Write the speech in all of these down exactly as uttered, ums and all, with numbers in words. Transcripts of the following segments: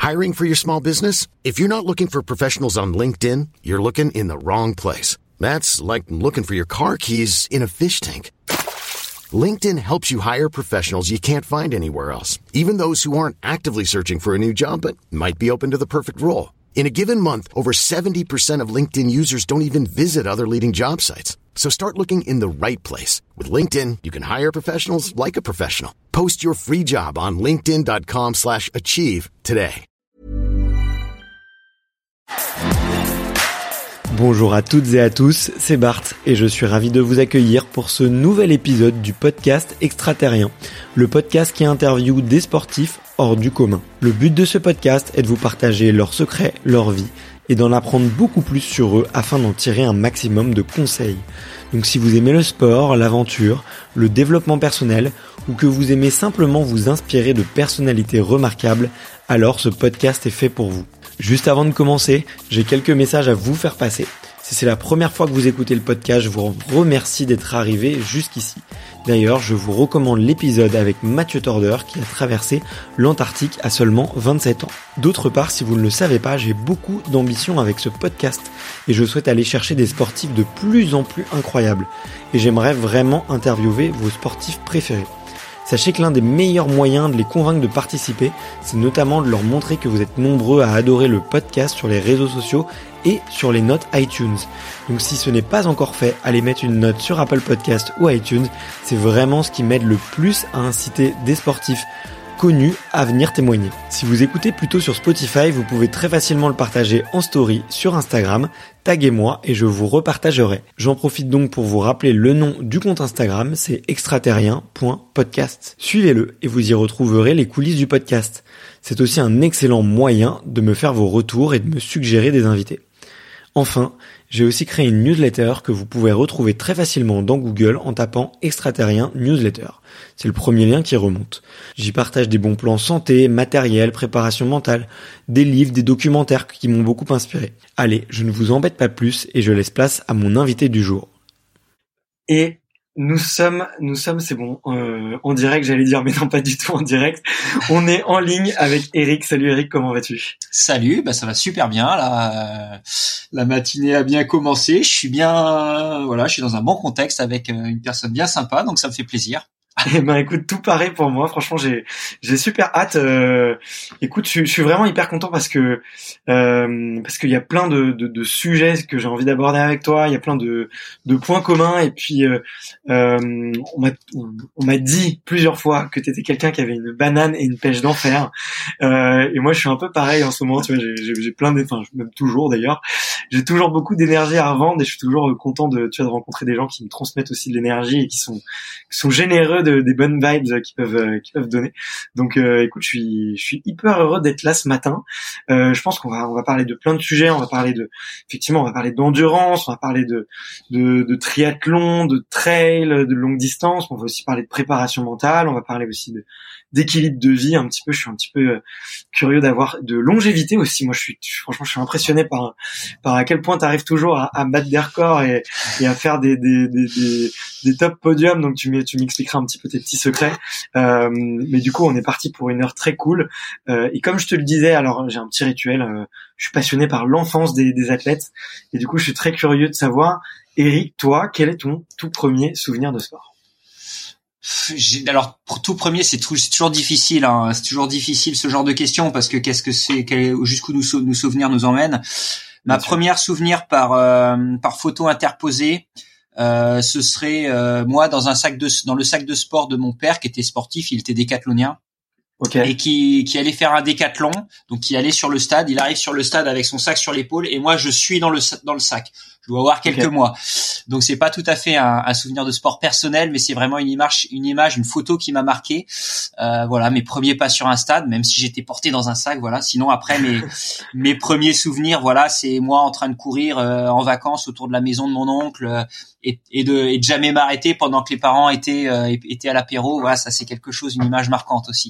Hiring for your small business? If you're not looking for professionals on LinkedIn, you're looking in the wrong place. That's like looking for your car keys in a fish tank. LinkedIn helps you hire professionals you can't find anywhere else, even those who aren't actively searching for a new job but might be open to the perfect role. In a given month, over seventy percent of LinkedIn users don't even visit other leading job sites. So start looking in the right place. With LinkedIn, you can hire professionals like a professional. Post your free job on linkedin.com slash achieve today. Bonjour à toutes et à tous, c'est Bart et je suis ravi de vous accueillir pour ce nouvel épisode du podcast Extraterrien, le podcast qui interviewe des sportifs hors du commun. Le but de ce podcast est de vous partager leurs secrets, leur vie et d'en apprendre beaucoup plus sur eux afin d'en tirer un maximum de conseils. Donc si vous aimez le sport, l'aventure, le développement personnel ou que vous aimez simplement vous inspirer de personnalités remarquables, alors ce podcast est fait pour vous. Juste avant de commencer, j'ai quelques messages à vous faire passer. Si c'est la première fois que vous écoutez le podcast, je vous remercie d'être arrivé jusqu'ici. D'ailleurs, je vous recommande l'épisode avec Mathieu Torder qui a traversé l'Antarctique à seulement vingt-sept ans. D'autre part, si vous ne le savez pas, j'ai beaucoup d'ambition avec ce podcast et je souhaite aller chercher des sportifs de plus en plus incroyables. Et j'aimerais vraiment interviewer vos sportifs préférés. Sachez que l'un des meilleurs moyens de les convaincre de participer, c'est notamment de leur montrer que vous êtes nombreux à adorer le podcast sur les réseaux sociaux et sur les notes iTunes. Donc si ce n'est pas encore fait, allez mettre une note sur Apple Podcast ou iTunes. C'est vraiment ce qui m'aide le plus à inciter des sportifs connus à venir témoigner. Si vous écoutez plutôt sur Spotify, vous pouvez très facilement le partager en story sur Instagram, taguez-moi et je vous repartagerai. J'en profite donc pour vous rappeler le nom du compte Instagram, c'est extraterrien point podcast. Suivez-le et vous y retrouverez les coulisses du podcast. C'est aussi un excellent moyen de me faire vos retours et de me suggérer des invités. Enfin, j'ai aussi créé une newsletter que vous pouvez retrouver très facilement dans Google en tapant Extraterrien Newsletter. C'est le premier lien qui remonte. J'y partage des bons plans santé, matériel, préparation mentale, des livres, des documentaires qui m'ont beaucoup inspiré. Allez, je ne vous embête pas plus et je laisse place à mon invité du jour. Et nous sommes, nous sommes, c'est bon, euh, en direct, j'allais dire, mais non, pas du tout en direct. On est en ligne avec Eric. Salut Eric, comment vas-tu? Salut, bah ça va super bien. Là, euh, la matinée a bien commencé. Je suis bien, voilà, je suis dans un bon contexte avec euh, une personne bien sympa, donc ça me fait plaisir. Eh ben écoute, tout pareil pour moi. Franchement, j'ai j'ai super hâte. Euh, écoute, je, je suis vraiment hyper content parce que euh, parce qu'il y a plein de, de, de sujets que j'ai envie d'aborder avec toi. Il y a plein de de points communs et puis euh, euh, on m'a on m'a dit plusieurs fois que t'étais quelqu'un qui avait une banane et une pêche d'enfer. Euh, et moi, je suis un peu pareil en ce moment. Tu vois, j'ai j'ai, j'ai plein de, enfin même toujours d'ailleurs, j'ai toujours beaucoup d'énergie à revendre et je suis toujours content de tu vois de rencontrer des gens qui me transmettent aussi de l'énergie et qui sont qui sont généreux de, des bonnes vibes qu'ils peuvent euh, qu'ils peuvent donner. Donc euh, écoute, je suis je suis hyper heureux d'être là ce matin. Euh, je pense qu'on va on va parler de plein de sujets, on va parler de effectivement, on va parler d'endurance, on va parler de de de triathlon, de trail, de longue distance, on va aussi parler de préparation mentale, on va parler aussi de d'équilibre de vie un petit peu. Je suis un petit peu euh, curieux d'avoir de longévité aussi. Moi, je suis je, franchement, je suis impressionné par par à quel point tu arrives toujours à, à battre des records et, et à faire des des des des, des top podiums. Donc tu tu m'expliqueras un petit peu tes petits secrets. Euh, mais du coup, on est parti pour une heure très cool. Euh, et comme je te le disais, alors j'ai un petit rituel. Euh, je suis passionné par l'enfance des, des athlètes et du coup, je suis très curieux de savoir, Eric, toi, quel est ton tout premier souvenir de sport? J'ai, alors pour tout premier, c'est, tout, c'est toujours difficile. Hein, c'est toujours difficile ce genre de questions parce que qu'est-ce que c'est, quel, jusqu'où nous, nos souvenirs nous emmènent. Ma première souvenir par euh, par photo interposée, euh, ce serait euh, moi dans un sac de dans le sac de sport de mon père qui était sportif, il était décathlonien. Okay. Et qui qui allait faire un décathlon, donc qui allait sur le stade, il arrive sur le stade avec son sac sur l'épaule et moi je suis dans le dans le sac. Je dois avoir quelques okay. mois. Donc c'est pas tout à fait un, un souvenir de sport personnel, mais c'est vraiment une image une image, une photo qui m'a marqué. Euh, voilà, mes premiers pas sur un stade, même si j'étais porté dans un sac, voilà. Sinon après mes mes premiers souvenirs, voilà, c'est moi en train de courir euh, en vacances autour de la maison de mon oncle euh, et, et de et de jamais m'arrêter pendant que les parents étaient euh, étaient à l'apéro. Voilà, ça c'est quelque chose, une image marquante aussi.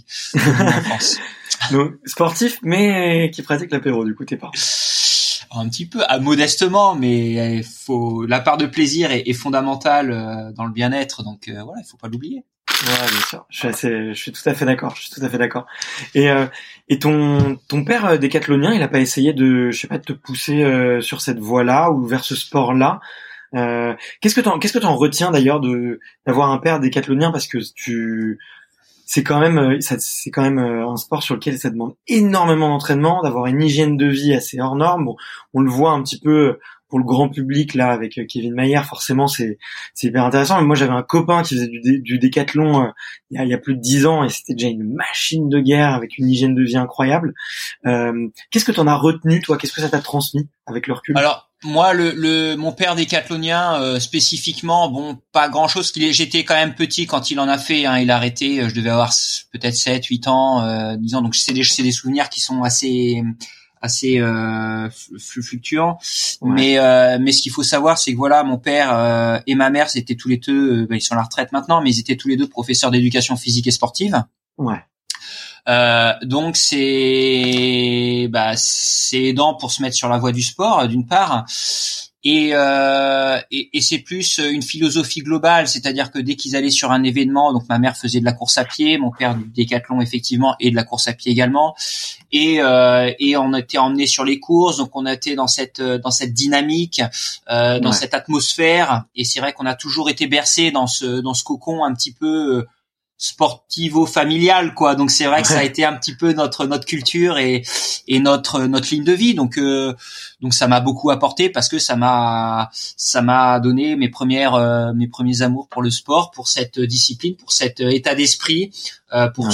Donc sportif mais qui pratique l'apéro, du coup t'es pas un petit peu, ah, modestement, mais il faut la part de plaisir est, est fondamentale euh, dans le bien-être, donc euh, voilà, il faut pas l'oublier. Ouais, bien sûr. Je suis assez, je suis tout à fait d'accord. Je suis tout à fait d'accord. Et euh, et ton ton père euh, décathlonien, il a pas essayé de, je sais pas, de te pousser euh, sur cette voie-là ou vers ce sport-là. Euh, qu'est-ce que t'en qu'est-ce que t'en retiens d'ailleurs de d'avoir un père décathlonien, parce que tu c'est quand même euh, ça, c'est quand même euh, un sport sur lequel ça demande énormément d'entraînement, d'avoir une hygiène de vie assez hors norme. Bon, on le voit un petit peu pour le grand public là avec Kevin Mayer, forcément c'est c'est hyper intéressant. Mais moi j'avais un copain qui faisait du, dé, du décathlon euh, il, y a, il y a plus de dix ans et c'était déjà une machine de guerre avec une hygiène de vie incroyable. Euh, qu'est-ce que t'en as retenu toi? Qu'est-ce que ça t'a transmis avec le recul? Alors moi, le, le mon père décathlonien euh, spécifiquement, bon, pas grand-chose. Qu'il est, j'étais quand même petit quand il en a fait. Hein, il a arrêté. Je devais avoir peut-être sept, huit ans, euh, dix ans. Donc c'est des, c'est des souvenirs qui sont assez assez euh, fluctuants. Ouais. Mais euh, mais ce qu'il faut savoir, c'est que voilà, mon père euh, et ma mère, c'était tous les deux. Euh, bah, ils sont à la retraite maintenant, mais ils étaient tous les deux professeurs d'éducation physique et sportive. Ouais. Euh, donc c'est bah c'est aidant pour se mettre sur la voie du sport d'une part, et, euh, et et c'est plus une philosophie globale, c'est-à-dire que dès qu'ils allaient sur un événement, donc ma mère faisait de la course à pied, mon père du décathlon effectivement et de la course à pied également, et euh, et on était emmenés sur les courses, donc on était dans cette dans cette dynamique, euh, dans ouais. cette atmosphère, et c'est vrai qu'on a toujours été bercé dans ce dans ce cocon un petit peu euh, sportivo-familial, quoi. Donc c'est vrai que ça a été un petit peu notre notre culture et et notre notre ligne de vie. Donc euh, donc ça m'a beaucoup apporté parce que ça m'a ça m'a donné mes premières euh, mes premiers amours pour le sport, pour cette discipline, pour cet état d'esprit, euh, pour ouais.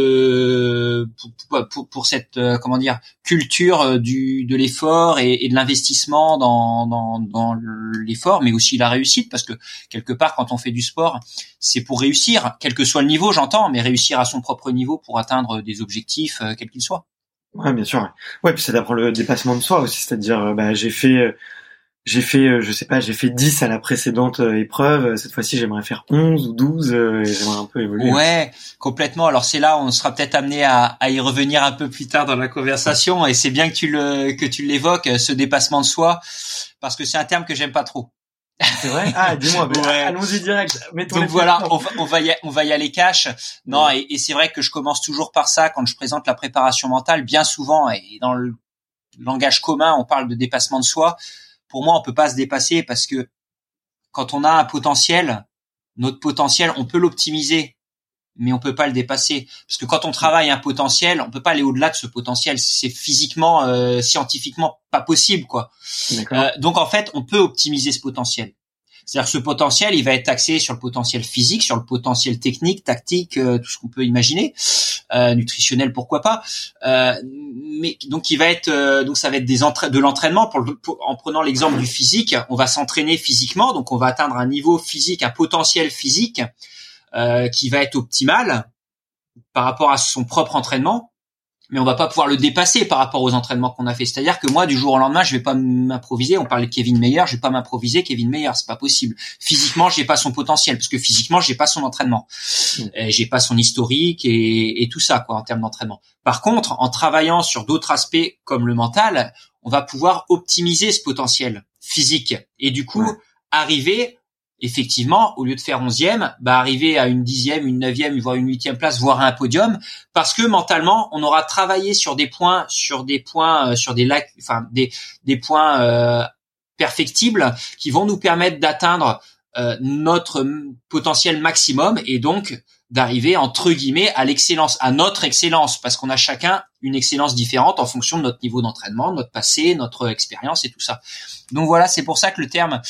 ce pour, pour pour cette euh, comment dire culture du de l'effort et, et de l'investissement dans dans dans l'effort, mais aussi la réussite, parce que quelque part quand on fait du sport, c'est pour réussir, quel que soit le niveau, j'entends, mais réussir à son propre niveau pour atteindre des objectifs, euh, quels qu'ils soient. Ouais, bien sûr. Ouais, ouais, puis ça d'apprendre le dépassement de soi aussi, c'est-à-dire, bah, j'ai fait, euh, j'ai fait, euh, je sais pas, j'ai fait dix à la précédente euh, épreuve. Cette fois-ci, j'aimerais faire onze ou douze, euh, et j'aimerais un peu évoluer. Ouais, complètement. Alors c'est là, on sera peut-être amené à, à y revenir un peu plus tard dans la conversation, et c'est bien que tu le, que tu l'évoques, ce dépassement de soi, parce que c'est un terme que j'aime pas trop. C'est vrai? Ah, dis-moi, ben, ouais. Allons-y direct. Donc voilà, on va, on va y, on va y aller cash. Non, ouais. et, et c'est vrai que je commence toujours par ça quand je présente la préparation mentale. Bien souvent, et dans le langage commun, on parle de dépassement de soi. Pour moi, on peut pas se dépasser parce que quand on a un potentiel, notre potentiel, on peut l'optimiser, mais on peut pas le dépasser. Parce que quand on travaille un potentiel, on peut pas aller au-delà de ce potentiel. C'est physiquement, euh, scientifiquement pas possible, quoi. Euh, donc en fait, on peut optimiser ce potentiel. C'est-à-dire que ce potentiel, il va être axé sur le potentiel physique, sur le potentiel technique, tactique, euh, tout ce qu'on peut imaginer, euh, nutritionnel, pourquoi pas. Euh, mais donc il va être, euh, donc ça va être des entra- de l'entraînement. Pour le, pour, en prenant l'exemple du physique, on va s'entraîner physiquement, donc on va atteindre un niveau physique, un potentiel physique euh, qui va être optimal par rapport à son propre entraînement. Mais on va pas pouvoir le dépasser par rapport aux entraînements qu'on a fait. C'est-à-dire que moi, du jour au lendemain, je vais pas m'improviser. On parlait de Kevin Mayer, je vais pas m'improviser Kevin Mayer, c'est pas possible. Physiquement, j'ai pas son potentiel, parce que physiquement, j'ai pas son entraînement, mmh. et j'ai pas son historique et, et tout ça, quoi, en termes d'entraînement. Par contre, en travaillant sur d'autres aspects comme le mental, on va pouvoir optimiser ce potentiel physique et du coup ouais. arriver effectivement, au lieu de faire onzième, bah arriver à une dixième, une neuvième, voire une huitième place, voire à un podium, parce que mentalement, on aura travaillé sur des points, sur des points, euh, sur des lacs, enfin des des points euh, perfectibles qui vont nous permettre d'atteindre euh, notre potentiel maximum et donc d'arriver entre guillemets à l'excellence, à notre excellence, parce qu'on a chacun une excellence différente en fonction de notre niveau d'entraînement, notre passé, notre expérience et tout ça. Donc voilà, c'est pour ça que le terme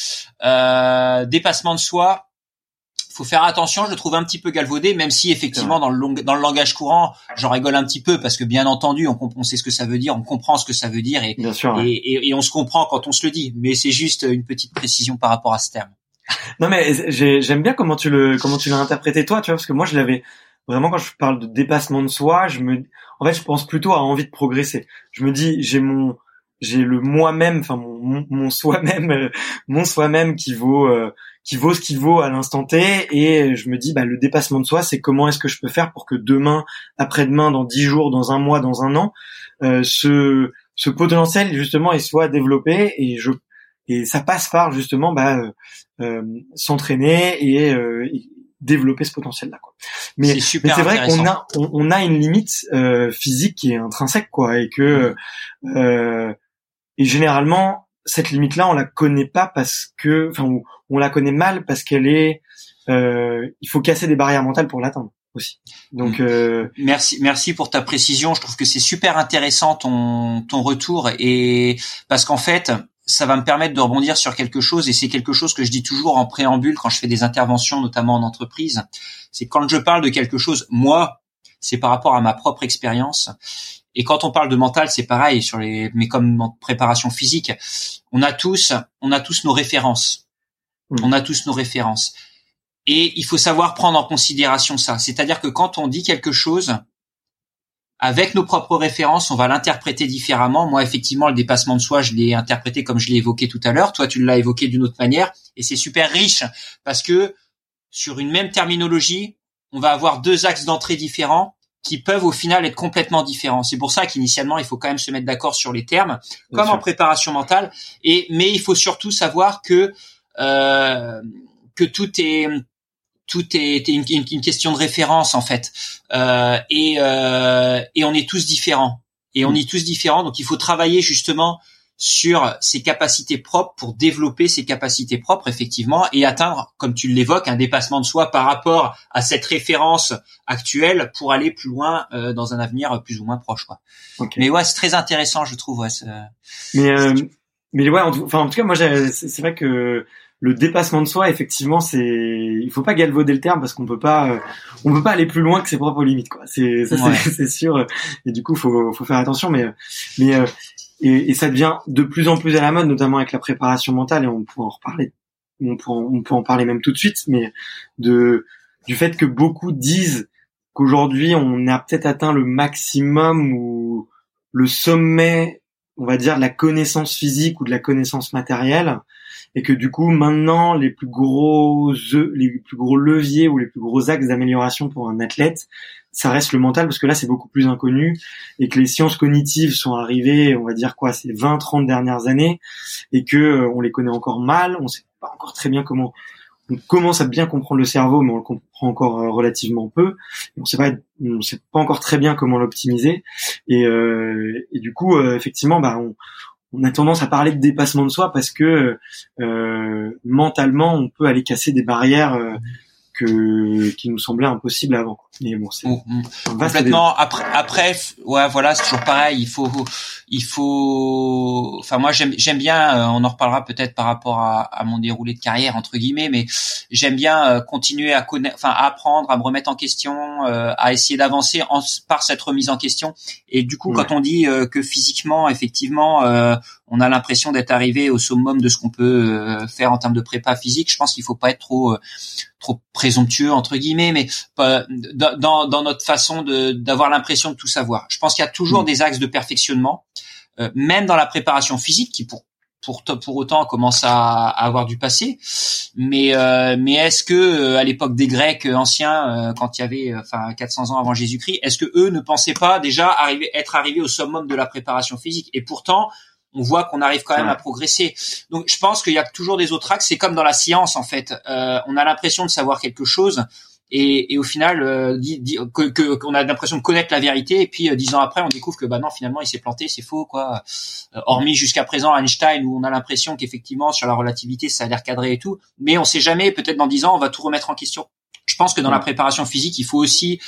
euh, dépassement de soi, faut faire attention, je le trouve un petit peu galvaudé, même si effectivement dans le, long, dans le langage courant, j'en rigole un petit peu parce que bien entendu, on, on sait ce que ça veut dire, on comprend ce que ça veut dire et, bien sûr, et, et, et on se comprend quand on se le dit. Mais c'est juste une petite précision par rapport à ce terme. Non mais j'ai, j'aime bien comment tu le comment tu l'as interprété toi, tu vois, parce que moi je l'avais vraiment quand je parle de dépassement de soi, je me en fait je pense plutôt à envie de progresser. Je me dis j'ai mon j'ai le moi-même, enfin mon mon, mon soi-même euh, mon soi-même qui vaut euh, qui vaut ce qu'il vaut à l'instant T, et je me dis bah le dépassement de soi, c'est comment est-ce que je peux faire pour que demain, après-demain, dans dix jours, dans un mois, dans un an, euh, ce ce potentiel justement il soit développé, et je et ça passe par justement bah euh, euh, s'entraîner et, euh, et développer ce potentiel-là, quoi. Mais c'est, mais super c'est vrai qu'on a on, on a une limite euh, physique qui est intrinsèque, quoi, et que euh, et généralement cette limite-là, on la connaît pas parce que, enfin, on, on la connaît mal parce qu'elle est, euh, il faut casser des barrières mentales pour l'atteindre aussi. Donc, euh... merci, merci pour ta précision. Je trouve que c'est super intéressant ton ton retour, et parce qu'en fait, ça va me permettre de rebondir sur quelque chose, et c'est quelque chose que je dis toujours en préambule quand je fais des interventions, notamment en entreprise. C'est quand je parle de quelque chose, moi, c'est par rapport à ma propre expérience. Et quand on parle de mental, c'est pareil sur les, mais comme en préparation physique, on a tous, on a tous nos références. Mmh. On a tous nos références. Et il faut savoir prendre en considération ça. C'est-à-dire que quand on dit quelque chose, avec nos propres références, on va l'interpréter différemment. Moi, effectivement, le dépassement de soi, je l'ai interprété comme je l'ai évoqué tout à l'heure. Toi, tu l'as évoqué d'une autre manière. Et c'est super riche parce que sur une même terminologie, on va avoir deux axes d'entrée différents qui peuvent au final être complètement différents. C'est pour ça qu'initialement, il faut quand même se mettre d'accord sur les termes, comme en préparation mentale. Et mais il faut surtout savoir que euh, que tout est tout est une, une, une question de référence en fait. Euh, et euh, et on est tous différents. Et on est tous différents. Donc il faut travailler justement sur ses capacités propres pour développer ses capacités propres, effectivement, et atteindre, comme tu l'évoques, un dépassement de soi par rapport à cette référence actuelle pour aller plus loin euh, dans un avenir plus ou moins proche, quoi. Okay. Mais ouais, c'est très intéressant, je trouve. Ouais, c'est... Mais euh, mais ouais, en tout, enfin en tout cas, moi, j'ai, c'est, c'est vrai que le dépassement de soi, effectivement, c'est, il faut pas galvauder le terme parce qu'on peut pas, euh, on peut pas aller plus loin que ses propres limites, quoi. C'est ça, ouais. c'est, c'est sûr. Et du coup, faut faut faire attention, mais mais euh, Et, et ça devient de plus en plus à la mode, notamment avec la préparation mentale, et on pourra en reparler, on peut en, on peut en parler même tout de suite, mais de du fait que beaucoup disent qu'aujourd'hui on a peut-être atteint le maximum ou le sommet, on va dire, de la connaissance physique ou de la connaissance matérielle, et que du coup maintenant les plus gros les plus gros leviers ou les plus gros axes d'amélioration pour un athlète, ça reste le mental, parce que là c'est beaucoup plus inconnu, et que les sciences cognitives sont arrivées, on va dire quoi, ces vingt trente dernières années, et que euh, on les connaît encore mal, on sait pas encore très bien comment, on commence à bien comprendre le cerveau, mais on le comprend encore euh, relativement peu, et on sait pas on sait pas encore très bien comment l'optimiser, et euh, et du coup euh, effectivement bah on on a tendance à parler de dépassement de soi parce que euh, mentalement on peut aller casser des barrières euh, que qui nous semblaient impossibles avant. Mais bon, c'est mmh, complètement. Après, après, ouais, voilà, c'est toujours pareil. Il faut, il faut. Enfin, moi, j'aime, j'aime bien. Euh, on en reparlera peut-être par rapport à, à mon déroulé de carrière entre guillemets, mais j'aime bien euh, continuer à connaître, enfin, à apprendre, à me remettre en question, euh, à essayer d'avancer en, par cette remise en question. Et du coup, ouais. quand on dit euh, que physiquement, effectivement, euh, on a l'impression d'être arrivé au summum de ce qu'on peut euh, faire en termes de prépa physique, je pense qu'il faut pas être trop, euh, trop présomptueux entre guillemets, mais pas, dans, dans notre façon de d'avoir l'impression de tout savoir. Je pense qu'il y a toujours mmh. des axes de perfectionnement, euh, même dans la préparation physique, qui pour pour pour autant commence à, à avoir du passé. Mais euh, mais est-ce que euh, à l'époque des Grecs anciens, euh, quand il y avait enfin quatre cents ans avant Jésus-Christ, est-ce que eux ne pensaient pas déjà arriver être arrivés au summum de la préparation physique? Et pourtant on voit qu'on arrive quand même ouais. à progresser. Donc, je pense qu'il y a toujours des autres axes. C'est comme dans la science, en fait. Euh, on a l'impression de savoir quelque chose, et, et au final, euh, dit, dit, que, que, qu'on a l'impression de connaître la vérité, et puis euh, dix ans après, on découvre que bah non, finalement, il s'est planté, c'est faux, quoi. Euh, hormis jusqu'à présent Einstein, où on a l'impression qu'effectivement, sur la relativité, ça a l'air cadré et tout, mais on sait jamais. Peut-être dans dix ans, on va tout remettre en question. Je pense que dans la préparation physique, il faut aussi,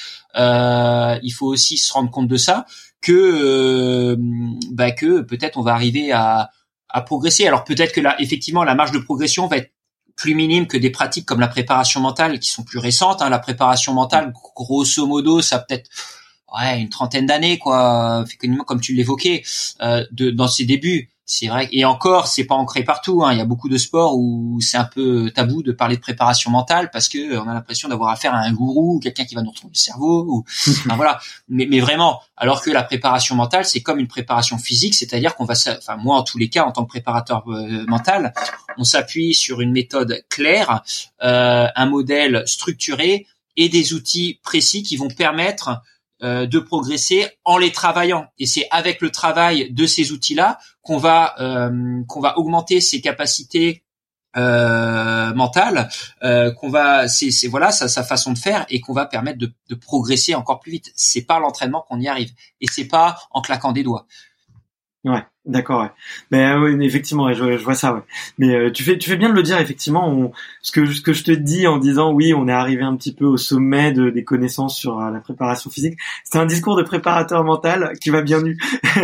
euh, il faut aussi se rendre compte de ça. que euh, bah que peut-être on va arriver à à progresser. Alors peut-être que là effectivement la marge de progression va être plus minime que des pratiques comme la préparation mentale qui sont plus récentes, hein. La préparation mentale, grosso modo, ça peut-être ouais une trentaine d'années, quoi, effectivement, comme tu l'évoquais, euh, de dans ses débuts. C'est vrai, et encore, c'est pas ancré partout, hein. Il y a beaucoup de sports où c'est un peu tabou de parler de préparation mentale parce que on a l'impression d'avoir affaire à un gourou ou quelqu'un qui va nous retourner le cerveau, ou enfin, voilà. Mais, mais vraiment, alors que la préparation mentale, c'est comme une préparation physique, c'est-à-dire qu'on va, enfin moi en tous les cas, en tant que préparateur euh, mental, on s'appuie sur une méthode claire, euh, un modèle structuré et des outils précis qui vont permettre de progresser en les travaillant. Et c'est avec le travail de ces outils-là qu'on va euh, qu'on va augmenter ses capacités euh, mentale euh, qu'on va c'est c'est voilà sa sa façon de faire et qu'on va permettre de de progresser encore plus vite. C'est par l'entraînement qu'on y arrive et c'est pas en claquant des doigts. Ouais, d'accord. Ouais. Mais euh, oui, effectivement, ouais, je, je vois ça. Ouais. Mais euh, tu fais, tu fais bien de le dire. Effectivement, on, ce que ce que je te dis en disant oui, on est arrivé un petit peu au sommet de, des connaissances sur euh, la préparation physique. C'est un discours de préparateur mental qui va bien nu,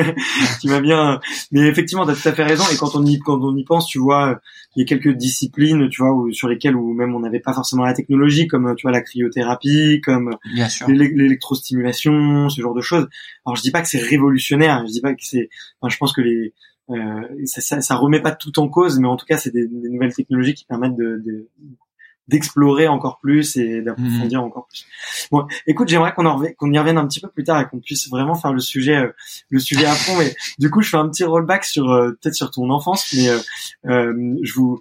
qui va bien. Mais effectivement, t'as tout à fait raison. Et quand on y quand on y pense, tu vois, il y a quelques disciplines, tu vois, où, sur lesquelles où même on n'avait pas forcément la technologie, comme tu vois la cryothérapie, comme l'é- l'électrostimulation, ce genre de choses. Alors je dis pas que c'est révolutionnaire. Je dis pas que c'est Enfin, je pense que les euh, ça, ça, ça remet pas tout en cause, mais en tout cas, c'est des, des nouvelles technologies qui permettent de, de d'explorer encore plus et d'approfondir mmh. encore plus. Bon, écoute, j'aimerais qu'on en revienne, qu'on y revienne un petit peu plus tard et qu'on puisse vraiment faire le sujet, euh, le sujet à fond. Mais du coup, je fais un petit rollback sur euh, peut-être sur ton enfance, mais euh, euh, je vous,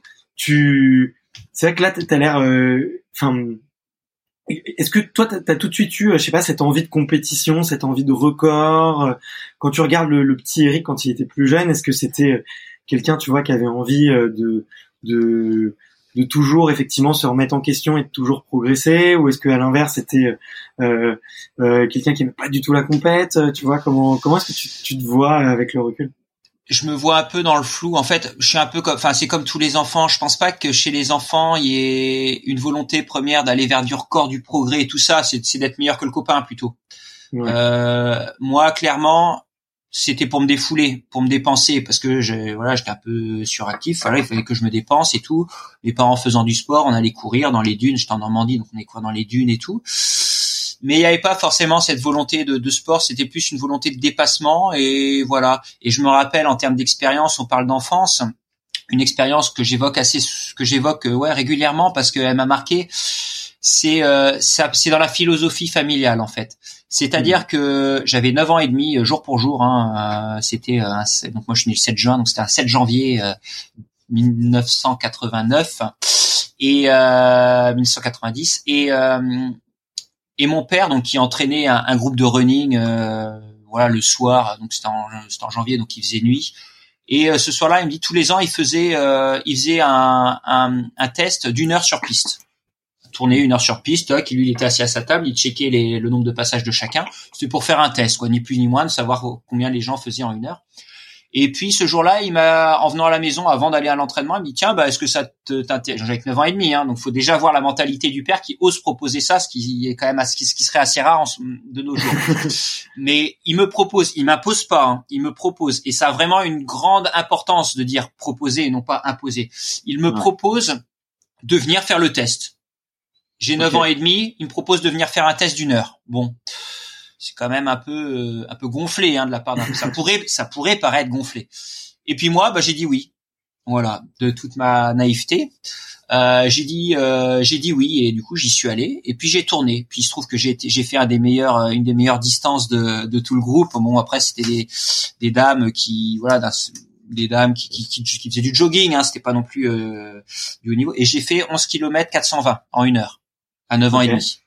tu, c'est vrai que là, t'as l'air, enfin. Euh, Est-ce que toi, t'as, t'as tout de suite eu, je sais pas, cette envie de compétition, cette envie de record? Quand tu regardes le, le petit Eric quand il était plus jeune, est-ce que c'était quelqu'un, tu vois, qui avait envie de de de toujours effectivement se remettre en question et de toujours progresser, ou est-ce que à l'inverse c'était euh, euh, quelqu'un qui n'aimait pas du tout la compète? Tu vois, comment comment est-ce que tu, tu te vois avec le recul? Je me vois un peu dans le flou. En fait, je suis un peu comme, enfin, c'est comme tous les enfants. Je pense pas que chez les enfants, il y ait une volonté première d'aller vers du record, du progrès et tout ça. C'est, c'est d'être meilleur que le copain, plutôt. Ouais. Euh, moi, clairement, c'était pour me défouler, pour me dépenser, parce que je, voilà, j'étais un peu suractif. Voilà, il fallait que je me dépense et tout. Mes parents faisant du sport, on allait courir dans les dunes. J'étais en Normandie, donc on allait courir dans les dunes et tout. Mais il n'y avait pas forcément cette volonté de, de sport, c'était plus une volonté de dépassement et voilà. Et je me rappelle en termes d'expérience, on parle d'enfance, une expérience que j'évoque assez, que j'évoque ouais régulièrement parce qu'elle m'a marqué. C'est euh, ça, c'est dans la philosophie familiale en fait. C'est-à-dire mmh. que j'avais neuf ans et demi jour pour jour. Hein, euh, c'était euh, donc moi je suis né le sept juin, donc c'était un sept janvier euh, mille neuf cent quatre-vingt-neuf et euh, mille neuf cent quatre-vingt-dix et euh, Et mon père, donc, qui entraînait un, un groupe de running, euh, voilà, le soir, donc c'était en, c'était en janvier, donc il faisait nuit. Et euh, ce soir-là, il me dit tous les ans, il faisait, euh, il faisait un, un, un test d'une heure sur piste. Tourner une heure sur piste, là, qui lui, il était assis à sa table, il checkait les, le nombre de passages de chacun. C'était pour faire un test, quoi, ni plus ni moins, de savoir combien les gens faisaient en une heure. Et puis ce jour-là, il m'a, en venant à la maison, avant d'aller à l'entraînement, il me dit tiens, bah est-ce que ça te t'intéresse? J'avais neuf ans et demi, hein, donc faut déjà voir la mentalité du père qui ose proposer ça, ce qui est quand même, ce qui, ce qui serait assez rare en, de nos jours. Mais il me propose, il m'impose pas, hein, il me propose, et ça a vraiment une grande importance de dire proposer et non pas imposer. Il me ouais. propose de venir faire le test. J'ai neuf okay. ans et demi, il me propose de venir faire un test d'une heure. Bon. C'est quand même un peu euh, un peu gonflé hein, de la part d'un. Ça pourrait ça pourrait paraître gonflé. Et puis moi, bah j'ai dit oui. Voilà, de toute ma naïveté, euh, j'ai dit euh, j'ai dit oui et du coup j'y suis allé et puis j'ai tourné. Puis il se trouve que j'ai été, j'ai fait un des meilleurs une des meilleures distances de de tout le groupe. Bon après c'était des des dames qui voilà d'un, des dames qui qui qui, qui faisaient du jogging. Hein, c'était pas non plus euh, du haut niveau. Et j'ai fait onze kilomètres quatre cent vingt en une heure à neuf ans okay. et demi.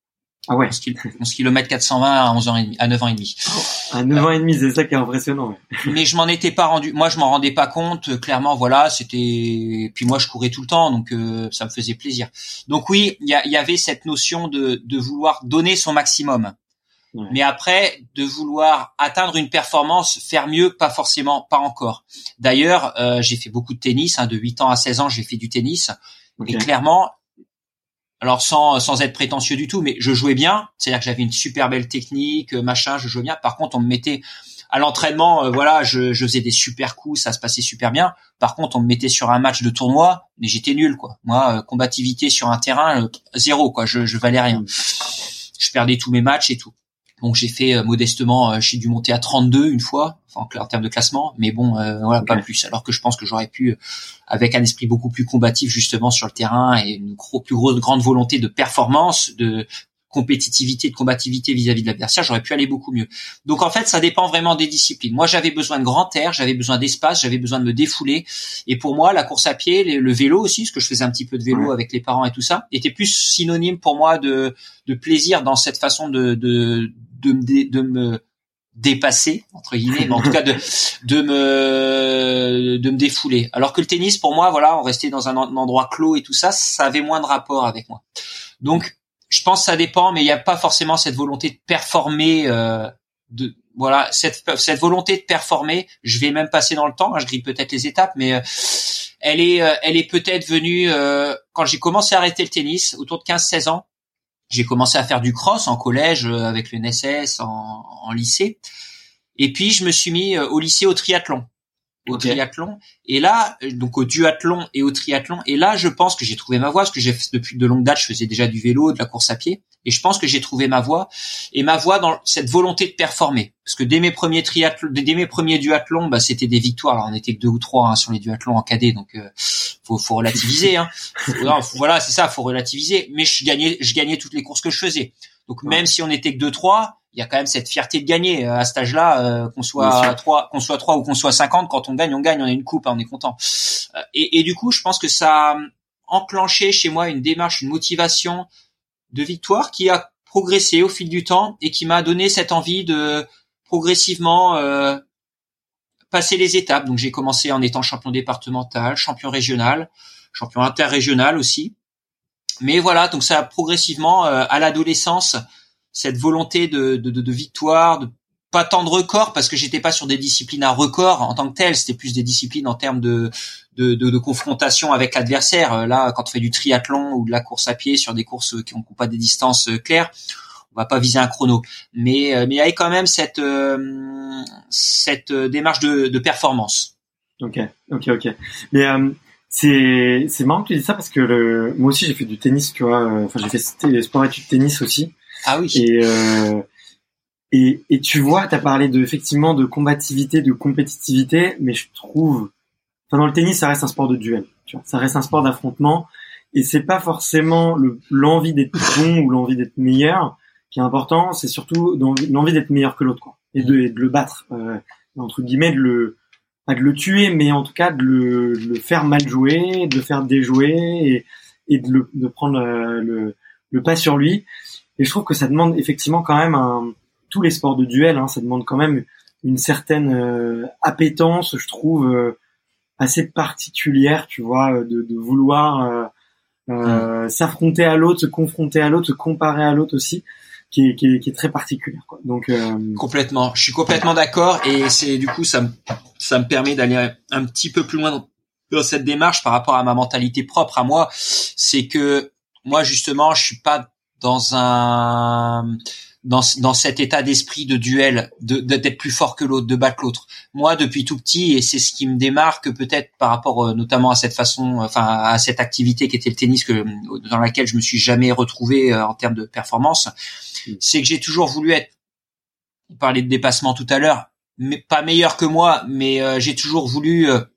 Ah ouais. onze kilomètres quatre cent vingt à onze ans et demi, à neuf ans et demi. Oh, à neuf ans et demi, c'est ça qui est impressionnant. Ouais. Mais je m'en étais pas rendu, moi je m'en rendais pas compte, clairement voilà, c'était, puis moi je courais tout le temps, donc euh, ça me faisait plaisir. Donc oui, il y, a, y avait cette notion de, de vouloir donner son maximum. Ouais. Mais après, de vouloir atteindre une performance, faire mieux, pas forcément, pas encore. D'ailleurs, euh, j'ai fait beaucoup de tennis, hein, de huit ans à seize ans, j'ai fait du tennis. Okay. Et clairement, alors sans sans être prétentieux du tout, mais je jouais bien, c'est-à-dire que j'avais une super belle technique, machin, je jouais bien. Par contre, on me mettait à l'entraînement, euh, voilà, je, je faisais des super coups, ça se passait super bien. Par contre, on me mettait sur un match de tournoi, mais j'étais nul, quoi. Moi, euh, combativité sur un terrain, euh, zéro, quoi. Je, je valais rien. Je perdais tous mes matchs et tout. Donc j'ai fait euh, modestement, euh, j'ai dû monter à trente-deux une fois, enfin en, en termes de classement, mais bon, euh, voilà, okay. pas plus. Alors que je pense que j'aurais pu, euh, avec un esprit beaucoup plus combatif justement sur le terrain et une gros, plus grosse grande volonté de performance, de compétitivité, de combativité vis-à-vis de l'adversaire, j'aurais pu aller beaucoup mieux. Donc en fait, ça dépend vraiment des disciplines. Moi, j'avais besoin de grand air, j'avais besoin d'espace, j'avais besoin de me défouler. Et pour moi, la course à pied, le, le vélo aussi, parce que je faisais un petit peu de vélo ouais. avec les parents et tout ça, était plus synonyme pour moi de, de plaisir dans cette façon de, de, de, de, de me dépasser entre guillemets, mais en tout cas de de me de me défouler. Alors que le tennis, pour moi, voilà, on restait dans un, un endroit clos et tout ça, ça avait moins de rapport avec moi. Donc, je pense que ça dépend, mais il n'y a pas forcément cette volonté de performer. Euh, de voilà, cette cette volonté de performer. Je vais même passer dans le temps. Hein, je grille peut-être les étapes, mais euh, elle est euh, elle est peut-être venue euh, quand j'ai commencé à arrêter le tennis, autour de quinze seize ans. J'ai commencé à faire du cross en collège euh, avec le N S S, en, en lycée. Et puis, je me suis mis euh, au lycée au triathlon. Au okay. triathlon. Et là, donc au duathlon et au triathlon. Et là, je pense que j'ai trouvé ma voie, parce que j'ai depuis de longue date, je faisais déjà du vélo, de la course à pied. Et je pense que j'ai trouvé ma voie. Et ma voie dans cette volonté de performer. Parce que dès mes premiers triathlons, dès mes premiers duathlons, bah, c'était des victoires. Alors, on était que deux ou trois hein, sur les duathlons en cadet. Donc, euh, faut, faut relativiser, hein. Faut, non, faut, voilà, c'est ça, faut relativiser. Mais je gagnais, je gagnais toutes les courses que je faisais. Donc, même si on était que deux, trois, il y a quand même cette fierté de gagner à cet âge-là, euh, qu'on soit trois, qu'on soit trois ou qu'on soit cinquante, quand on gagne, on gagne, on a une coupe, hein, on est content. Et, et du coup, je pense que ça a enclenché chez moi une démarche, une motivation de victoire qui a progressé au fil du temps et qui m'a donné cette envie de progressivement euh, passer les étapes. Donc, j'ai commencé en étant champion départemental, champion régional, champion interrégional aussi. Mais voilà, donc ça a progressivement, euh, à l'adolescence, cette volonté de, de, de, de victoire, de pas tant de records, parce que j'étais pas sur des disciplines à record en tant que telles, c'était plus des disciplines en termes de, de, de, de confrontation avec l'adversaire. Là, quand on fait du triathlon ou de la course à pied sur des courses qui n'ont pas des distances claires, on va pas viser un chrono. Mais, mais il y avait quand même cette, euh, cette démarche de, de performance. Ok, ok, ok. Mais euh, c'est, c'est marrant que tu dis ça parce que le, moi aussi j'ai fait du tennis, tu vois. Enfin, j'ai fait sport études tennis aussi. Ah oui. Et euh, et et tu vois, t'as parlé de effectivement de combativité, de compétitivité, mais je trouve, enfin dans le tennis, ça reste un sport de duel. Tu vois, ça reste un sport d'affrontement, et c'est pas forcément le l'envie d'être bon ou l'envie d'être meilleur qui est important. C'est surtout l'envie d'être meilleur que l'autre, quoi, et de, et de le battre, euh, entre guillemets, de le pas de le tuer, mais en tout cas de le, de le faire mal jouer, de le faire déjouer et et de le de prendre le, le, le pas sur lui. Et je trouve que ça demande effectivement quand même un, tous les sports de duel, hein, ça demande quand même une certaine euh, appétence, je trouve, euh, assez particulière, tu vois, de, de vouloir euh, euh, mmh. s'affronter à l'autre, se confronter à l'autre, se comparer à l'autre aussi, qui est, qui est, qui est très particulière, quoi. Donc euh... complètement, je suis complètement d'accord, et c'est du coup ça me ça me permet d'aller un petit peu plus loin dans, dans cette démarche par rapport à ma mentalité propre à moi. C'est que moi justement, je suis pas dans un dans dans cet état d'esprit de duel, de, de d'être plus fort que l'autre, de battre l'autre. Moi, depuis tout petit, et c'est ce qui me démarque peut-être par rapport euh, notamment à cette façon, enfin à cette activité qui était le tennis, que dans laquelle je me suis jamais retrouvé euh, en termes de performance, mmh. c'est que j'ai toujours voulu être. On parlait de dépassement tout à l'heure, mais pas meilleur que moi, mais euh, j'ai toujours voulu euh,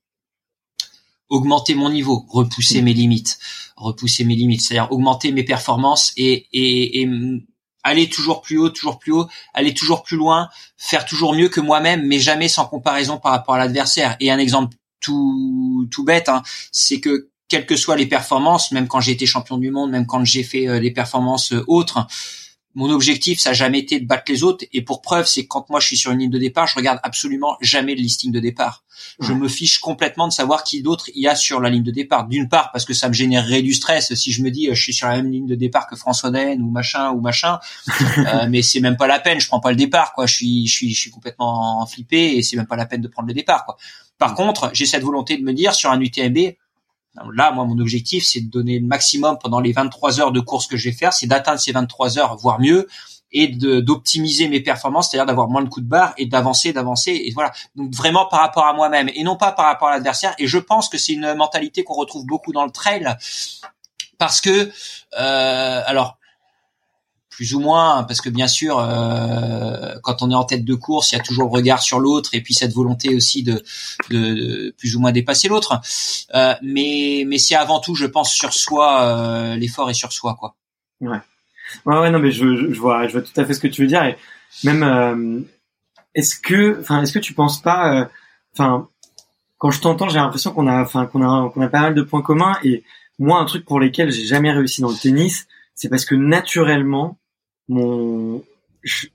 augmenter mon niveau, repousser mmh. mes limites, repousser mes limites, c'est-à-dire augmenter mes performances et, et, et aller toujours plus haut, toujours plus haut, aller toujours plus loin, faire toujours mieux que moi-même, mais jamais sans comparaison par rapport à l'adversaire. Et un exemple tout tout bête, hein, c'est que quelles que soient les performances, même quand j'ai été champion du monde, même quand j'ai fait euh, des performances euh, autres, mon objectif, ça n'a jamais été de battre les autres. Et pour preuve, c'est que quand moi je suis sur une ligne de départ, je regarde absolument jamais le listing de départ. Je ouais. me fiche complètement de savoir qui d'autre il y a sur la ligne de départ. D'une part, parce que ça me générerait du stress si je me dis je suis sur la même ligne de départ que François Daen ou machin ou machin. euh, mais c'est même pas la peine. Je prends pas le départ, quoi. Je suis, je suis, je suis complètement flippé et c'est même pas la peine de prendre le départ, quoi. Par ouais. contre, j'ai cette volonté de me dire sur un U T M B. Là, moi, mon objectif, c'est de donner le maximum pendant les vingt-trois heures de course que je vais faire, c'est d'atteindre ces vingt-trois heures, voire mieux, et de, d'optimiser mes performances, c'est-à-dire d'avoir moins de coups de barre et d'avancer, d'avancer, et voilà. Donc vraiment par rapport à moi-même et non pas par rapport à l'adversaire. Et je pense que c'est une mentalité qu'on retrouve beaucoup dans le trail, parce que, euh, alors. Plus ou moins, parce que bien sûr, euh, quand on est en tête de course, il y a toujours le regard sur l'autre et puis cette volonté aussi de, de, de plus ou moins dépasser l'autre. Euh, mais, mais c'est avant tout, je pense, sur soi, euh, l'effort est sur soi, quoi. Ouais. Ouais, ouais, non, mais je, je vois, je vois tout à fait ce que tu veux dire. Et même, euh, est-ce que, enfin, est-ce que tu penses pas, enfin, euh, quand je t'entends, j'ai l'impression qu'on a, enfin, qu'on a, qu'on a pas mal de points communs. Et moi, un truc pour lesquels j'ai jamais réussi dans le tennis, c'est parce que naturellement, mon je,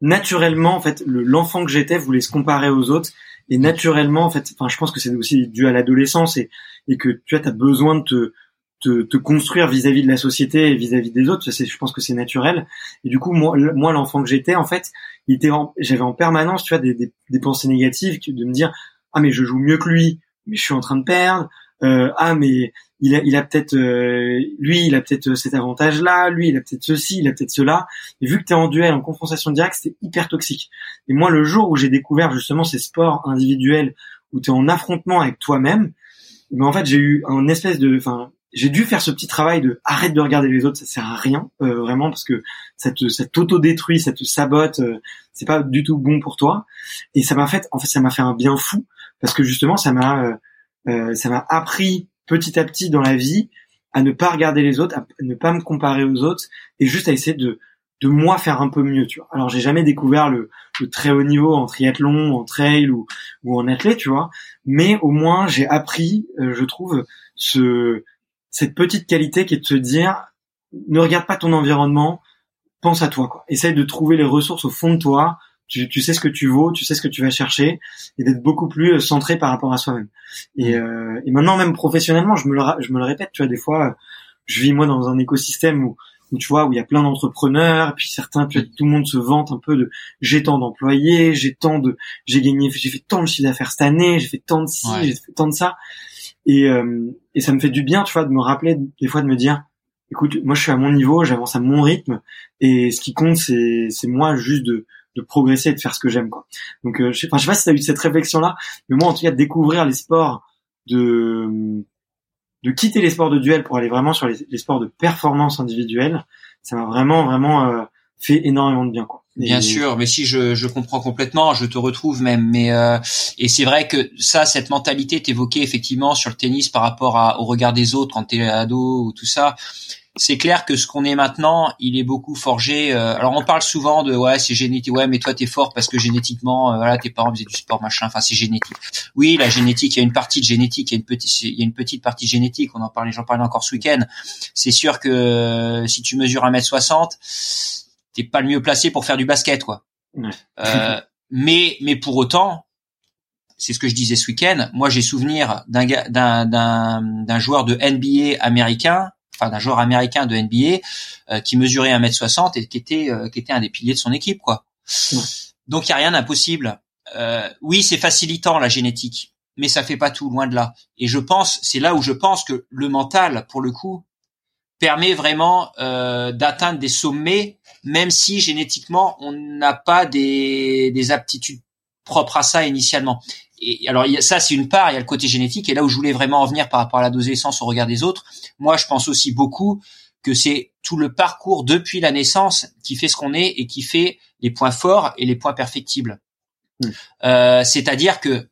naturellement, en fait, le, l'enfant que j'étais voulait se comparer aux autres. Et naturellement, en fait, enfin, je pense que c'est aussi dû à l'adolescence et, et que tu vois, t'as besoin de te, te, te construire vis-à-vis de la société et vis-à-vis des autres. C'est, je pense que c'est naturel. Et du coup, moi, moi, l'enfant que j'étais, en fait, il était en, j'avais en permanence, tu vois, des, des, des pensées négatives, de me dire, ah, mais je joue mieux que lui, mais je suis en train de perdre. Euh, ah, mais il a, il a peut-être, euh, lui, il a peut-être cet avantage-là, lui, il a peut-être ceci, il a peut-être cela. Et vu que t'es en duel, en confrontation directe, c'était hyper toxique. Et moi, le jour où j'ai découvert justement ces sports individuels où t'es en affrontement avec toi-même, mais en fait, j'ai eu un espèce de, enfin, j'ai dû faire ce petit travail de arrête de regarder les autres, ça sert à rien, euh, vraiment, parce que ça te, ça t'auto-détruit, ça te sabote, euh, c'est pas du tout bon pour toi. Et ça m'a fait, en fait, ça m'a fait un bien fou parce que justement, ça m'a, euh, euh, ça m'a appris petit à petit dans la vie à ne pas regarder les autres, à ne pas me comparer aux autres et juste à essayer de de moi faire un peu mieux, tu vois. Alors j'ai jamais découvert le, le très haut niveau en triathlon, en trail ou ou en athlète, tu vois, mais au moins j'ai appris, euh, je trouve, ce cette petite qualité qui est de se dire ne regarde pas ton environnement, pense à toi, quoi. Essaye de trouver les ressources au fond de toi. Tu, tu sais ce que tu vaux, tu sais ce que tu vas chercher, et d'être beaucoup plus centré par rapport à soi-même. Et, euh, et maintenant, même professionnellement, je me le, je me le répète, tu vois, des fois, je vis moi dans un écosystème où, où tu vois, où il y a plein d'entrepreneurs, et puis certains, tu vois, tout le monde se vante un peu de, j'ai tant d'employés, j'ai tant de, j'ai gagné, j'ai fait tant de chiffre d'affaires cette année, j'ai fait tant de ci, ouais. j'ai fait tant de ça, et, euh, et ça me fait du bien, tu vois, de me rappeler des fois de me dire, écoute, moi je suis à mon niveau, j'avance à mon rythme, et ce qui compte, c'est, c'est moi juste de de progresser et de faire ce que j'aime, quoi. Donc euh, je sais, enfin, je sais pas si tu as eu cette réflexion là, mais moi en tout cas de découvrir les sports de de quitter les sports de duel pour aller vraiment sur les, les sports de performance individuelle, ça m'a vraiment vraiment euh, fait énormément de bien, quoi. Et... Bien sûr, mais si je je comprends complètement, je te retrouve même, mais euh, et c'est vrai que ça, cette mentalité t'évoquais effectivement sur le tennis par rapport à, au regard des autres quand t'es ado ou tout ça. C'est clair que ce qu'on est maintenant, il est beaucoup forgé. Euh, alors on parle souvent de ouais c'est génétique, ouais mais toi t'es fort parce que génétiquement, euh, voilà tes parents faisaient du sport machin. Enfin c'est génétique. Oui la génétique, il y a une partie de génétique, il y a une petite, il y a une petite partie génétique. On en parlait, j'en parlais encore ce week-end. C'est sûr que euh, si tu mesures un mètre soixante, t'es pas le mieux placé pour faire du basket, quoi. Ouais. Euh, mais mais pour autant, c'est ce que je disais ce week-end. Moi j'ai souvenir d'un d'un d'un d'un joueur de N B A américain. Enfin, d'un joueur américain de N B A euh, qui mesurait un mètre soixante et qui était euh, qui était un des piliers de son équipe, quoi. Ouais. Donc il y a rien d'impossible. Euh, oui, c'est facilitant la génétique, mais ça fait pas tout, loin de là. Et je pense, c'est là où je pense que le mental, pour le coup, permet vraiment euh, d'atteindre des sommets, même si génétiquement on n'a pas des des aptitudes propres à ça initialement. Et alors il y a, ça c'est une part, il y a le côté génétique, et là où je voulais vraiment en venir par rapport à l'adolescence au regard des autres, moi je pense aussi beaucoup que c'est tout le parcours depuis la naissance qui fait ce qu'on est et qui fait les points forts et les points perfectibles. Mmh. Euh, c'est-à-dire que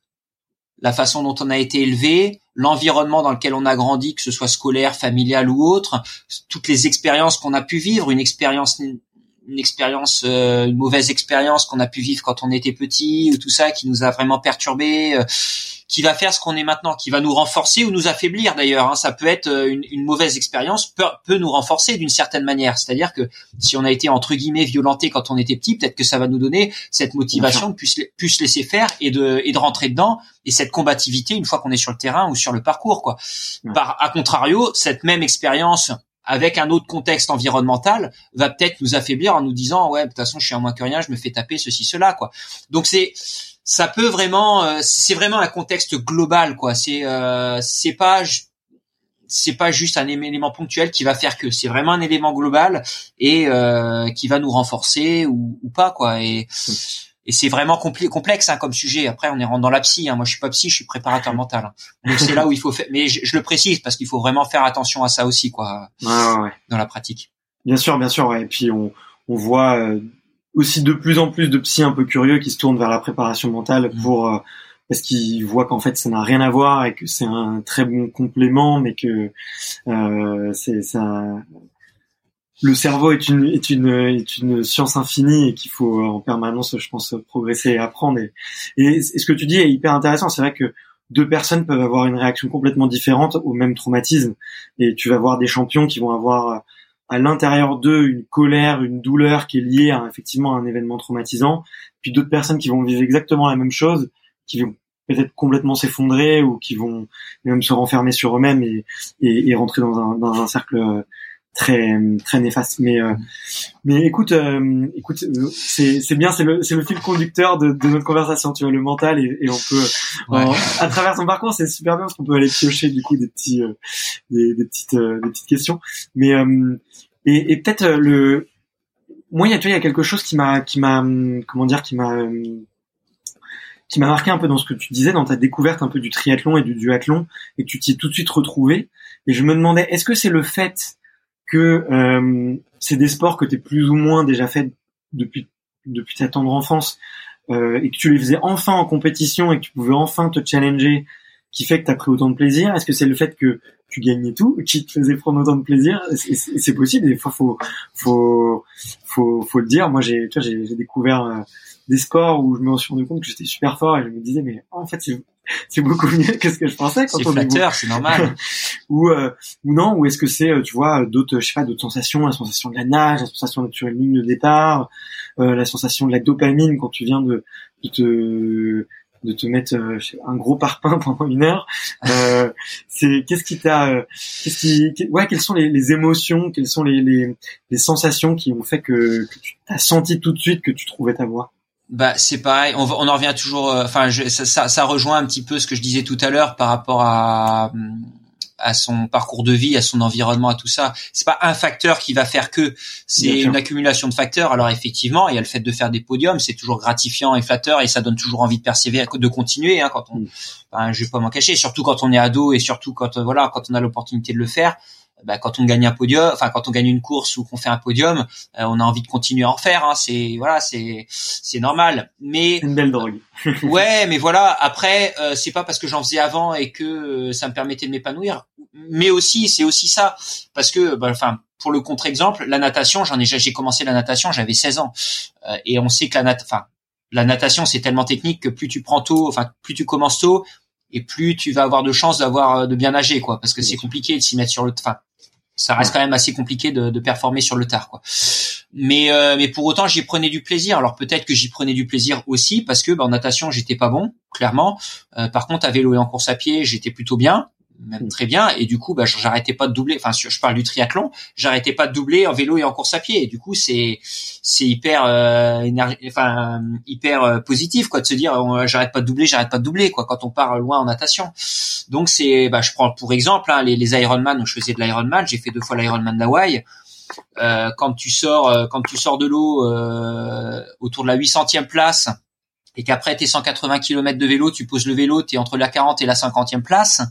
la façon dont on a été élevé, l'environnement dans lequel on a grandi, que ce soit scolaire, familial ou autre, toutes les expériences qu'on a pu vivre, une expérience une expérience, euh, une mauvaise expérience qu'on a pu vivre quand on était petit, ou tout ça qui nous a vraiment perturbé, euh, qui va faire ce qu'on est maintenant, qui va nous renforcer ou nous affaiblir d'ailleurs. Hein. Ça peut être une, une mauvaise expérience, peut, peut nous renforcer d'une certaine manière. C'est-à-dire que si on a été entre guillemets violenté quand on était petit, peut-être que ça va nous donner cette motivation de plus, plus se laisser faire et de, et de rentrer dedans, et cette combativité une fois qu'on est sur le terrain ou sur le parcours, quoi. Ouais. Par à contrario, cette même expérience avec un autre contexte environnemental va peut-être nous affaiblir en nous disant ouais de toute façon je suis en moins que rien, je me fais taper ceci cela, quoi. Donc c'est ça peut vraiment euh, c'est vraiment un contexte global, quoi. C'est euh, c'est pas c'est pas juste un élément ponctuel qui va faire que c'est vraiment un élément global et euh, qui va nous renforcer ou, ou pas, quoi. Et Et c'est vraiment compl- complexe hein, comme sujet. Après, on est rentré dans la psy. Hein. Moi, je suis pas psy, je suis préparateur mental. Hein. Donc c'est là où il faut faire. Mais je, je le précise parce qu'il faut vraiment faire attention à ça aussi, quoi, ouais, ouais, ouais. dans la pratique. Bien sûr, bien sûr. Ouais. Et puis on, on voit euh, aussi de plus en plus de psys un peu curieux qui se tournent vers la préparation mentale pour euh, parce qu'ils voient qu'en fait ça n'a rien à voir et que c'est un très bon complément, mais que euh, c'est ça. Le cerveau est une est une est une science infinie et qu'il faut en permanence, je pense, progresser et apprendre. Et, et ce que tu dis est hyper intéressant. C'est vrai que deux personnes peuvent avoir une réaction complètement différente au même traumatisme. Et tu vas voir des champions qui vont avoir à l'intérieur d'eux une colère, une douleur qui est liée à effectivement à un événement traumatisant, puis d'autres personnes qui vont vivre exactement la même chose, qui vont peut-être complètement s'effondrer ou qui vont même se renfermer sur eux-mêmes et, et, et rentrer dans un, dans un cercle très très néfaste. Mais euh, mais écoute, euh, écoute, c'est c'est bien, c'est le c'est le fil conducteur de, de notre conversation, tu vois, le mental et, et on peut ouais. en, à travers ton parcours, c'est super bien parce qu'on peut aller piocher du coup des petits euh, des, des petites euh, des petites questions. Mais euh, et, et peut-être euh, le moi il y a tu vois il y a quelque chose qui m'a qui m'a comment dire qui m'a qui m'a marqué un peu dans ce que tu disais, dans ta découverte un peu du triathlon et du duathlon, et que tu t'y es tout de suite retrouvé. Et je me demandais, est-ce que c'est le fait que euh, c'est des sports que tu es plus ou moins déjà fait depuis depuis ta tendre enfance, euh, et que tu les faisais enfin en compétition et que tu pouvais enfin te challenger, qui fait que tu as pris autant de plaisir? Est-ce que c'est le fait que tu gagnais tout qui te faisait prendre autant de plaisir? C'est, c'est, c'est possible, des fois faut faut faut faut le dire. Moi j'ai tu vois j'ai, j'ai découvert euh, des sports où je me suis rendu compte que j'étais super fort et je me disais mais en fait c'est c'est beaucoup mieux que ce que je pensais quand c'est on flatteur, c'est normal. ou euh, ou non, ou est-ce que c'est tu vois d'autres je sais pas d'autres sensations, la sensation de la nage, la sensation d'être sur une ligne de départ, euh, la sensation de la dopamine quand tu viens de de te de te mettre euh, un gros parpaing pendant une heure, euh, c'est qu'est-ce qui t'a euh, qu'est-ce qui ouais quelles sont les, les émotions, quelles sont les, les les sensations qui ont fait que, que tu t'as senti tout de suite que tu trouvais ta voie? Bah c'est pareil, on, on en revient toujours. Enfin, euh, ça, ça, ça rejoint un petit peu ce que je disais tout à l'heure par rapport à à son parcours de vie, à son environnement, à tout ça. C'est pas un facteur qui va faire que, c'est une accumulation de facteurs. Alors effectivement, il y a le fait de faire des podiums, c'est toujours gratifiant et flatteur et ça donne toujours envie de persévérer, de continuer. Hein, quand on, enfin, je vais pas m'en cacher, surtout quand on est ado et surtout quand voilà, quand on a l'opportunité de le faire. Bah, quand on gagne un podium, enfin quand on gagne une course ou qu'on fait un podium, euh, on a envie de continuer à en faire. Hein, c'est voilà, c'est c'est normal. Mais une belle drogue. ouais, mais voilà. Après, euh, c'est pas parce que j'en faisais avant et que euh, ça me permettait de m'épanouir. Mais aussi, c'est aussi ça, parce que, bah, enfin, pour le contre-exemple, la natation, j'en ai, j'ai commencé la natation, j'avais seize ans, euh, et on sait que la nat, enfin, la natation, c'est tellement technique que plus tu prends tôt, enfin, plus tu commences tôt, et plus tu vas avoir de chances d'avoir de bien nager, quoi, parce que c'est compliqué de s'y mettre sur le, enfin. Ça reste quand même assez compliqué de, de performer sur le tard, quoi. Mais euh, mais pour autant, j'y prenais du plaisir. Alors peut-être que j'y prenais du plaisir aussi parce que bah, en natation, j'étais pas bon, clairement. Euh, par contre, à vélo et en course à pied, j'étais plutôt bien, même très bien. Et du coup, bah, j'arrêtais pas de doubler. Enfin, je parle du triathlon, j'arrêtais pas de doubler en vélo et en course à pied. Et du coup, c'est c'est hyper euh, énergie, enfin hyper euh, positif, quoi, de se dire euh, j'arrête pas de doubler, j'arrête pas de doubler, quoi, quand on part loin en natation. Donc c'est, bah, je prends pour exemple hein, les, les Ironman. Donc je faisais de l'Ironman, j'ai fait deux fois l'Ironman d'Hawaï. Euh, quand tu sors, euh, quand tu sors de l'eau euh, autour de la huit centième place et qu'après tes cent quatre-vingts kilomètres de vélo, tu poses le vélo, t'es entre la quarante et la cinquantième place.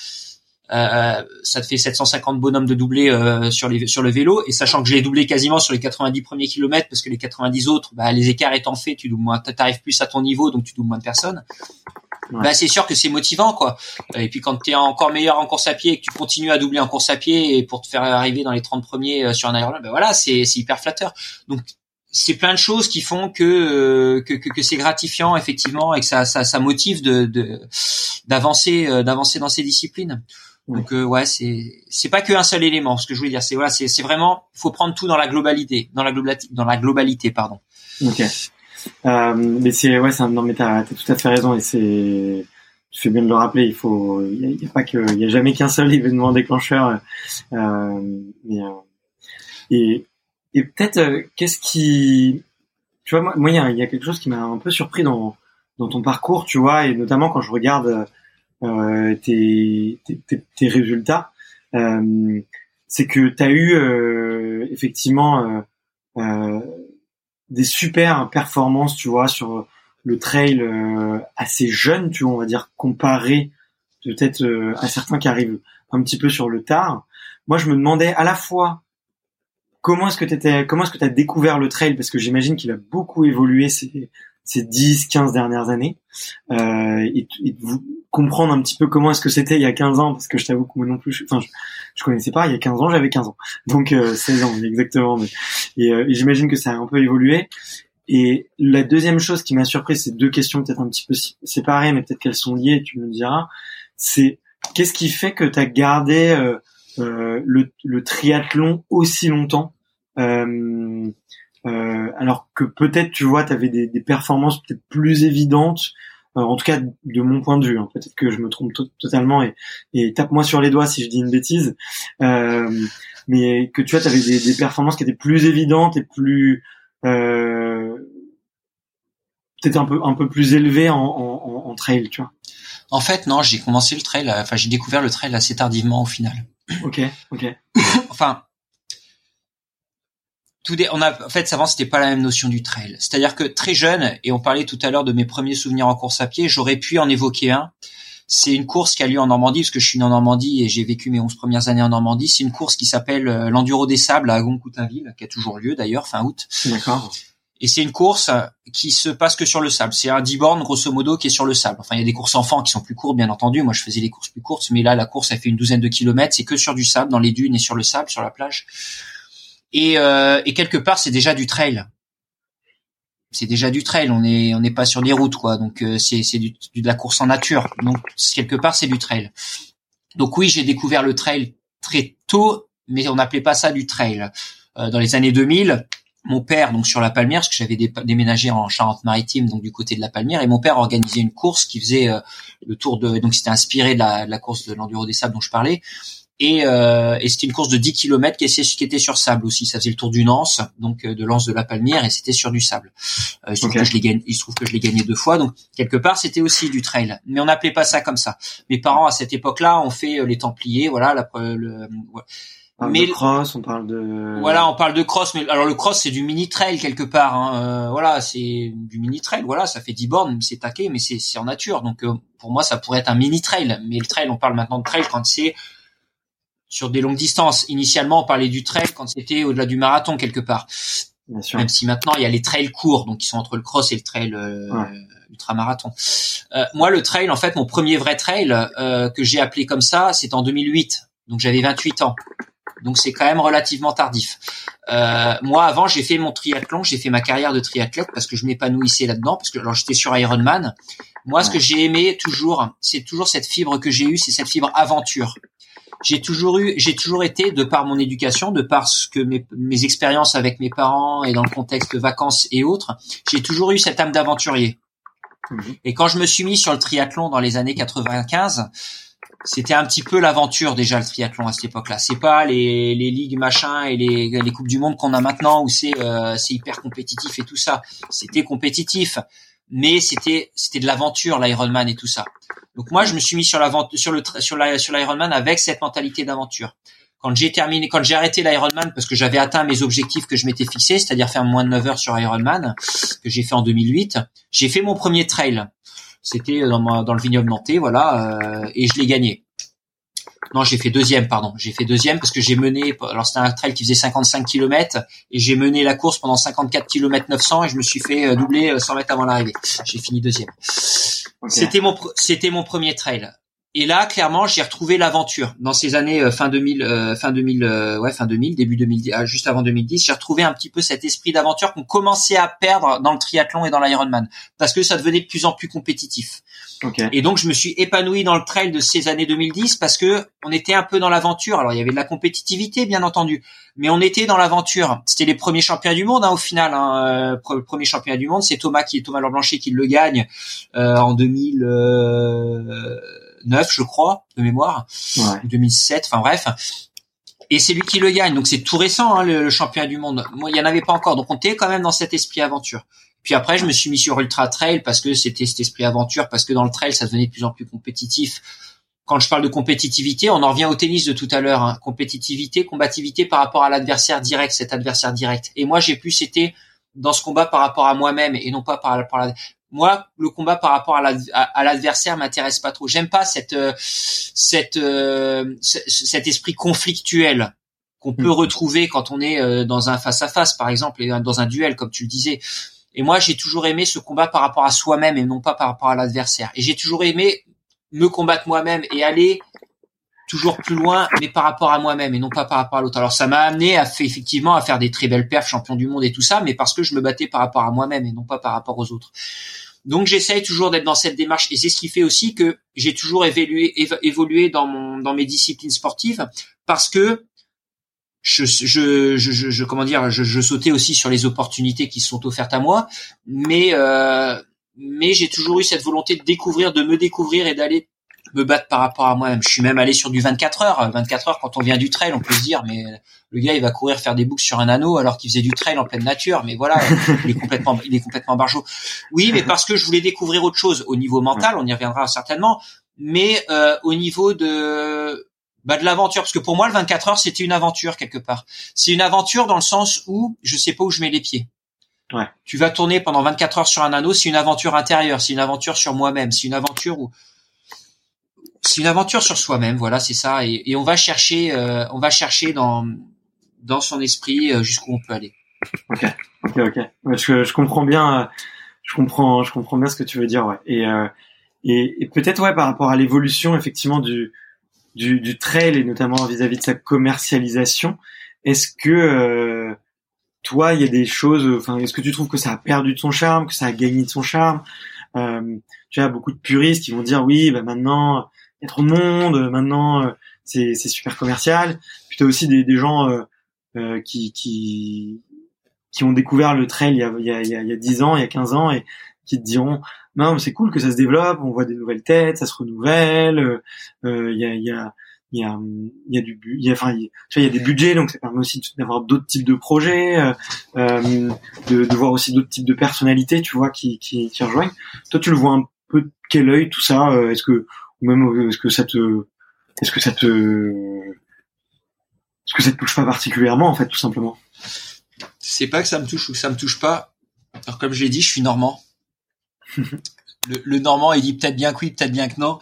Euh, ça te fait sept cent cinquante bonhommes de doublé euh, sur les sur le vélo, et sachant que je l'ai doublé quasiment sur les quatre-vingt-dix premiers kilomètres parce que les quatre-vingt-dix autres, bah les écarts étant faits, tu doubles moins, t'arrives plus à ton niveau, donc tu doubles moins de personnes. Ouais. Bah c'est sûr que c'est motivant, quoi. Et puis quand t'es encore meilleur en course à pied et que tu continues à doubler en course à pied et pour te faire arriver dans les trente premiers sur un Ironman, bah voilà, c'est c'est hyper flatteur. Donc c'est plein de choses qui font que que que, que c'est gratifiant effectivement et que ça ça ça motive de de d'avancer euh, d'avancer dans ces disciplines. Donc euh, ouais, c'est c'est pas qu'un seul élément. Ce que je voulais dire, c'est voilà, c'est c'est vraiment, faut prendre tout dans la globalité, dans la globalité, dans la globalité, pardon. Ok. Euh, mais c'est ouais, c'est non mais t'as t'as tout à fait raison et c'est, tu fais bien de le rappeler. Il faut, il y a, y a pas que, il y a jamais qu'un seul événement déclencheur. Euh, mais, euh, et et peut-être euh, qu'est-ce qui, tu vois, moi moi il y a il y a quelque chose qui m'a un peu surpris dans dans ton parcours, tu vois, et notamment quand je regarde Euh, tes, tes, tes résultats, euh, c'est que tu as eu euh, effectivement euh, euh, des super performances, tu vois, sur le trail euh, assez jeune, tu vois, on va dire, comparé peut-être euh, à certains qui arrivent un petit peu sur le tard. Moi, je me demandais à la fois comment est-ce que t'étais, comment est-ce que tu as découvert le trail, parce que j'imagine qu'il a beaucoup évolué ces ces dix, quinze dernières années, euh, et, et vous comprendre un petit peu comment est-ce que c'était il y a quinze ans, parce que je t'avoue que moi non plus, je, enfin, je, je connaissais pas, il y a quinze ans, j'avais quinze ans. Donc, euh, seize ans, exactement. Mais, et, euh, et j'imagine que ça a un peu évolué. Et la deuxième chose qui m'a surpris, c'est deux questions peut-être un petit peu séparées, mais peut-être qu'elles sont liées, tu me diras, c'est qu'est-ce qui fait que tu as gardé euh, euh, le, le triathlon aussi longtemps, euh, euh, alors que peut-être, tu vois, tu avais des, des performances peut-être plus évidentes, euh, en tout cas de mon point de vue, hein. Peut-être que je me trompe to- totalement et, et tape-moi sur les doigts si je dis une bêtise, euh, mais que tu vois, tu avais des, des performances qui étaient plus évidentes et plus euh, peut-être un peu un peu plus élevées en, en, en trail, tu vois. En fait, non, j'ai commencé le trail, enfin j'ai découvert le trail assez tardivement au final. Ok, ok. Enfin, tout des, on a, en fait, avant c'était pas la même notion du trail. C'est-à-dire que très jeune, et on parlait tout à l'heure de mes premiers souvenirs en course à pied, j'aurais pu en évoquer un. C'est une course qui a lieu en Normandie, parce que je suis né en Normandie et j'ai vécu mes onze premières années en Normandie. C'est une course qui s'appelle l'Enduro des Sables à Agon-Coutainville, qui a toujours lieu d'ailleurs, fin août. D'accord. Et c'est une course qui se passe que sur le sable. C'est un dix bornes, grosso modo, qui est sur le sable. Enfin, il y a des courses enfants qui sont plus courtes, bien entendu. Moi, je faisais les courses plus courtes, mais là, la course, elle fait une douzaine de kilomètres. C'est que sur du sable, dans les dunes et sur le sable, sur la plage. Et, euh, et quelque part, c'est déjà du trail. C'est déjà du trail. On est, on n'est pas sur des routes, quoi. Donc, euh, c'est, c'est du, du, de la course en nature. Donc, quelque part, c'est du trail. Donc oui, j'ai découvert le trail très tôt, mais on n'appelait pas ça du trail. Euh, dans les années deux mille, mon père, donc sur la Palmière, parce que j'avais dé- déménagé en Charente-Maritime, donc du côté de la Palmière, et mon père organisait une course qui faisait euh, le tour de, donc c'était inspiré de la, de la course de l'Enduro des Sables dont je parlais, et, euh, et c'était une course de dix kilomètres qui, qui était sur sable aussi. Ça faisait le tour du Nance, donc euh, de l'Anse de la Palmière, et c'était sur du sable. Euh, il se trouve okay. que je l'ai gagné, il se trouve que je l'ai gagné deux fois, donc quelque part c'était aussi du trail, mais on n'appelait pas ça comme ça. Mes parents à cette époque-là ont fait euh, les Templiers, voilà, la, le, ouais. On parle mais de cross, on parle de voilà, on parle de cross, mais alors le cross c'est du mini trail quelque part, hein. Euh, voilà, c'est du mini trail, voilà, ça fait dix bornes, c'est taqué, mais c'est c'est en nature, donc euh, pour moi ça pourrait être un mini trail, mais le trail, on parle maintenant de trail quand c'est sur des longues distances. Initialement, on parlait du trail quand c'était au-delà du marathon quelque part. Bien sûr. Même si maintenant il y a les trails courts, donc qui sont entre le cross et le trail euh, ouais. ultramarathon. Euh, moi, le trail, en fait, mon premier vrai trail euh, que j'ai appelé comme ça, c'est en deux mille huit, donc j'avais vingt-huit ans. Donc c'est quand même relativement tardif. Euh, moi avant j'ai fait mon triathlon, j'ai fait ma carrière de triathlète parce que je m'épanouissais là-dedans, parce que alors j'étais sur Ironman. Moi ouais. ce que j'ai aimé toujours, c'est toujours cette fibre que j'ai eue, c'est cette fibre aventure. J'ai toujours eu, j'ai toujours été, de par mon éducation, de par ce que mes, mes expériences avec mes parents et dans le contexte de vacances et autres, j'ai toujours eu cette âme d'aventurier. Mmh. Et quand je me suis mis sur le triathlon dans les années quatre-vingt-quinze, c'était un petit peu l'aventure déjà le triathlon à cette époque-là. C'est pas les les ligues machin et les les coupes du monde qu'on a maintenant où c'est euh, c'est hyper compétitif et tout ça. C'était compétitif, mais c'était c'était de l'aventure l'Ironman et tout ça. Donc moi je me suis mis sur l'aventure sur le sur la sur l'Ironman avec cette mentalité d'aventure. Quand j'ai terminé quand j'ai arrêté l'Ironman parce que j'avais atteint mes objectifs que je m'étais fixés, c'est-à-dire faire moins de neuf heures sur Ironman que j'ai fait en deux mille huit, j'ai fait mon premier trail. C'était dans, ma, dans le vignoble nantais, voilà, euh, et je l'ai gagné. Non, j'ai fait deuxième, pardon. J'ai fait deuxième parce que j'ai mené, alors c'était un trail qui faisait cinquante-cinq kilomètres, et j'ai mené la course pendant cinquante-quatre kilomètres neuf cents, et je me suis fait doubler cent mètres avant l'arrivée. J'ai fini deuxième. Okay. C'était mon, c'était mon premier trail. Et là, clairement, j'ai retrouvé l'aventure. Dans ces années euh, fin deux mille, euh, fin deux mille, euh, ouais, fin deux mille, début deux mille dix, euh, juste avant deux mille dix, j'ai retrouvé un petit peu cet esprit d'aventure qu'on commençait à perdre dans le triathlon et dans l'Ironman, parce que ça devenait de plus en plus compétitif. Okay. Et donc, je me suis épanoui dans le trail de ces années deux mille dix parce que on était un peu dans l'aventure. Alors, il y avait de la compétitivité, bien entendu, mais on était dans l'aventure. C'était les premiers champions du monde, hein, au final. Hein. Euh, le premier championnat du monde, c'est Thomas qui est Thomas Lorblanchet qui le gagne euh, en deux mille. Euh, neuf je crois de mémoire, ouais. deux mille sept, enfin bref, et c'est lui qui le gagne, donc c'est tout récent, hein, le, le championnat du monde. Moi il y en avait pas encore, donc on était quand même dans cet esprit aventure. Puis après je me suis mis sur ultra trail parce que c'était cet esprit aventure, parce que dans le trail ça devenait de plus en plus compétitif. Quand je parle de compétitivité, on en revient au tennis de tout à l'heure, hein. Compétitivité, combativité par rapport à l'adversaire direct, cet adversaire direct. Et moi j'ai plus été dans ce combat par rapport à moi-même et non pas par rapport à la... Moi, le combat par rapport à, la, à, à l'adversaire m'intéresse pas trop. J'aime pas cette, euh, cette, euh, c- cet esprit conflictuel qu'on peut mmh. retrouver quand on est euh, dans un face-à-face, par exemple, et dans un duel, comme tu le disais. Et moi, j'ai toujours aimé ce combat par rapport à soi-même et non pas par rapport à l'adversaire. Et j'ai toujours aimé me combattre moi-même et aller toujours plus loin, mais par rapport à moi-même et non pas par rapport à l'autre. Alors, ça m'a amené à fait, effectivement à faire des très belles perfs, champion du monde et tout ça, mais parce que je me battais par rapport à moi-même et non pas par rapport aux autres. Donc j'essaye toujours d'être dans cette démarche et c'est ce qui fait aussi que j'ai toujours évolué, évolué dans mon dans mes disciplines sportives parce que je je je, je, je comment dire je, je sautais aussi sur les opportunités qui sont offertes à moi, mais euh, mais j'ai toujours eu cette volonté de découvrir, de me découvrir et d'aller me battre par rapport à moi-même. Je suis même allé sur du vingt-quatre heures. vingt-quatre heures, quand on vient du trail, on peut se dire, mais le gars, il va courir faire des boucles sur un anneau alors qu'il faisait du trail en pleine nature. Mais voilà, il est complètement, il est complètement barjot. Oui, mais parce que je voulais découvrir autre chose au niveau mental, on y reviendra certainement, mais euh, au niveau de, bah, de l'aventure. Parce que pour moi, le vingt-quatre heures, c'était une aventure quelque part. C'est une aventure dans le sens où je sais pas où je mets les pieds. Ouais. Tu vas tourner pendant vingt-quatre heures sur un anneau, c'est une aventure intérieure, c'est une aventure sur moi-même, c'est une aventure où c'est une aventure sur soi-même, voilà, c'est ça, et, et on va chercher, euh, on va chercher dans dans son esprit euh, jusqu'où on peut aller. Ok, ok, ok. Ouais, je, je comprends bien, euh, je comprends, je comprends bien ce que tu veux dire, ouais. Et euh, et, et peut-être ouais par rapport à l'évolution effectivement du du, du trail et notamment vis-à-vis de sa commercialisation, est-ce que euh, toi il y a des choses, enfin est-ce que tu trouves que ça a perdu de son charme, que ça a gagné de son charme? Euh, tu as beaucoup de puristes qui vont dire oui, bah maintenant il y a trop de monde, maintenant euh, c'est c'est super commercial. Puis t'as aussi des des gens euh, euh, qui qui qui ont découvert le trail il y a il y a il y a, il y a dix ans, il y a quinze ans et qui te diront non, mais c'est cool que ça se développe, on voit des nouvelles têtes, ça se renouvelle, euh il y a il y a il y a il y a du il y a enfin il, tu vois il y a des budgets donc ça permet aussi d'avoir d'autres types de projets euh, euh de de voir aussi d'autres types de personnalités, tu vois, qui qui qui rejoignent. Toi tu le vois un peu de quel œil tout ça, euh, est-ce que ou même est-ce que ça te est-ce que ça te est-ce que ça te touche pas particulièrement en fait tout simplement? C'est pas que ça me touche ou que ça me touche pas. Alors comme je l'ai dit, je suis normand. le, le normand il dit peut-être bien que oui, peut-être bien que non.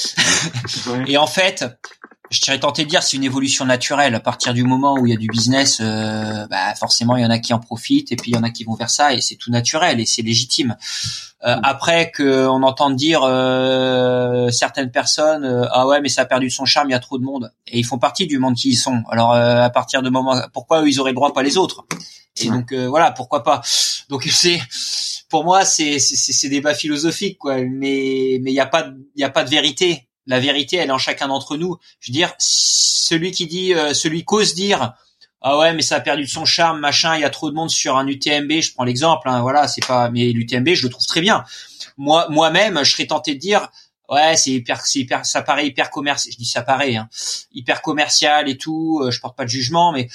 Ouais. Et en fait, je serais tenté de dire c'est une évolution naturelle. À partir du moment où il y a du business, euh, bah forcément il y en a qui en profitent et puis il y en a qui vont vers ça et c'est tout naturel et c'est légitime. Euh, mmh. Après que on entende dire euh, certaines personnes euh, ah ouais mais ça a perdu de son charme, il y a trop de monde et ils font partie du monde qui y sont. Alors euh, à partir de moment pourquoi eux ils auraient le droit pas les autres? Et mmh. donc euh, voilà pourquoi pas. Donc c'est pour moi c'est c'est c'est débat philosophique quoi, mais mais il y a pas il y a pas de vérité. La vérité, elle est en chacun d'entre nous. Je veux dire, celui qui dit, euh, celui qui ose dire, ah ouais, mais ça a perdu de son charme, machin, il y a trop de monde sur un U T M B. Je prends l'exemple, hein, voilà, c'est pas, mais l'U T M B, je le trouve très bien. Moi, moi-même, je serais tenté de dire, ouais, c'est hyper, c'est hyper, ça paraît hyper commercial. Je dis ça paraît, hein, hyper commercial et tout. Euh, je porte pas de jugement, mais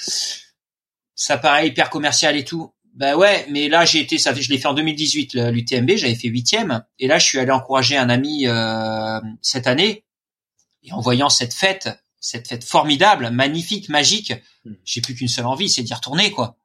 ça paraît hyper commercial et tout. Ben ouais, mais là j'ai été, ça fait, je l'ai fait en deux mille dix-huit, l'U T M B, j'avais fait huitième, et là je suis allé encourager un ami euh, cette année, et en voyant cette fête, cette fête formidable, magnifique, magique, j'ai plus qu'une seule envie, c'est d'y retourner quoi.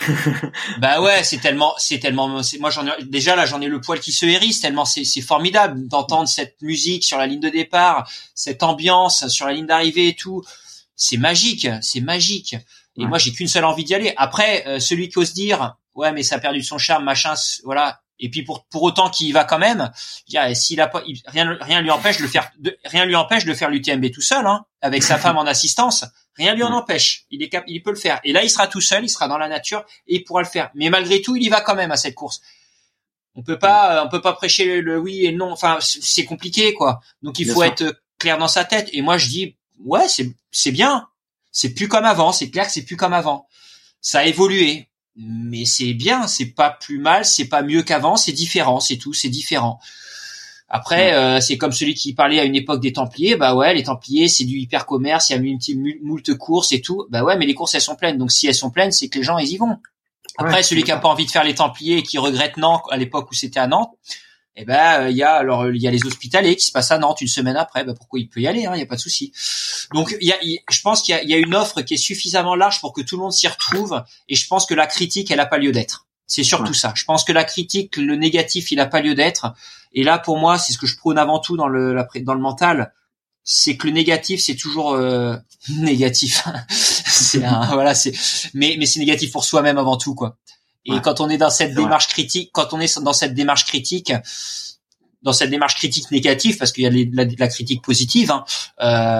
Bah ouais, c'est tellement, c'est tellement, c'est, moi j'en ai déjà là j'en ai le poil qui se hérisse tellement c'est, c'est formidable d'entendre cette musique sur la ligne de départ, cette ambiance sur la ligne d'arrivée et tout, c'est magique, c'est magique. Et ouais. Moi j'ai qu'une seule envie d'y aller. Après euh, celui qui ose dire ouais mais ça a perdu de son charme machin voilà et puis pour pour autant qu'il y va quand même, yeah, s'il a pas il, rien rien lui empêche de le faire de, rien lui empêche de faire l'U T M B tout seul hein avec sa femme en assistance, rien lui en empêche. Il est cap, il peut le faire. Et là il sera tout seul, il sera dans la nature et il pourra le faire. Mais malgré tout, il y va quand même à cette course. On peut pas on peut pas prêcher le, le oui et le non, enfin c'est compliqué quoi. Donc il Bien faut sûr. Être clair dans sa tête et moi je dis ouais, c'est c'est bien. C'est plus comme avant, c'est clair que c'est plus comme avant. Ça a évolué, mais c'est bien, c'est pas plus mal, c'est pas mieux qu'avant, c'est différent, c'est tout, c'est différent. Après, ouais. euh, c'est comme celui qui parlait à une époque des Templiers, bah ouais, les Templiers, c'est du hyper commerce, il y a multi, moult courses et tout, bah ouais, mais les courses elles sont pleines, donc si elles sont pleines, c'est que les gens ils y vont. Après, ouais, celui qui a pas envie de faire les Templiers et qui regrette Nantes à l'époque où c'était à Nantes, eh ben il y a alors il y a les Hospitaliers qui se passent à Nantes une semaine après, ben pourquoi il peut y aller, hein, il y a pas de souci. Donc il y a, il, je pense qu'il y a, il y a une offre qui est suffisamment large pour que tout le monde s'y retrouve, et je pense que la critique elle a pas lieu d'être. C'est surtout ouais. ça. Je pense que la critique, le négatif, il a pas lieu d'être. Et là pour moi, c'est ce que je prône avant tout dans le la, dans le mental, c'est que le négatif c'est toujours euh, négatif. c'est un, voilà, c'est mais mais c'est négatif pour soi-même avant tout quoi. Et ouais. quand on est dans cette c'est démarche vrai. critique, quand on est dans cette démarche critique, dans cette démarche critique négative, parce qu'il y a les, la, la critique positive, hein, euh,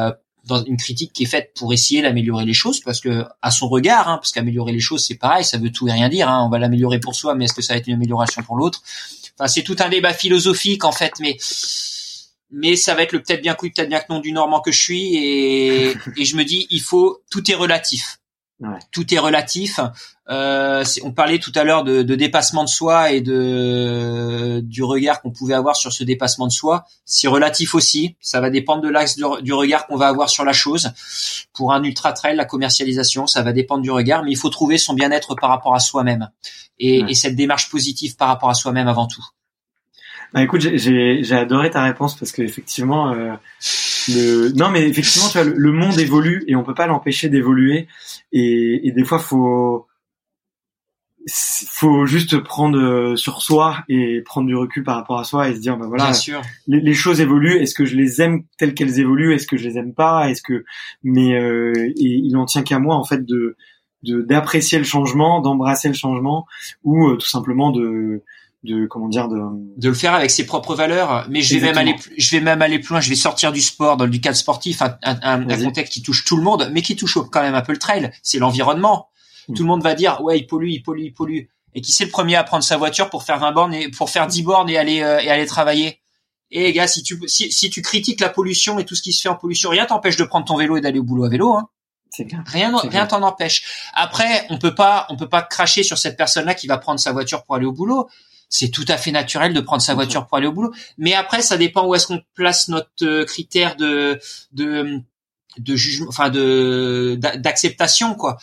dans une critique qui est faite pour essayer d'améliorer les choses, parce que à son regard, hein, parce qu'améliorer les choses c'est pareil, ça veut tout et rien dire. Hein, on va l'améliorer pour soi, mais est-ce que ça va être une amélioration pour l'autre? Enfin, c'est tout un débat philosophique en fait, mais mais ça va être le peut-être bien que oui, peut-être bien que non du Normand que je suis, et et je me dis il faut, tout est relatif. Ouais. Tout est relatif. Euh, c'est, on parlait tout à l'heure de, de dépassement de soi et de du regard qu'on pouvait avoir sur ce dépassement de soi. C'est relatif aussi. Ça va dépendre de l'axe du, du regard qu'on va avoir sur la chose. Pour un ultra trail, la commercialisation, ça va dépendre du regard, mais il faut trouver son bien-être par rapport à soi-même et, ouais. et cette démarche positive par rapport à soi-même avant tout. Bah écoute, j'ai, j'ai, j'ai adoré ta réponse parce que effectivement, euh, le, non mais effectivement, tu vois, le, le monde évolue et on peut pas l'empêcher d'évoluer et, et des fois faut, faut juste prendre sur soi et prendre du recul par rapport à soi et se dire bah voilà, Bien sûr. Les, les choses évoluent. Est-ce que je les aime telles qu'elles évoluent? Est-ce que je les aime pas? Est-ce que, mais euh, et il en tient qu'à moi en fait de, de d'apprécier le changement, d'embrasser le changement ou euh, tout simplement de de comment dire de de le faire avec ses propres valeurs. Mais je vais Exactement. même aller plus, je vais même aller plus loin, je vais sortir du sport dans du cadre sportif, un, un, un, un contexte qui touche tout le monde mais qui touche quand même un peu le trail, c'est l'environnement. mmh. Tout le monde va dire ouais, il pollue, il pollue, il pollue, et qui c'est le premier à prendre sa voiture pour faire vingt bornes et pour faire dix bornes et aller euh, et aller travailler? Et gars, si tu si si tu critiques la pollution et tout ce qui se fait en pollution, rien t'empêche de prendre ton vélo et d'aller au boulot à vélo, hein. C'est clair. Rien c'est rien clair. t'en empêche. Après, on peut pas on peut pas cracher sur cette personne-là qui va prendre sa voiture pour aller au boulot. C'est tout à fait naturel de prendre sa voiture pour aller au boulot. Mais après, ça dépend où est-ce qu'on place notre euh, critère de de de jugement, enfin de d'acceptation quoi.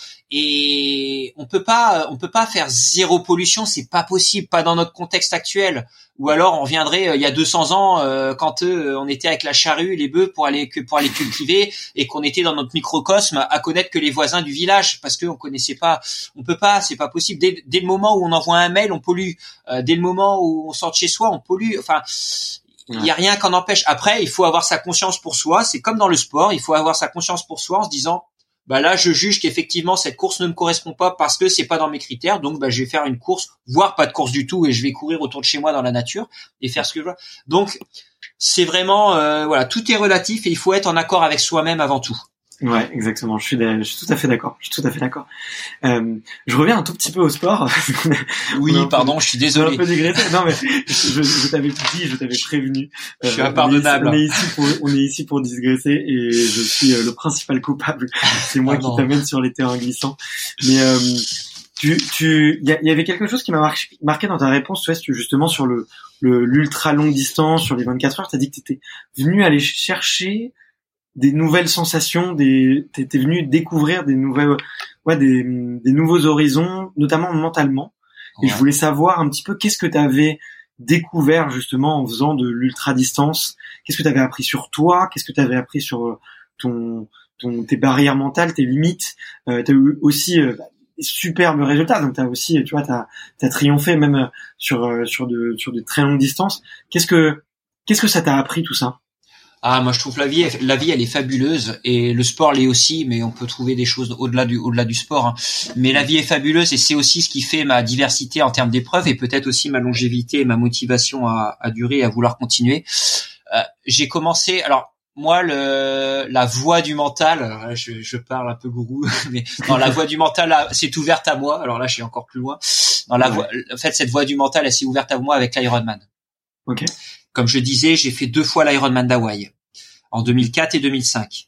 Et on peut pas on peut pas faire zéro pollution, c'est pas possible, pas dans notre contexte actuel. Ou alors on reviendrait euh, il y a deux cents ans euh, quand euh, on était avec la charrue, les bœufs pour aller que pour aller cultiver et qu'on était dans notre microcosme à connaître que les voisins du village parce que on connaissait pas. On peut pas, c'est pas possible. Dès, dès le moment où on envoie un mail, on pollue. Euh, dès le moment où on sort de chez soi, on pollue. Enfin, il y a rien qu'en empêche. Après, il faut avoir sa conscience pour soi. C'est comme dans le sport, il faut avoir sa conscience pour soi en se disant, bah là, je juge qu'effectivement cette course ne me correspond pas parce que c'est pas dans mes critères. Donc, bah je vais faire une course, voire pas de course du tout, et je vais courir autour de chez moi dans la nature et faire ce que je veux. Donc, c'est vraiment, euh, voilà, tout est relatif et il faut être en accord avec soi-même avant tout. Ouais, exactement. Je suis, je suis tout à fait d'accord. Je suis tout à fait d'accord. Euh, je reviens un tout petit peu au sport. Oui, pardon, peu, je suis désolé. Un peu dégraissé. Non, mais je, je t'avais dit, je t'avais prévenu. Je suis euh, impardonnable. On est ici pour, on est ici pour digresser et je suis le principal coupable. C'est moi ah qui non. t'amène sur les terrains glissants. Mais euh, tu, tu, il y, y avait quelque chose qui m'a marqué, marqué dans ta réponse, tu vois, justement sur le, le l'ultra longue distance, sur les vingt-quatre heures. T'as dit que t'étais venu aller chercher des nouvelles sensations, des t'es venu découvrir des nouvelles ouais des des nouveaux horizons, notamment mentalement. Ouais. Et je voulais savoir un petit peu qu'est-ce que tu avais découvert justement en faisant de l'ultra distance. Qu'est-ce que tu avais appris sur toi? Qu'est-ce que tu avais appris sur ton ton tes barrières mentales, tes limites? Euh, tu as eu aussi euh, des superbes résultats. Donc tu as aussi tu vois tu as tu as triomphé même sur sur de sur de très longues distances. Qu'est-ce que qu'est-ce que ça t'a appris tout ça? Ah, moi je trouve la vie, la vie elle est fabuleuse et le sport l'est aussi, mais on peut trouver des choses au-delà du, au-delà du sport. Hein. Mais la vie est fabuleuse et c'est aussi ce qui fait ma diversité en termes d'épreuves et peut-être aussi ma longévité et ma motivation à, à durer et à vouloir continuer. Euh, j'ai commencé, alors moi le, la voie du mental, je, je parle un peu gourou, mais non, la voie du mental c'est ouverte à moi. Alors là je suis encore plus loin. Dans la voie, en fait cette voie du mental elle s'est ouverte à moi avec l'Ironman. Ok. Comme je disais, j'ai fait deux fois l'Ironman d'Hawaï, en deux mille quatre et deux mille cinq.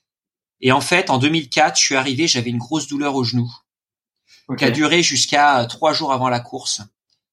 Et en fait, en deux mille quatre, je suis arrivé, j'avais une grosse douleur au genou, okay. qui a duré jusqu'à trois jours avant la course.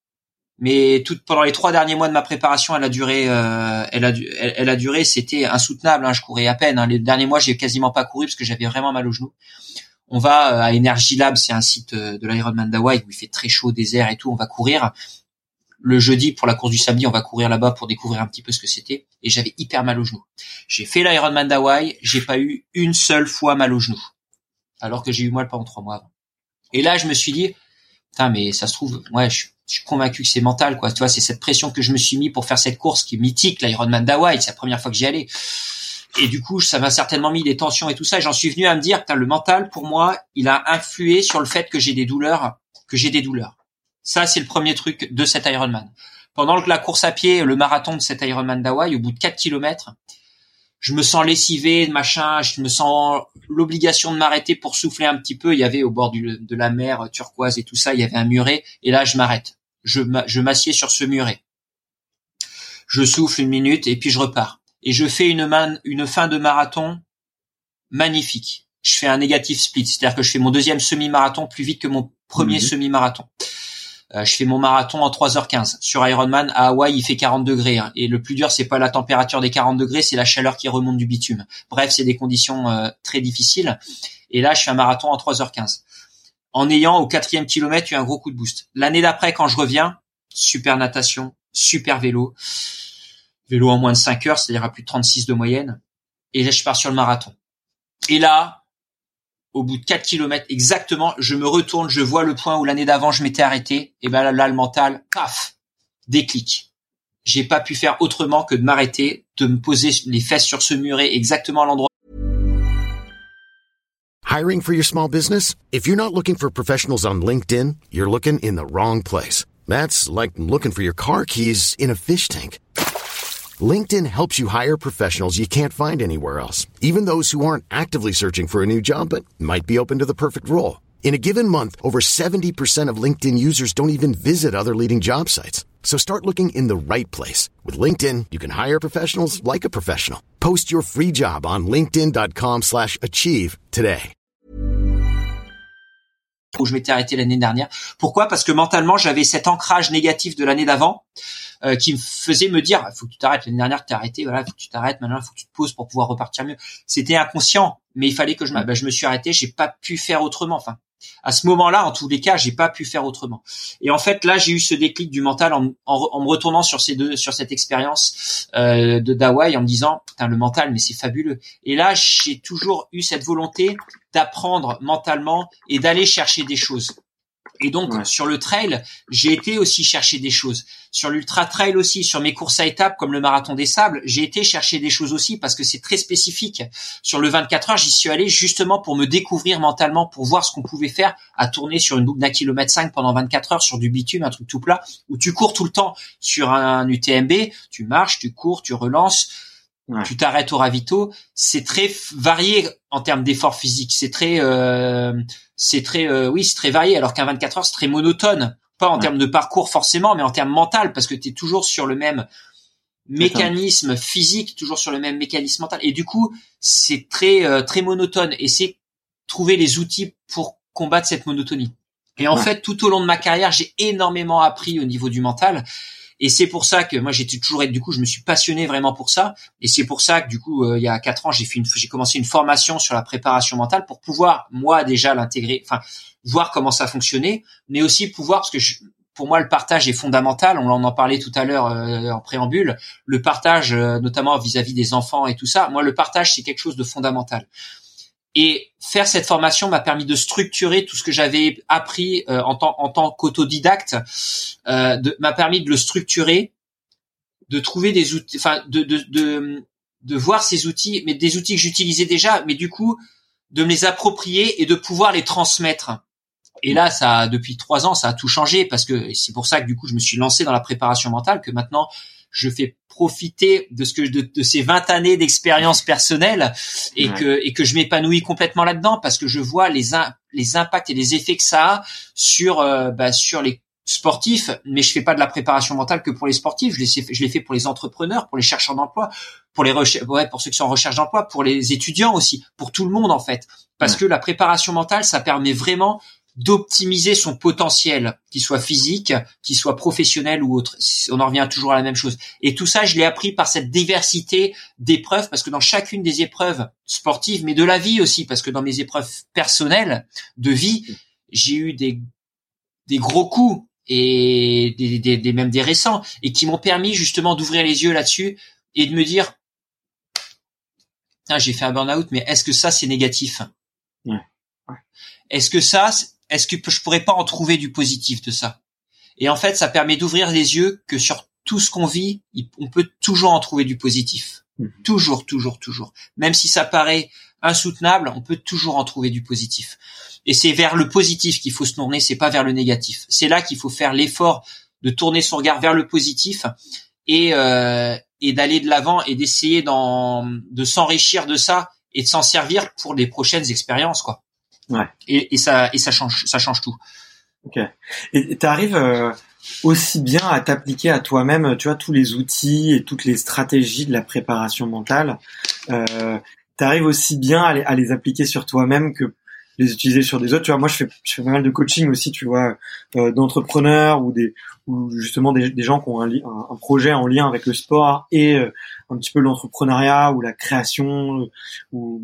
Mais tout pendant les trois derniers mois de ma préparation, elle a duré, euh, elle a, elle, elle a duré, c'était insoutenable. Hein, je courais à peine. Hein. Les derniers mois, j'ai quasiment pas couru parce que j'avais vraiment mal au genou. On va à Energy Lab, c'est un site de l'Ironman d'Hawaï où il fait très chaud, désert et tout. On va courir. Le jeudi, pour la course du samedi, on va courir là-bas pour découvrir un petit peu ce que c'était. Et j'avais hyper mal au genou. J'ai fait l'Ironman d'Hawaï, j'ai pas eu une seule fois mal au genou. Alors que j'ai eu mal pendant trois mois avant. Et là, je me suis dit, putain, mais ça se trouve, ouais, je, je suis convaincu que c'est mental, quoi. Tu vois, c'est cette pression que je me suis mis pour faire cette course qui est mythique, l'Ironman d'Hawaï. C'est la première fois que j'y allais. Et du coup, ça m'a certainement mis des tensions et tout ça. Et j'en suis venu à me dire, putain, le mental, pour moi, il a influé sur le fait que j'ai des douleurs, que j'ai des douleurs. Ça, c'est le premier truc de cet Ironman. Pendant la course à pied, le marathon de cet Ironman d'Hawaï, au bout de quatre kilomètres, je me sens lessivé, machin, je me sens l'obligation de m'arrêter pour souffler un petit peu. Il y avait au bord du, de la mer turquoise et tout ça, il y avait un muret. Et là, je m'arrête. Je, je m'assieds sur ce muret. Je souffle une minute et puis je repars. Et je fais une, man, une fin de marathon magnifique. Je fais un négatif split, c'est-à-dire que je fais mon deuxième semi-marathon plus vite que mon premier mmh. semi-marathon. Euh, je fais mon marathon en trois heures quinze. Sur Ironman, à Hawaï, il fait quarante degrés. Hein, et le plus dur, c'est pas la température des quarante degrés, c'est la chaleur qui remonte du bitume. Bref, c'est des conditions euh, très difficiles. Et là, je fais un marathon en trois heures quinze. En ayant, au quatrième kilomètre, eu un gros coup de boost. L'année d'après, quand je reviens, super natation, super vélo. Vélo en moins de cinq heures, c'est-à-dire à plus de trente-six de moyenne. Et là, je pars sur le marathon. Et là, au bout de quatre kilomètres exactement, je me retourne, je vois le point où l'année d'avant je m'étais arrêté. Et ben là, là, le mental, paf, déclic. J'ai pas pu faire autrement que de m'arrêter, de me poser les fesses sur ce muret exactement à l'endroit. Hiring for your small business? If you're not looking for professionals on LinkedIn, you're looking in the wrong place. That's like looking for your car keys in a fish tank. LinkedIn helps you hire professionals you can't find anywhere else, even those who aren't actively searching for a new job but might be open to the perfect role. In a given month, over seventy percent of LinkedIn users don't even visit other leading job sites. So start looking in the right place. With LinkedIn, you can hire professionals like a professional. Post your free job on linkedin.com slash achieve today. Où je m'étais arrêté l'année dernière. Pourquoi ? Parce que mentalement, j'avais cet ancrage négatif de l'année d'avant euh, qui me faisait me dire, faut que tu t'arrêtes. L'année dernière, tu t'es arrêté, voilà, faut que tu t'arrêtes. Maintenant, il faut que tu te poses pour pouvoir repartir mieux. C'était inconscient, mais il fallait que je, bah, je me suis arrêté. J'ai pas pu faire autrement. Enfin, à ce moment-là, en tous les cas, j'ai pas pu faire autrement. Et en fait, là, j'ai eu ce déclic du mental en, en, en me retournant sur ces deux, sur cette expérience euh, de d'Hawaï, en me disant, putain, le mental, mais c'est fabuleux. Et là, j'ai toujours eu cette volonté d'apprendre mentalement et d'aller chercher des choses. Et donc, ouais. Sur le trail, j'ai été aussi chercher des choses. Sur l'ultra trail aussi, sur mes courses à étapes comme le marathon des sables, j'ai été chercher des choses aussi parce que c'est très spécifique. Sur le vingt-quatre heures, j'y suis allé justement pour me découvrir mentalement, pour voir ce qu'on pouvait faire à tourner sur une boucle d'un kilomètre cinq pendant vingt-quatre heures sur du bitume, un truc tout plat, où tu cours tout le temps. Sur un U T M B, tu marches, tu cours, tu relances. Ouais. Tu t'arrêtes au ravito, c'est très varié en termes d'effort physique, c'est très euh, c'est très euh, oui, c'est très varié alors qu'un vingt-quatre heures c'est très monotone, pas en ouais. termes de parcours forcément, mais en termes mental parce que tu es toujours sur le même mécanisme physique, toujours sur le même mécanisme mental et du coup, c'est très euh, très monotone et c'est trouver les outils pour combattre cette monotonie. Et en ouais. fait, tout au long de ma carrière, j'ai énormément appris au niveau du mental. Et c'est pour ça que moi j'étais toujours du coup je me suis passionné vraiment pour ça et c'est pour ça que du coup euh, il y a quatre ans j'ai fait une j'ai commencé une formation sur la préparation mentale pour pouvoir moi déjà l'intégrer, enfin voir comment ça fonctionnait, mais aussi pouvoir parce que je, pour moi le partage est fondamental, on en en parlait tout à l'heure euh, en préambule, le partage euh, notamment vis-à-vis des enfants et tout ça, moi le partage c'est quelque chose de fondamental. Et faire cette formation m'a permis de structurer tout ce que j'avais appris euh, en tant en tant qu'autodidacte, euh, de, m'a permis de le structurer, de trouver des outils, enfin de de de de voir ces outils, mais des outils que j'utilisais déjà, mais du coup de me les approprier et de pouvoir les transmettre. Et là, ça depuis trois ans, ça a tout changé parce que et c'est pour ça que du coup je me suis lancé dans la préparation mentale, que maintenant je fais profiter de ce que de, de ces vingt années d'expérience personnelle et ouais. que et que je m'épanouis complètement là-dedans parce que je vois les in, les impacts et les effets que ça a sur euh, bah sur les sportifs, mais je fais pas de la préparation mentale que pour les sportifs, je l'ai je l'ai fait pour les entrepreneurs, pour les chercheurs d'emploi, pour les recher- ouais, pour ceux qui sont en recherche d'emploi, pour les étudiants aussi, pour tout le monde en fait parce ouais. que la préparation mentale, ça permet vraiment d'optimiser son potentiel, qu'il soit physique, qu'il soit professionnel ou autre. On en revient toujours à la même chose. Et tout ça, je l'ai appris par cette diversité d'épreuves, parce que dans chacune des épreuves sportives, mais de la vie aussi, parce que dans mes épreuves personnelles de vie, j'ai eu des des gros coups et des, des, des même des récents, et qui m'ont permis justement d'ouvrir les yeux là-dessus et de me dire, ah, j'ai fait un burn-out, mais est-ce que ça c'est négatif ? Ouais. Ouais. Est-ce que ça Est-ce que je pourrais pas en trouver du positif de ça ? Et en fait, ça permet d'ouvrir les yeux que sur tout ce qu'on vit, on peut toujours en trouver du positif. Mmh. Toujours, toujours, toujours. Même si ça paraît insoutenable, on peut toujours en trouver du positif. Et c'est vers le positif qu'il faut se tourner, c'est pas vers le négatif. C'est là qu'il faut faire l'effort de tourner son regard vers le positif et euh, et d'aller de l'avant et d'essayer d'en, de s'enrichir de ça et de s'en servir pour les prochaines expériences, quoi. Ouais. Et, et ça, et ça change, ça change tout. Ok. Et t'arrives euh, aussi bien à t'appliquer à toi-même, tu vois, tous les outils et toutes les stratégies de la préparation mentale. Euh, t'arrives aussi bien à les, à les appliquer sur toi-même que les utiliser sur des autres. Tu vois, moi, je fais, je fais pas mal de coaching aussi, tu vois, euh, d'entrepreneurs ou des, ou justement des, des gens qui ont un, un, un projet en lien avec le sport et euh, un petit peu l'entrepreneuriat ou la création euh, ou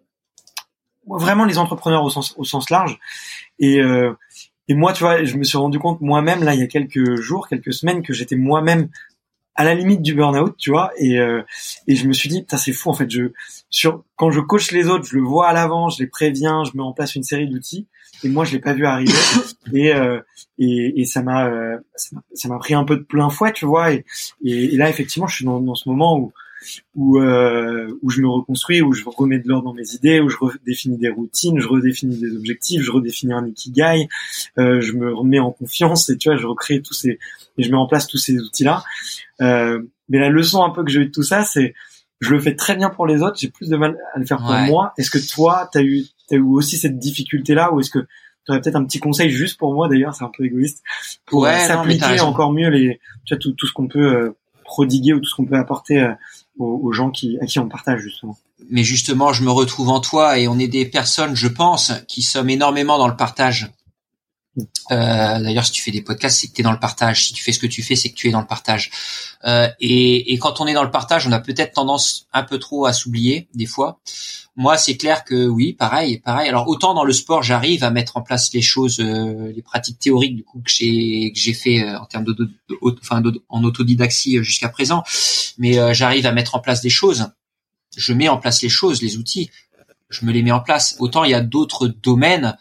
vraiment les entrepreneurs au sens, au sens large. Et euh, Et moi, tu vois, je me suis rendu compte moi-même, là, il y a quelques jours, quelques semaines, que j'étais moi-même à la limite du burn-out, tu vois, et euh, et je me suis dit, putain, c'est fou, en fait, je sur quand je coach les autres, je le vois à l'avant, je les préviens, je mets en place une série d'outils, et moi, je l'ai pas vu arriver, et euh, et, et ça m'a euh, ça m'a ça m'a pris un peu de plein fouet, tu vois, et et, et là, effectivement, je suis dans, dans ce moment où où euh, où je me reconstruis, où je remets de l'ordre dans mes idées, où je redéfinis des routines, je redéfinis des objectifs, je redéfinis un ikigai, euh, je me remets en confiance et tu vois, je recrée tous ces et je mets en place tous ces outils-là. Euh, mais la leçon un peu que j'ai eu de tout ça, c'est je le fais très bien pour les autres, j'ai plus de mal à le faire pour Ouais. moi. Est-ce que toi, t'as eu t'as eu aussi cette difficulté-là, ou est-ce que tu aurais peut-être un petit conseil juste pour moi, d'ailleurs, c'est un peu égoïste, pour Ouais, euh, non, mais t'as s'appliquer raison. encore mieux les tu vois tout, tout ce qu'on peut euh, prodiguer ou tout ce qu'on peut apporter euh, aux, aux gens qui à qui on partage justement. Mais justement, je me retrouve en toi et on est des personnes, je pense, qui sommes énormément dans le partage. Euh, d'ailleurs, si tu fais des podcasts, c'est que tu es dans le partage. Si tu fais ce que tu fais, c'est que tu es dans le partage. Euh, et, et quand on est dans le partage, on a peut-être tendance un peu trop à s'oublier des fois. Moi, c'est clair que oui, pareil, pareil. Alors autant dans le sport, j'arrive à mettre en place les choses, euh, les pratiques théoriques du coup que j'ai que j'ai fait euh, en termes de, de, de, de enfin de, en autodidactie jusqu'à présent, mais euh, j'arrive à mettre en place des choses. Je mets en place les choses, les outils, je me les mets en place. Autant il y a d'autres domaines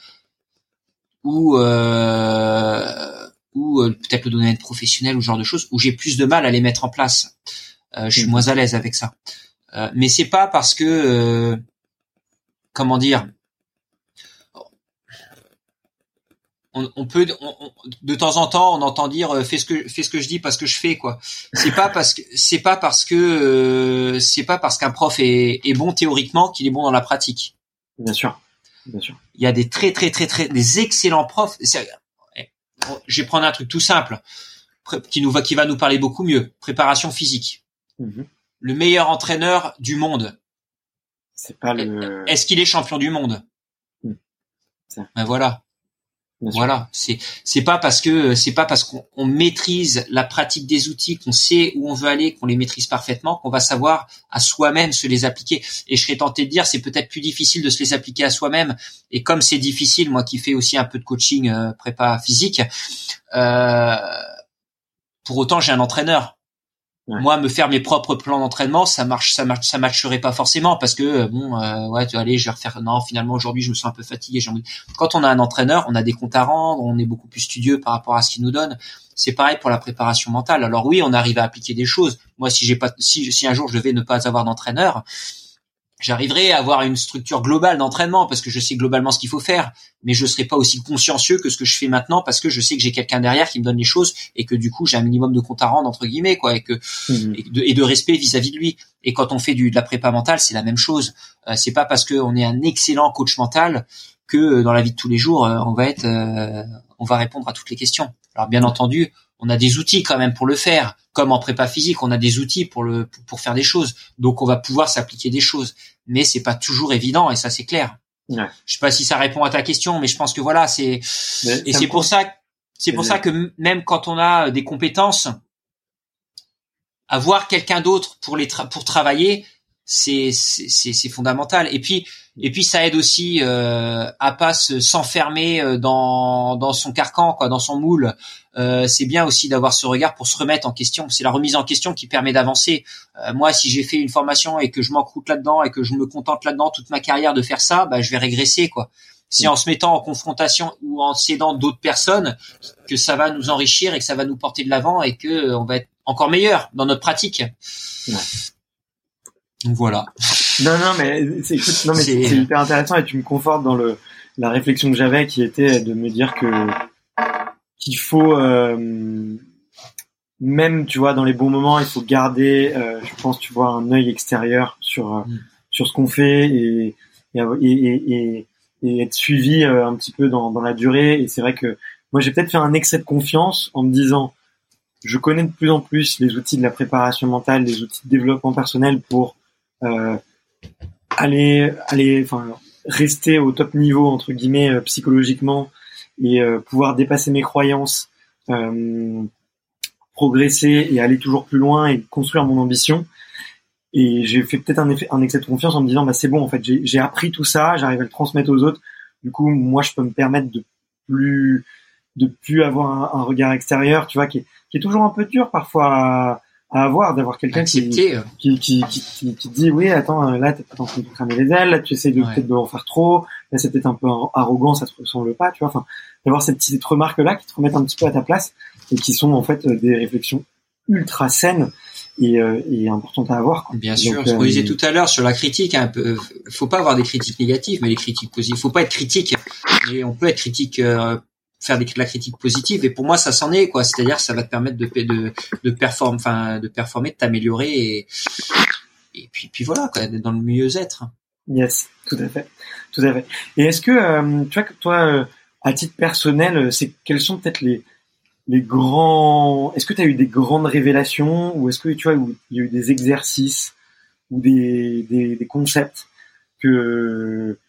où euh, ou euh, peut-être le domaine professionnel ou ce genre de choses où j'ai plus de mal à les mettre en place. Euh, je suis moins à l'aise avec ça. Euh, mais c'est pas parce que euh, comment dire, on, on peut on, on, de temps en temps on entend dire euh, fais ce que fais ce que je dis parce que je fais quoi. C'est pas parce que c'est pas parce que euh, c'est pas parce qu'un prof est, est bon théoriquement qu'il est bon dans la pratique. Bien sûr, bien sûr. Il y a des très très très très des excellents profs. C'est, je vais prendre un truc tout simple qui nous va qui va nous parler beaucoup mieux. Préparation physique. Mm-hmm. Le meilleur entraîneur du monde. C'est pas le. Est-ce qu'il est champion du monde? Mmh. Ben voilà. Bien sûr. Voilà. C'est c'est pas parce que c'est pas parce qu'on on maîtrise la pratique des outils, qu'on sait où on veut aller, qu'on les maîtrise parfaitement, qu'on va savoir à soi-même se les appliquer. Et je serais tenté de dire, c'est peut-être plus difficile de se les appliquer à soi-même. Et comme c'est difficile, moi qui fais aussi un peu de coaching euh, prépa physique, euh, pour autant j'ai un entraîneur. Ouais. Moi, me faire mes propres plans d'entraînement, ça marche, ça marche, ça matcherait pas forcément parce que bon, euh, ouais, tu allez, je vais refaire. Non, finalement aujourd'hui, je me sens un peu fatigué. J'ai envie... Quand on a un entraîneur, on a des comptes à rendre, on est beaucoup plus studieux par rapport à ce qu'il nous donne. C'est pareil pour la préparation mentale. Alors oui, on arrive à appliquer des choses. Moi, si j'ai pas, si, si un jour je devais ne pas avoir d'entraîneur, j'arriverai à avoir une structure globale d'entraînement parce que je sais globalement ce qu'il faut faire, mais je serai pas aussi consciencieux que ce que je fais maintenant parce que je sais que j'ai quelqu'un derrière qui me donne les choses et que du coup j'ai un minimum de compte à rendre entre guillemets quoi et que mmh. et, de, et de respect vis-à-vis de lui. Et quand on fait du de la prépa mentale, c'est la même chose. Euh, c'est pas parce que on est un excellent coach mental que euh, dans la vie de tous les jours euh, on va être euh, on va répondre à toutes les questions. Alors bien entendu, on a des outils quand même pour le faire. Comme en prépa physique, on a des outils pour le pour, pour faire des choses. Donc on va pouvoir s'appliquer des choses, mais c'est pas toujours évident et ça c'est clair. Ouais. Je sais pas si ça répond à ta question, mais je pense que voilà, c'est mais et c'est pour ça c'est pour ça que même quand on a des compétences, avoir quelqu'un d'autre pour les tra- pour travailler, c'est c'est c'est c'est fondamental. Et puis et puis ça aide aussi euh, à pas se, s'enfermer dans dans son carcan quoi, dans son moule. Euh, c'est bien aussi d'avoir ce regard pour se remettre en question. C'est la remise en question qui permet d'avancer. Euh, moi, si j'ai fait une formation et que je m'encroute là-dedans et que je me contente là-dedans toute ma carrière de faire ça, bah je vais régresser quoi. C'est en se mettant en confrontation ou en s'aidant d'autres personnes que ça va nous enrichir et que ça va nous porter de l'avant et que euh, on va être encore meilleur dans notre pratique. Ouais. Donc voilà. Non non mais c'est écoute, non mais c'est... c'est hyper intéressant et tu me confortes dans le la réflexion que j'avais qui était de me dire que qu'il faut euh, même, tu vois, dans les bons moments, il faut garder, euh, je pense, tu vois, un œil extérieur sur euh, mm. sur ce qu'on fait et et, et, et, et être suivi euh, un petit peu dans, dans la durée. Et c'est vrai que moi, j'ai peut-être fait un excès de confiance en me disant, je connais de plus en plus les outils de la préparation mentale, les outils de développement personnel pour euh, aller, aller, enfin, rester au top niveau entre guillemets euh, psychologiquement et euh, pouvoir dépasser mes croyances, euh, progresser et aller toujours plus loin et construire mon ambition. Et j'ai fait peut-être un, effet, un excès de confiance en me disant, bah c'est bon, en fait, j'ai, j'ai appris tout ça, j'arrive à le transmettre aux autres. Du coup, moi, je peux me permettre de plus, de plus avoir un, un regard extérieur, tu vois, qui est, qui est toujours un peu dur parfois à, à avoir, d'avoir quelqu'un qui, qui, qui, qui, qui, qui dit, oui, attends, là, t'es peut-être en train de cramer les ailes, là, tu essaies de, ouais. peut-être de en faire trop, là, c'est peut-être un peu arrogant, ça te ressemble pas, tu vois, enfin, d'avoir ces petites remarques-là qui te remettent un petit peu à ta place et qui sont, en fait, des réflexions ultra saines et, euh, et importante à avoir, quoi. Bien sûr, Donc, ce qu'on euh, disait tout à l'heure sur la critique, hein, peu, faut pas avoir des critiques négatives, mais les critiques positives. Faut pas être critique, mais on peut être critique, euh, faire des, de la critique positive. Et pour moi, ça s'en est, quoi. C'est-à-dire, que ça va te permettre de de de performer, enfin, de performer, de t'améliorer et et puis puis voilà, quoi, d'être dans le mieux-être. Yes, tout à fait, tout à fait. Et est-ce que euh, tu vois que toi, euh, à titre personnel, c'est quels sont peut-être les les grands, est-ce que tu as eu des grandes révélations ou est-ce que tu vois où il y a eu des exercices ou des, des, des concepts que,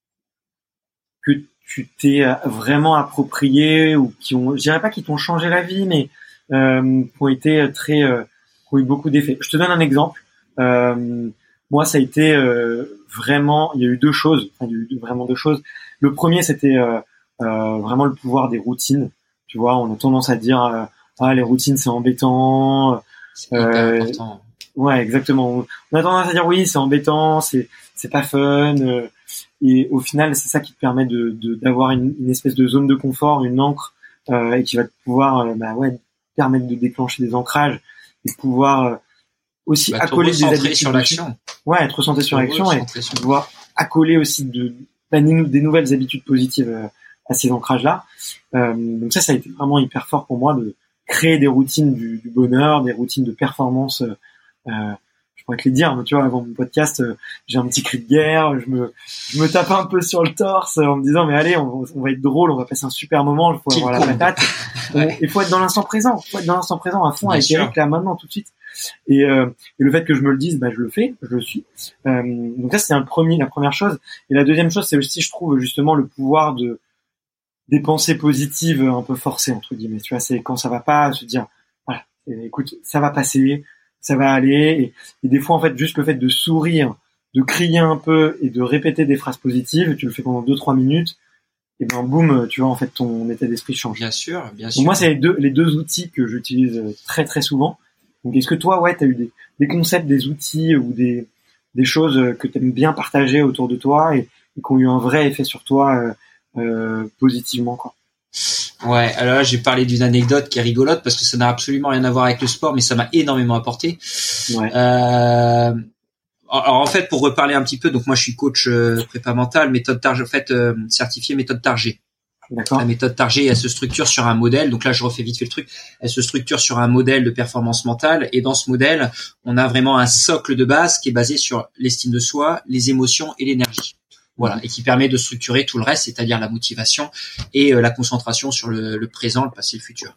que tu t'es vraiment approprié ou qui ont, je dirais pas qui t'ont changé la vie, mais, euh, qui ont été très, euh, qui ont eu beaucoup d'effets. Je te donne un exemple. Euh, moi, ça a été, euh, vraiment, il y a eu deux choses, enfin, il y a eu vraiment deux choses. Le premier, c'était, euh, euh, vraiment le pouvoir des routines. Tu vois, on a tendance à dire euh, ah les routines c'est embêtant. C'est euh, important. Ouais, exactement. On a tendance à dire oui c'est embêtant, c'est c'est pas fun. Euh, et au final c'est ça qui te permet de, de d'avoir une, une espèce de zone de confort, une ancre euh, et qui va te pouvoir euh, bah ouais permettre de déclencher des ancrages et de pouvoir euh, aussi bah, accoler des habitudes sur l'action. Ouais, être recentré sur l'action et pouvoir accoler aussi de bah, des nouvelles habitudes positives. Euh, à ces ancrages-là. Euh, donc ça, ça a été vraiment hyper fort pour moi de créer des routines du, du bonheur, des routines de performance. Euh, je pourrais te les dire, mais tu vois, avant mon podcast, euh, j'ai un petit cri de guerre, je me, je me tape un peu sur le torse en me disant, mais allez, on, on va être drôle, on va passer un super moment, il faut avoir la patate. Ouais. Il faut être dans l'instant présent, il faut être dans l'instant présent à fond avec Eric là maintenant tout de suite. Et, euh, et le fait que je me le dise, bah je le fais, je le suis. Euh, donc ça, c'est un premier, la première chose. Et la deuxième chose, c'est aussi, je trouve, justement, le pouvoir de des pensées positives un peu forcées entre guillemets, tu vois, c'est quand ça va pas se dire voilà, écoute, ça va passer, ça va aller et, et des fois en fait juste le fait de sourire, de crier un peu et de répéter des phrases positives, tu le fais pendant deux trois minutes et ben boum, tu vois en fait ton état d'esprit change. Bien sûr, bien sûr. Donc moi c'est les deux les deux outils que j'utilise très très souvent. Donc est-ce que toi ouais, tu as eu des des concepts, des outils ou des des choses que tu aimes bien partager autour de toi et, et qui ont eu un vrai effet sur toi euh, Euh, positivement quoi. Ouais, alors là j'ai parlé d'une anecdote qui est rigolote parce que ça n'a absolument rien à voir avec le sport, mais ça m'a énormément apporté. Ouais. Euh, alors en fait pour reparler un petit peu, donc moi je suis coach euh, prépa mental, méthode Target, en fait euh, certifié méthode Target. D'accord. La méthode Target, elle se structure sur un modèle. Donc là, je refais vite fait le truc. Elle se structure sur un modèle de performance mentale. Et dans ce modèle, on a vraiment un socle de base qui est basé sur l'estime de soi, les émotions et l'énergie. Voilà, et qui permet de structurer tout le reste, c'est-à-dire la motivation et euh, la concentration sur le, le présent, le passé, le futur.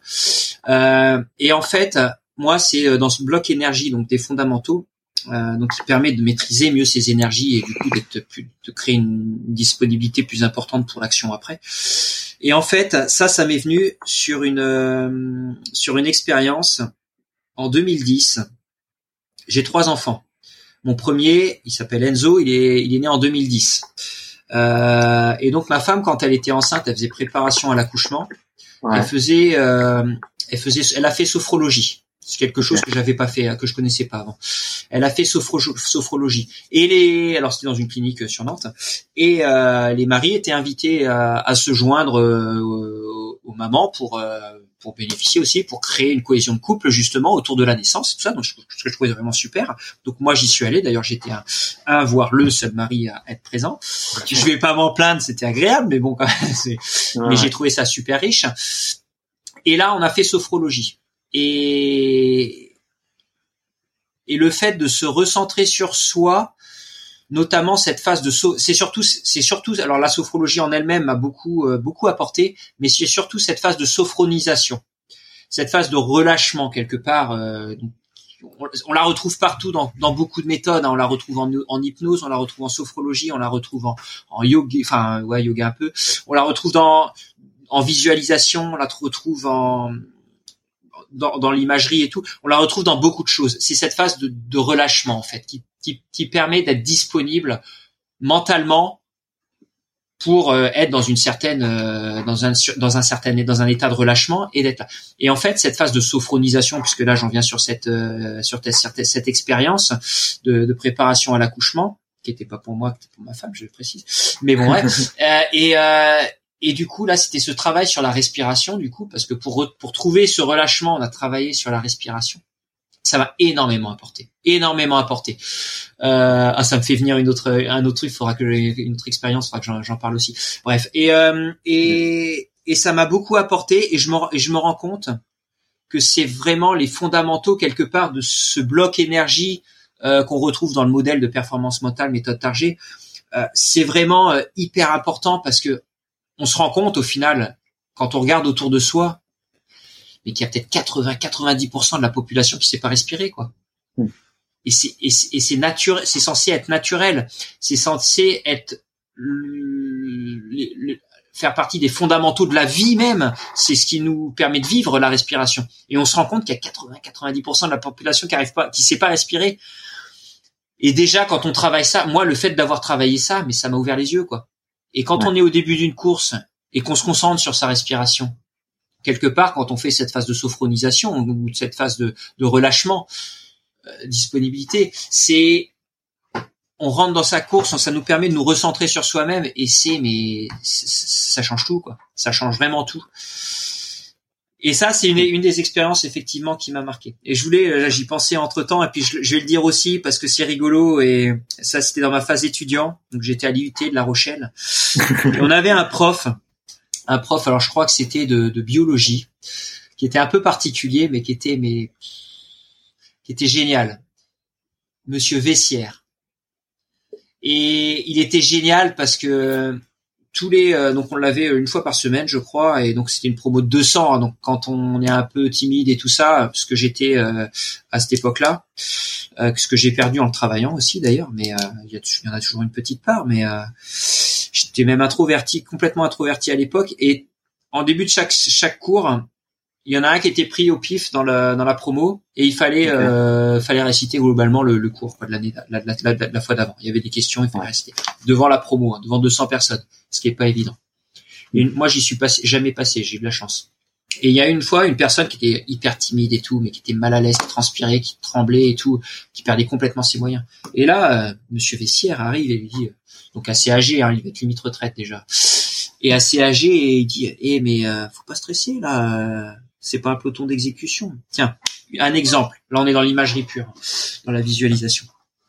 Euh, et en fait, moi, c'est dans ce bloc énergie, donc des fondamentaux, euh, donc qui permet de maîtriser mieux ses énergies et du coup d'être plus, de créer une disponibilité plus importante pour l'action après. Et en fait, ça, ça m'est venu sur une euh, sur une expérience en deux mille dix. J'ai trois enfants. Mon premier, il s'appelle Enzo, il est, il est né en deux mille dix. Euh, et donc ma femme, quand elle était enceinte, elle faisait préparation à l'accouchement. Ouais. Elle faisait, euh, elle faisait, elle a fait sophrologie. C'est quelque chose que j'avais pas fait, que je connaissais pas avant. Elle a fait sophro- sophrologie. Et les, alors c'était dans une clinique sur Nantes. Et euh, les maris étaient invités à, à se joindre euh, aux, aux mamans pour euh, pour bénéficier aussi, pour créer une cohésion de couple justement autour de la naissance et tout ça. Donc, ce que je trouvais vraiment super. Donc, moi, j'y suis allé. D'ailleurs, j'étais un, un voire le seul mari à être présent. Okay. Je vais pas m'en plaindre, c'était agréable, mais bon, quand même, c'est... Ouais. Mais j'ai trouvé ça super riche. Et là, on a fait sophrologie. et et le fait de se recentrer sur soi, notamment cette phase de so- c'est surtout c'est surtout alors la sophrologie en elle-même m'a beaucoup euh, beaucoup apporté, mais c'est surtout cette phase de sophronisation, cette phase de relâchement quelque part. Euh, on, on la retrouve partout dans, dans beaucoup de méthodes. Hein. On la retrouve en, en hypnose, on la retrouve en sophrologie, on la retrouve en, en yoga, enfin ouais yoga un peu. On la retrouve dans en visualisation, on la retrouve en dans, dans l'imagerie et tout. On la retrouve dans beaucoup de choses. C'est cette phase de, de relâchement en fait qui, qui, qui permet d'être disponible mentalement pour euh, être dans une certaine euh, dans un dans un certain dans un état de relâchement et d'être là. Et en fait cette phase de sophronisation, puisque là j'en viens sur cette euh, sur cette, cette expérience de, de préparation à l'accouchement qui était pas pour moi, qui était pour ma femme, je le précise, mais bon ouais. euh, et euh, et du coup là c'était ce travail sur la respiration du coup, parce que pour pour trouver ce relâchement on a travaillé sur la respiration. Ça m'a énormément apporté, énormément apporté. Euh, ah, ça me fait venir une autre, un autre truc. Il faudra que j'ai une autre expérience, il faudra que j'en, j'en parle aussi. Bref, et euh, et et ça m'a beaucoup apporté, et je me et je me rends compte que c'est vraiment les fondamentaux quelque part de ce bloc énergie euh, qu'on retrouve dans le modèle de performance mentale méthode Target. Euh, c'est vraiment euh, hyper important parce que on se rend compte au final quand on regarde autour de soi, mais qu'il y a peut-être quatre-vingts à quatre-vingt-dix pour cent de la population qui sait pas respirer, quoi. Mm. Et c'est, et c'est, et c'est naturel, c'est censé être naturel. C'est censé être, le, le, le, faire partie des fondamentaux de la vie même. C'est ce qui nous permet de vivre la respiration. Et on se rend compte qu'il y a quatre-vingts à quatre-vingt-dix pour cent de la population qui arrive pas, qui sait pas respirer. Et déjà, quand on travaille ça, moi, le fait d'avoir travaillé ça, mais ça m'a ouvert les yeux, quoi. Et quand ouais. on est au début d'une course et qu'on se concentre sur sa respiration, quelque part, quand on fait cette phase de sophronisation ou cette phase de, de relâchement, euh, disponibilité, c'est, on rentre dans sa course, ça nous permet de nous recentrer sur soi-même et c'est, mais ça change tout, quoi. Ça change vraiment tout. Et ça, c'est une, une des expériences effectivement qui m'a marqué. Et je voulais, là, j'y pensais entre temps, et puis je, je vais le dire aussi parce que c'est rigolo. Et ça, c'était dans ma phase étudiant, donc j'étais à l'I U T de La Rochelle. Et on avait un prof. Un prof, alors je crois que c'était de, de biologie, qui était un peu particulier, mais qui était, mais qui était génial. Monsieur Vessière. Et il était génial parce que tous les, euh, donc on l'avait une fois par semaine, je crois, et donc c'était une promo de deux cents. Hein, donc quand on est un peu timide et tout ça, parce que j'étais euh, à cette époque-là, euh, ce que j'ai perdu en le travaillant aussi d'ailleurs, mais euh, il y, a, il y en a toujours une petite part, mais euh, j'étais même introverti, complètement introverti à l'époque. Et en début de chaque chaque cours, il y en a un qui était pris au pif dans la dans la promo et il fallait okay. euh, fallait réciter globalement le, le cours quoi, de l'année la, la, la, la, la fois d'avant. Il y avait des questions, il fallait réciter devant la promo, hein, devant deux cents personnes, ce qui est pas évident. Et une, moi, j'y suis passé, jamais passé, j'ai eu de la chance. Et il y a une fois une personne qui était hyper timide et tout, mais qui était mal à l'aise, qui transpirait, qui tremblait et tout, qui perdait complètement ses moyens. Et là, euh, Monsieur Vessière arrive et lui dit, euh, donc assez âgé, hein, il va être limite retraite déjà, et assez âgé, et il dit, eh mais euh, faut pas stresser là, euh, c'est pas un peloton d'exécution. Tiens, un exemple. Là, on est dans l'imagerie pure, dans la visualisation.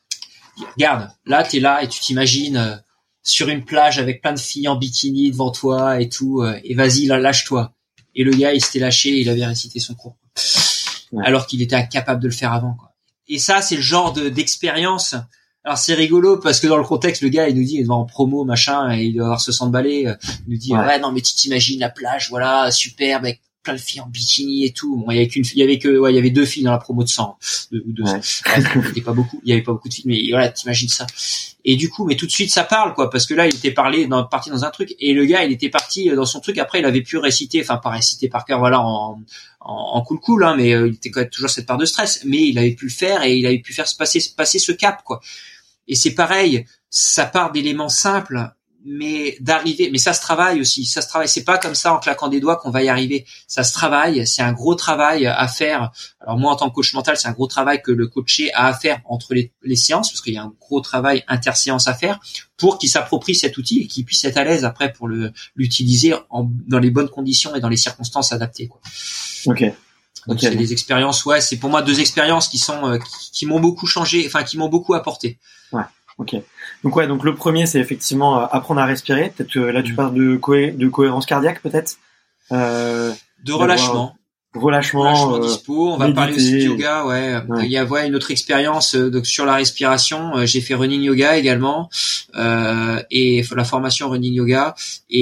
Regarde, là, t'es là et tu t'imagines euh, sur une plage avec plein de filles en bikini devant toi et tout, euh, et vas-y, là, lâche-toi. Et le gars, il s'était lâché, et il avait récité son cours, ouais. Alors qu'il était incapable de le faire avant, quoi. Et ça, c'est le genre de, d'expérience. Alors c'est rigolo parce que dans le contexte, le gars, il nous dit, il va en promo, machin, et il doit avoir se sentir balai. Il nous dit, ouais. ouais, non, mais tu t'imagines la plage, voilà, superbe, avec plein de filles en bikini et tout. Bon, il y avait qu'une, il y avait que, ouais, il y avait deux filles dans la promo de cent, de, de, ouais. ouais, c'était pas beaucoup, il y avait pas beaucoup de filles, mais voilà, t'imagines ça. Et du coup, mais tout de suite, ça parle, quoi, parce que là, il était parlé, dans, parti dans un truc, et le gars, il était parti dans son truc. Après, il avait pu réciter, enfin, pas réciter par cœur, voilà, en, en, en cool cool, hein, mais euh, il était quand même toujours cette part de stress, mais il avait pu le faire et il avait pu faire se passer, passer ce cap, quoi. Et c'est pareil, ça part d'éléments simples, mais d'arriver, mais ça se travaille aussi, ça se travaille, c'est pas comme ça en claquant des doigts qu'on va y arriver, ça se travaille, c'est un gros travail à faire. Alors moi en tant que coach mental, c'est un gros travail que le coaché a à faire entre les, les séances, parce qu'il y a un gros travail interséance à faire pour qu'il s'approprie cet outil et qu'il puisse être à l'aise après pour le l'utiliser en, dans les bonnes conditions et dans les circonstances adaptées, quoi. Ok. Donc okay. C'est des expériences, ouais, c'est pour moi deux expériences qui sont euh, qui, qui m'ont beaucoup changé, enfin qui m'ont beaucoup apporté. Ouais. Ok. Donc ouais, donc le premier c'est effectivement euh, apprendre à respirer. Peut-être euh, là tu parles de cohé- de cohérence cardiaque peut-être. Euh, de relâchement. relâchement, relâchement euh, dispo. On va méditer. parler aussi de yoga. Ouais. Ouais. Il y a ouais, une autre expérience euh, donc sur la respiration. Euh, j'ai fait running yoga également euh, et la formation running yoga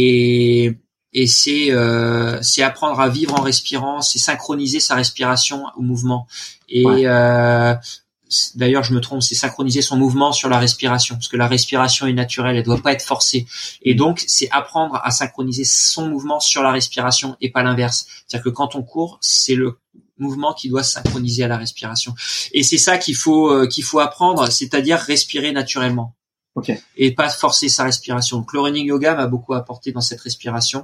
et et c'est euh, c'est apprendre à vivre en respirant, c'est synchroniser sa respiration au mouvement. Et ouais. euh, D'ailleurs, je me trompe, c'est synchroniser son mouvement sur la respiration, parce que la respiration est naturelle, elle doit pas être forcée. Et donc, c'est apprendre à synchroniser son mouvement sur la respiration et pas l'inverse. C'est-à-dire que quand on court, c'est le mouvement qui doit se synchroniser à la respiration. Et c'est ça qu'il faut euh, qu'il faut apprendre, c'est-à-dire respirer naturellement. Okay. Et pas forcer sa respiration. Donc, le running yoga m'a beaucoup apporté dans cette respiration.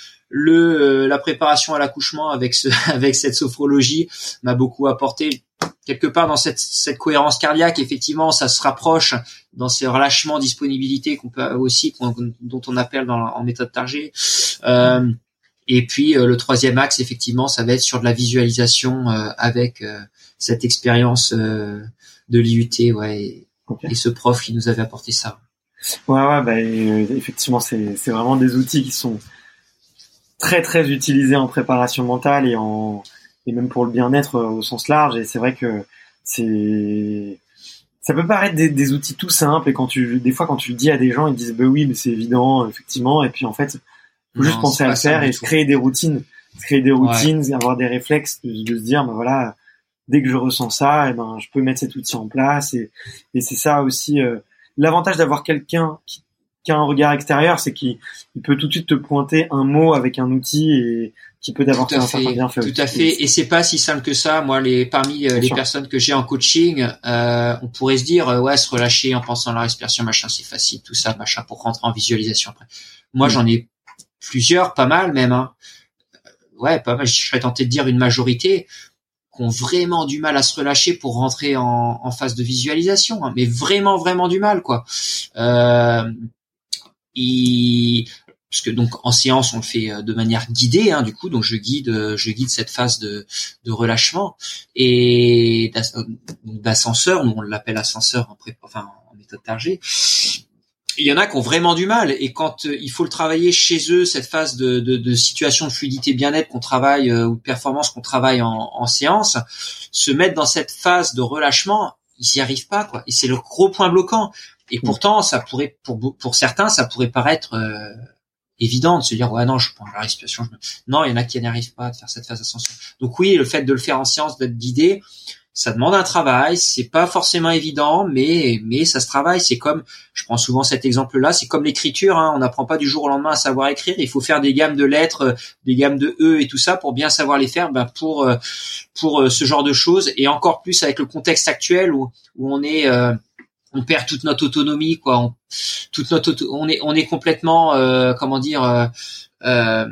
Le euh, la préparation à l'accouchement avec ce avec cette sophrologie m'a beaucoup apporté. Quelque part dans cette cette cohérence cardiaque, effectivement, ça se rapproche dans ces relâchements, disponibilités qu'on peut aussi qu'on, dont on appelle dans, en méthode Target. Euh, et puis euh, le troisième axe, effectivement, ça va être sur de la visualisation euh, avec euh, cette expérience euh, de l'I U T, ouais, et, okay. et ce prof qui nous avait apporté ça. Ouais, ouais, bah euh, effectivement, c'est c'est vraiment des outils qui sont très très utilisés en préparation mentale et en et même pour le bien-être au sens large. Et c'est vrai que c'est, ça peut paraître des, des outils tout simples. Et quand tu, des fois, quand tu le dis à des gens, ils disent, bah oui, mais c'est évident, effectivement. Et puis, en fait, faut non, juste penser à le faire et se créer des routines, se créer des routines, ouais. avoir des réflexes, de, de se dire, bah voilà, dès que je ressens ça, eh ben, je peux mettre cet outil en place. Et, et c'est ça aussi, euh, l'avantage d'avoir quelqu'un qui, qui a un regard extérieur, c'est qu'il il peut tout de suite te pointer un mot avec un outil et qui peut apporter un certain bienfait. Tout à fait. Et c'est pas si simple que ça. Moi, les parmi euh, les sûr. personnes que j'ai en coaching, euh, on pourrait se dire, euh, ouais, se relâcher en pensant à la respiration, machin, c'est facile, tout ça, machin, pour rentrer en visualisation après. Moi, mmh. j'en ai plusieurs, pas mal même. Hein. Ouais, pas mal. Je serais tenté de dire une majorité qui ont vraiment du mal à se relâcher pour rentrer en, en phase de visualisation, hein, mais vraiment, vraiment du mal, quoi. Euh, et parce que donc en séance on le fait de manière guidée, hein, du coup donc je guide je guide cette phase de de relâchement et d'ascenseur, nous on l'appelle ascenseur en pré, enfin en méthode Target. Il y en a qui ont vraiment du mal et quand euh, il faut le travailler chez eux, cette phase de de, de situation de fluidité bien-être qu'on travaille euh, ou de performance qu'on travaille en, en séance, se mettre dans cette phase de relâchement, ils n'y arrivent pas, quoi, et c'est le gros point bloquant. Et pourtant, ça pourrait, pour pour certains, ça pourrait paraître euh, évident de se dire ouais non, je prends la respiration. Je me... Non, il y en a qui n'y arrivent pas à faire cette phase d'ascension. Donc oui, le fait de le faire en séance, d'être guidé, ça demande un travail. C'est pas forcément évident, mais mais ça se travaille. C'est comme, je prends souvent cet exemple-là, c'est comme l'écriture. Hein, on n'apprend pas du jour au lendemain à savoir écrire. Il faut faire des gammes de lettres, des gammes de e et tout ça pour bien savoir les faire. Ben pour pour ce genre de choses et encore plus avec le contexte actuel où où on est euh, on perd toute notre autonomie, quoi. On, toute notre, auto, on est, on est complètement, euh, comment dire, euh, euh,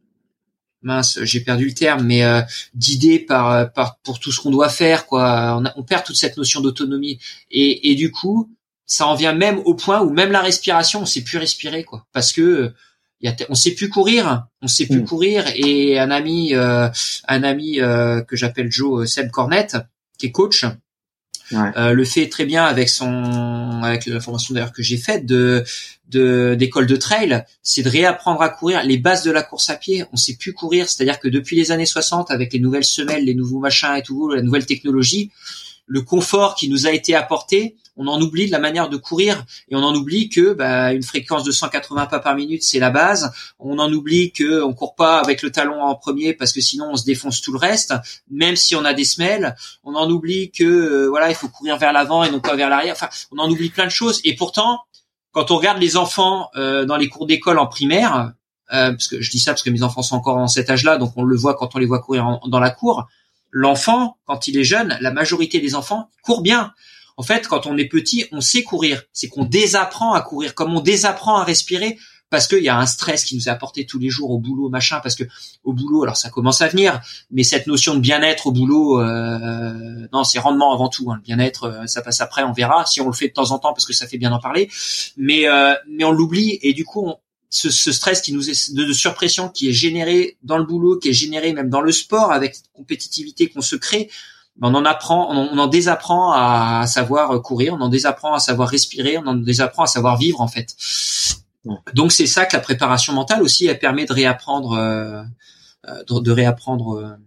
mince, j'ai perdu le terme, mais euh, guidé par, par, pour tout ce qu'on doit faire, quoi. On, a, on perd toute cette notion d'autonomie, et, et du coup, ça en vient même au point où même la respiration, on sait plus respirer, quoi, parce que y a, on sait plus courir, on sait plus mmh. courir, et un ami, euh, un ami euh, que j'appelle Joe Seb Cornette, qui est coach. Ouais. Euh, le fait très bien avec son avec la formation d'ailleurs que j'ai faite de de d'école de trail, c'est de réapprendre à courir les bases de la course à pied. On sait plus courir, c'est-à-dire que depuis les années soixante, avec les nouvelles semelles, les nouveaux machins et tout, la nouvelle technologie, le confort qui nous a été apporté, on en oublie de la manière de courir et on en oublie que bah, une fréquence de cent quatre-vingts pas par minute, c'est la base. On en oublie que on court pas avec le talon en premier parce que sinon on se défonce tout le reste, même si on a des semelles. On en oublie que euh, voilà, il faut courir vers l'avant et non pas vers l'arrière. Enfin, on en oublie plein de choses. Et pourtant, quand on regarde les enfants euh, dans les cours d'école en primaire, euh, parce que je dis ça parce que mes enfants sont encore en cet âge-là, donc on le voit quand on les voit courir en, dans la cour. L'enfant, quand il est jeune, la majorité des enfants courent bien. En fait, quand on est petit, on sait courir. C'est qu'on désapprend à courir, comme on désapprend à respirer, parce qu'il y a un stress qui nous est apporté tous les jours au boulot, machin, parce que au boulot, alors ça commence à venir, mais cette notion de bien-être au boulot, euh, non, c'est rendement avant tout. Hein, le bien-être, ça passe après, on verra si on le fait de temps en temps, parce que ça fait bien d'en parler. Mais euh, mais on l'oublie et du coup, on, ce, ce stress qui nous est de, de surpression qui est généré dans le boulot, qui est généré même dans le sport avec cette compétitivité qu'on se crée. On en apprend, on en désapprend à savoir courir, on en désapprend à savoir respirer, on en désapprend à savoir vivre en fait. Ouais. Donc c'est ça que la préparation mentale aussi, elle permet de réapprendre, euh, de, de réapprendre euh,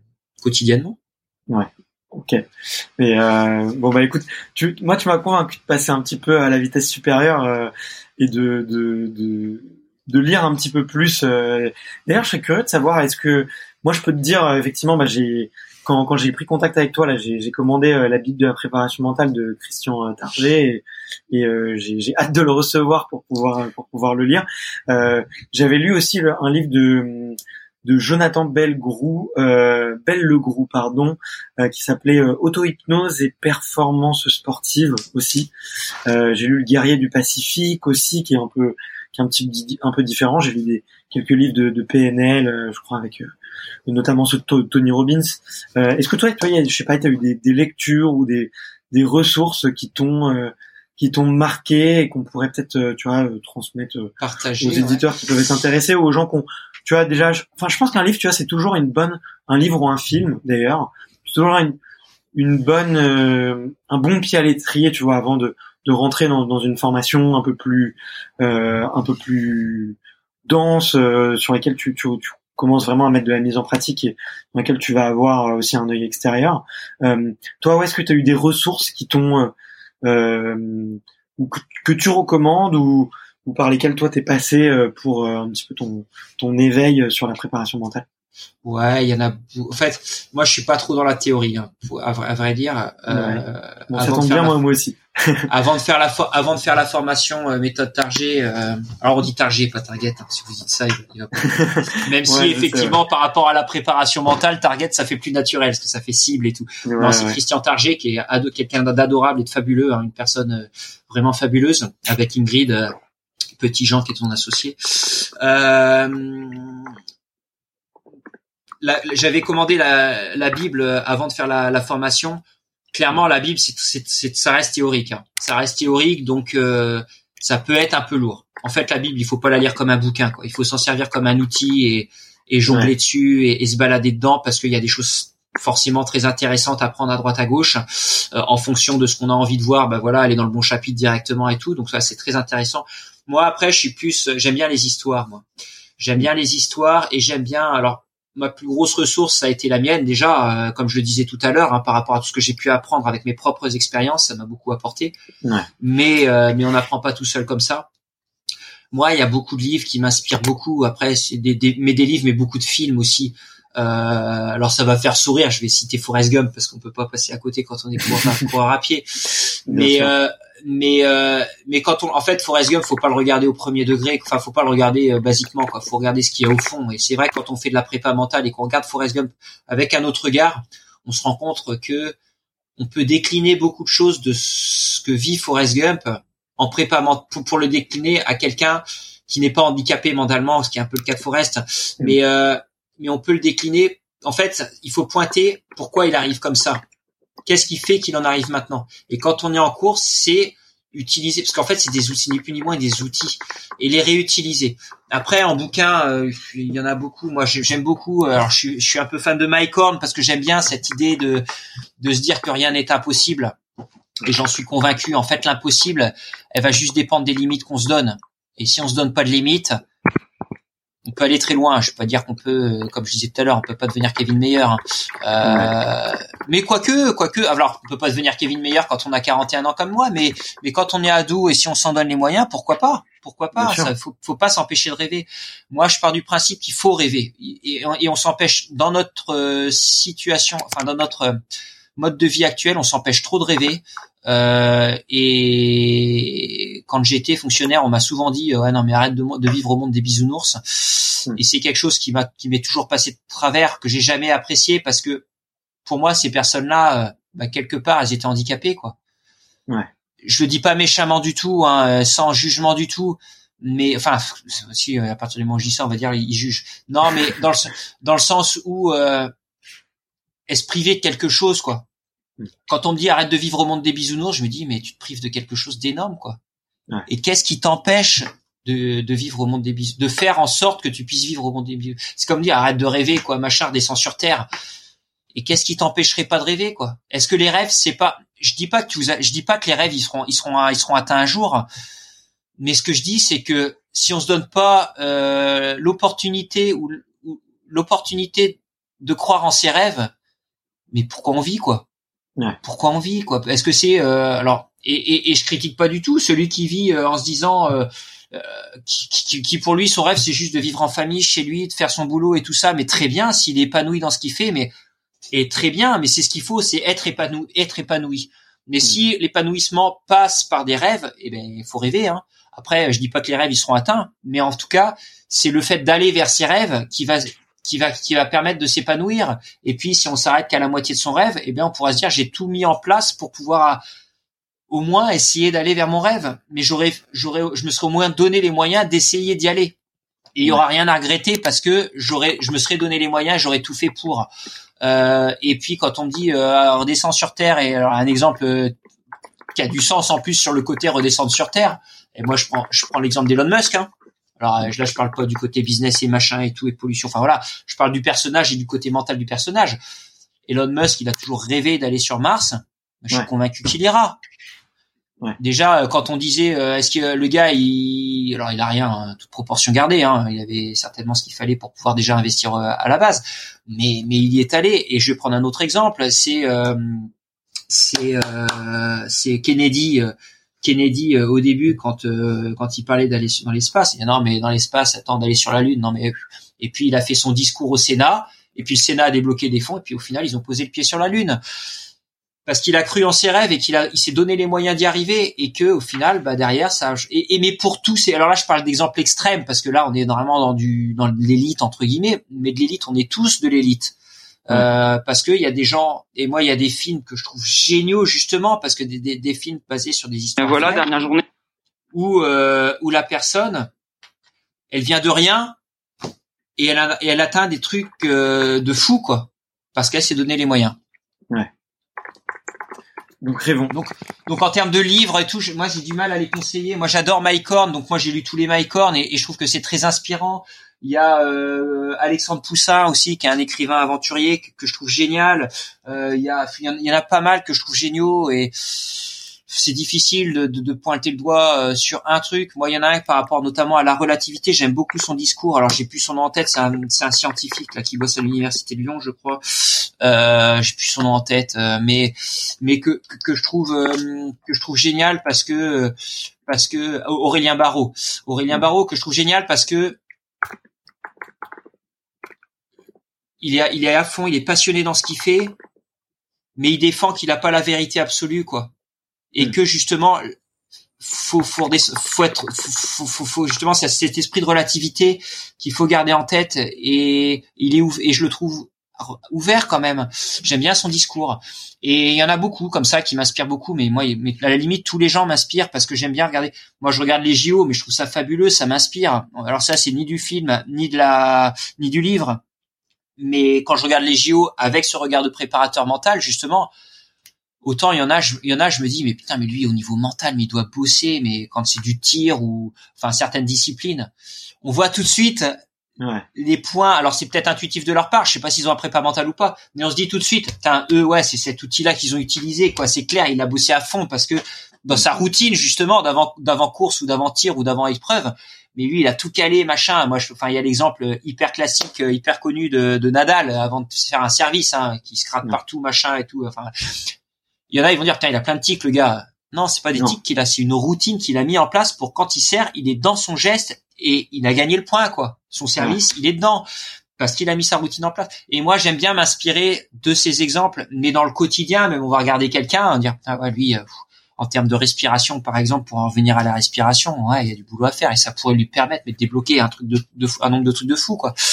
quotidiennement. Ouais. Ok. Mais euh, bon bah écoute, tu, moi tu m'as convaincu de passer un petit peu à la vitesse supérieure euh, et de, de de de lire un petit peu plus. Euh. D'ailleurs, je serais curieux de savoir, est-ce que moi je peux te dire euh, effectivement, bah j'ai quand quand j'ai pris contact avec toi là, j'ai j'ai commandé euh, la Bible de la préparation mentale de Christian euh, Target et, et euh, j'ai j'ai hâte de le recevoir pour pouvoir pour pouvoir le lire. Euh, j'avais lu aussi le, un livre de de Jonathan Bell-Grou, euh, Bell-Legrou, pardon, euh, qui s'appelait euh, Auto-hypnose et performance sportive aussi. Euh, j'ai lu Le Guerrier du Pacifique aussi, qui est un peu, qui est un petit, un peu différent. J'ai lu des, quelques livres de, de P N L, euh, je crois, avec euh, notamment ceux de Tony Robbins. Euh, est-ce que toi, toi, y a, je sais pas, t'as eu des, des lectures ou des, des ressources qui t'ont, euh, qui t'ont marqué et qu'on pourrait peut-être, euh, tu vois, euh, transmettre euh, Partager, aux éditeurs ouais. qui peuvent être intéressés ou aux gens qui ont, tu vois, déjà, je, enfin, je pense qu'un livre, tu vois, c'est toujours une bonne, un livre ou un film, d'ailleurs, c'est toujours une, une bonne, euh, un bon pied à l'étrier, tu vois, avant de, de rentrer dans, dans une formation un peu plus, euh, un peu plus dense, euh, sur laquelle tu, tu, tu commences vraiment à mettre de la mise en pratique et dans laquelle tu vas avoir aussi un œil extérieur. Euh, toi, où est-ce que tu as eu des ressources qui t'ont, euh, ou que, que tu recommandes ou ou par lesquels toi t'es passé pour euh, un petit peu ton ton éveil sur la préparation mentale? Ouais, il y en a. En fait, moi, je suis pas trop dans la théorie, hein, à, vrai, à vrai dire. Ouais. Euh, bon, ça tombe bien, la... moi, moi aussi. avant de faire la for... avant de faire la formation euh, méthode Target, euh... alors on dit Target, pas Target. Hein, si vous dites ça, il va, il va pas... même si ouais, effectivement, par rapport à la préparation mentale, Target, ça fait plus naturel parce que ça fait cible et tout. Ouais, non, c'est ouais. Christian Target qui est ado... quelqu'un d'adorable et de fabuleux, hein, une personne euh, vraiment fabuleuse, avec Ingrid, euh, Petit Jean qui est son associé. Euh... La, j'avais commandé la, la Bible avant de faire la, la formation. Clairement, la Bible, c'est, c'est, c'est, ça reste théorique. Hein. Ça reste théorique, donc euh, ça peut être un peu lourd. En fait, la Bible, il faut pas la lire comme un bouquin, quoi. Il faut s'en servir comme un outil et, et jongler ouais. dessus et, et se balader dedans parce qu'il y a des choses forcément très intéressantes à prendre à droite à gauche euh, en fonction de ce qu'on a envie de voir. Ben voilà, aller dans le bon chapitre directement et tout. Donc ça, c'est très intéressant. Moi, après, je suis plus, j'aime bien les histoires. Moi, j'aime bien les histoires et j'aime bien alors. Ma plus grosse ressource, ça a été la mienne déjà, euh, comme je le disais tout à l'heure, hein, par rapport à tout ce que j'ai pu apprendre avec mes propres expériences, ça m'a beaucoup apporté. Ouais. Mais euh, mais on n'apprend pas tout seul comme ça. Moi, il y a beaucoup de livres qui m'inspirent beaucoup. Après, c'est des, des mais des livres, mais beaucoup de films aussi. Euh, alors ça va faire sourire. Je vais citer Forrest Gump parce qu'on peut pas passer à côté quand on est coureur, coureur à pied. Mais euh, mais euh, mais quand on en fait Forrest Gump, faut pas le regarder au premier degré, enfin faut pas le regarder euh, basiquement quoi, faut regarder ce qu'il y a au fond. Et c'est vrai que quand on fait de la prépa mentale et qu'on regarde Forrest Gump avec un autre regard, on se rend compte que on peut décliner beaucoup de choses de ce que vit Forrest Gump en prépa pour, pour le décliner à quelqu'un qui n'est pas handicapé mentalement, ce qui est un peu le cas de Forrest, mais euh, mais on peut le décliner. En fait, il faut pointer pourquoi il arrive comme ça. Qu'est-ce qui fait qu'il en arrive maintenant? Et quand on est en course, c'est utiliser, parce qu'en fait, c'est des outils, ni plus ni moins, des outils, et les réutiliser. Après, en bouquin, euh, il y en a beaucoup. Moi, j'aime beaucoup. Alors, je suis, je suis un peu fan de Mike Horn parce que j'aime bien cette idée de de se dire que rien n'est impossible. Et j'en suis convaincu. En fait, l'impossible, elle va juste dépendre des limites qu'on se donne. Et si on se donne pas de limites, on peut aller très loin. Je peux pas dire qu'on peut, comme je disais tout à l'heure, on peut pas devenir Kevin Mayer. Hein. Euh, ouais. Mais quoique, quoique, alors on peut pas devenir Kevin Mayer quand on a quarante et un ans comme moi, mais mais quand on est ado et si on s'en donne les moyens, pourquoi pas? Pourquoi pas? Ça, faut, faut pas s'empêcher de rêver. Moi, je pars du principe qu'il faut rêver et, et, et on s'empêche dans notre situation, enfin dans notre mode de vie actuel, on s'empêche trop de rêver. Euh, et quand j'étais fonctionnaire, on m'a souvent dit ouais non mais arrête de, de vivre au monde des bisounours. Mmh. Et c'est quelque chose qui m'a qui m'est toujours passé de travers, que j'ai jamais apprécié parce que pour moi ces personnes-là, euh, bah, quelque part elles étaient handicapées quoi. Ouais. Je le dis pas méchamment du tout, hein, sans jugement du tout, mais enfin si à partir du moment où je dis ça, on va dire ils jugent. Non mais dans le dans le sens où euh, elles se privaient de quelque chose quoi. Quand on me dit arrête de vivre au monde des bisounours, je me dis mais tu te prives de quelque chose d'énorme quoi. Ouais. Et qu'est-ce qui t'empêche de, de vivre au monde des bisounours, de faire en sorte que tu puisses vivre au monde des bisounours? C'est comme dire arrête de rêver quoi, machin, descends sur terre. Et qu'est-ce qui t'empêcherait pas de rêver quoi? Est-ce que les rêves c'est pas, je dis pas que tu vous a... je dis pas que les rêves ils seront ils seront ils seront atteints un jour, mais ce que je dis c'est que si on se donne pas euh, l'opportunité ou, ou l'opportunité de croire en ses rêves, mais pourquoi on vit quoi? Ouais. Pourquoi on vit quoi? Est-ce que c'est euh, alors et, et, et je critique pas du tout celui qui vit euh, en se disant euh, euh, qui, qui, qui pour lui son rêve c'est juste de vivre en famille chez lui, de faire son boulot et tout ça, mais très bien s'il est épanoui dans ce qu'il fait, mais et très bien, mais c'est ce qu'il faut, c'est être épanoui, être épanoui. Mais mmh. si l'épanouissement passe par des rêves, eh ben il faut rêver hein. Après, je dis pas que les rêves ils seront atteints, mais en tout cas, c'est le fait d'aller vers ses rêves qui va qui va qui va permettre de s'épanouir. Et puis si on s'arrête qu'à la moitié de son rêve, eh bien on pourra se dire j'ai tout mis en place pour pouvoir au moins essayer d'aller vers mon rêve, mais j'aurais j'aurais je me serais au moins donné les moyens d'essayer d'y aller. Et il y aura rien à regretter parce que j'aurais je me serais donné les moyens, j'aurais tout fait pour. Euh, et puis quand on me dit euh, redescends sur terre, et alors un exemple euh, qui a du sens en plus sur le côté redescendre sur terre, et moi je prends je prends l'exemple d'Elon Musk hein. Alors là je parle pas du côté business et machin et tout et pollution, enfin voilà, je parle du personnage et du côté mental du personnage. Elon Musk, il a toujours rêvé d'aller sur Mars, je suis ouais. convaincu qu'il ira. Ouais. Déjà, quand on disait, euh, est-ce que le gars, il, alors il a rien, hein, toute proportion gardée, hein, il avait certainement ce qu'il fallait pour pouvoir déjà investir euh, à la base, mais mais il y est allé. Et je vais prendre un autre exemple, c'est euh, c'est euh, c'est Kennedy, euh, Kennedy euh, au début quand euh, quand il parlait d'aller dans l'espace, il dit non mais dans l'espace, attends d'aller sur la Lune, non mais et puis il a fait son discours au Sénat, et puis le Sénat a débloqué des fonds, et puis au final ils ont posé le pied sur la Lune. Parce qu'il a cru en ses rêves et qu'il a, il s'est donné les moyens d'y arriver et que au final, bah derrière ça. Et, et mais pour tous, c'est alors là je parle d'exemple extrême parce que là on est normalement dans du dans l'élite entre guillemets, mais de l'élite on est tous de l'élite ouais. euh, parce que il y a des gens et moi il y a des films que je trouve géniaux justement parce que des des, des films basés sur des histoires. Et voilà dernière journée où euh, où la personne, elle vient de rien et elle a, et elle atteint des trucs euh, de fou quoi parce qu'elle s'est donné les moyens. Ouais. Donc rêvons. Donc, donc en termes de livres et tout, je, moi j'ai du mal à les conseiller. Moi j'adore Mike Horn, donc moi j'ai lu tous les Mike Horn et, et je trouve que c'est très inspirant. Il y a euh, Alexandre Poussin aussi, qui est un écrivain aventurier que, que je trouve génial. Euh, il y a, il y en a pas mal que je trouve géniaux et c'est difficile de, de, de pointer le doigt euh, sur un truc. Moi, il y en a un par rapport notamment à la relativité. J'aime beaucoup son discours. Alors, j'ai plus son nom en tête. C'est un, c'est un scientifique là qui bosse à l'université de Lyon, je crois. Euh, j'ai plus son nom en tête, euh, mais mais que, que que je trouve euh, que je trouve génial parce que parce que Aurélien Barraud, Aurélien Barraud que je trouve génial parce que il est il est à fond, il est passionné dans ce qu'il fait, mais il défend qu'il a pas la vérité absolue quoi. Et que justement faut faut faut être faut faut, faut justement c'est cet esprit de relativité qu'il faut garder en tête et il est ouf, et je le trouve ouvert quand même. J'aime bien son discours et il y en a beaucoup comme ça qui m'inspirent beaucoup, mais moi mais à la limite tous les gens m'inspirent parce que j'aime bien regarder. Moi je regarde les J O mais je trouve ça fabuleux, ça m'inspire. Alors ça c'est ni du film ni de la ni du livre, mais quand je regarde les J O avec ce regard de préparateur mental justement, autant il y en a, je, il y en a, je me dis, mais putain, mais lui, au niveau mental, mais il doit bosser, mais quand c'est du tir ou, enfin, certaines disciplines, on voit tout de suite ouais. les points. Alors, c'est peut-être intuitif de leur part. Je sais pas s'ils ont un prépa mental ou pas, mais on se dit tout de suite, putain, eux, ouais, c'est cet outil-là qu'ils ont utilisé, quoi. C'est clair, il a bossé à fond parce que dans sa routine, justement, d'avant, d'avant course ou d'avant tir ou d'avant épreuve, mais lui, il a tout calé, machin. Moi, je, enfin, il y a l'exemple hyper classique, hyper connu de, de Nadal avant de faire un service, hein, qui se gratte ouais. partout, machin et tout. Enfin, il y en a, ils vont dire, putain, il a plein de tics, le gars. Non, c'est pas des non. tics qu'il a, c'est une routine qu'il a mis en place pour quand il sert, il est dans son geste et il a gagné le point, quoi. Son service, ouais. il est dedans parce qu'il a mis sa routine en place. Et moi, j'aime bien m'inspirer de ces exemples, mais dans le quotidien, même on va regarder quelqu'un, on va dire, ah ouais, lui, euh, en termes de respiration, par exemple, pour en revenir à la respiration, ouais, il y a du boulot à faire et ça pourrait lui permettre de débloquer un truc de, de un nombre de trucs de fou, quoi.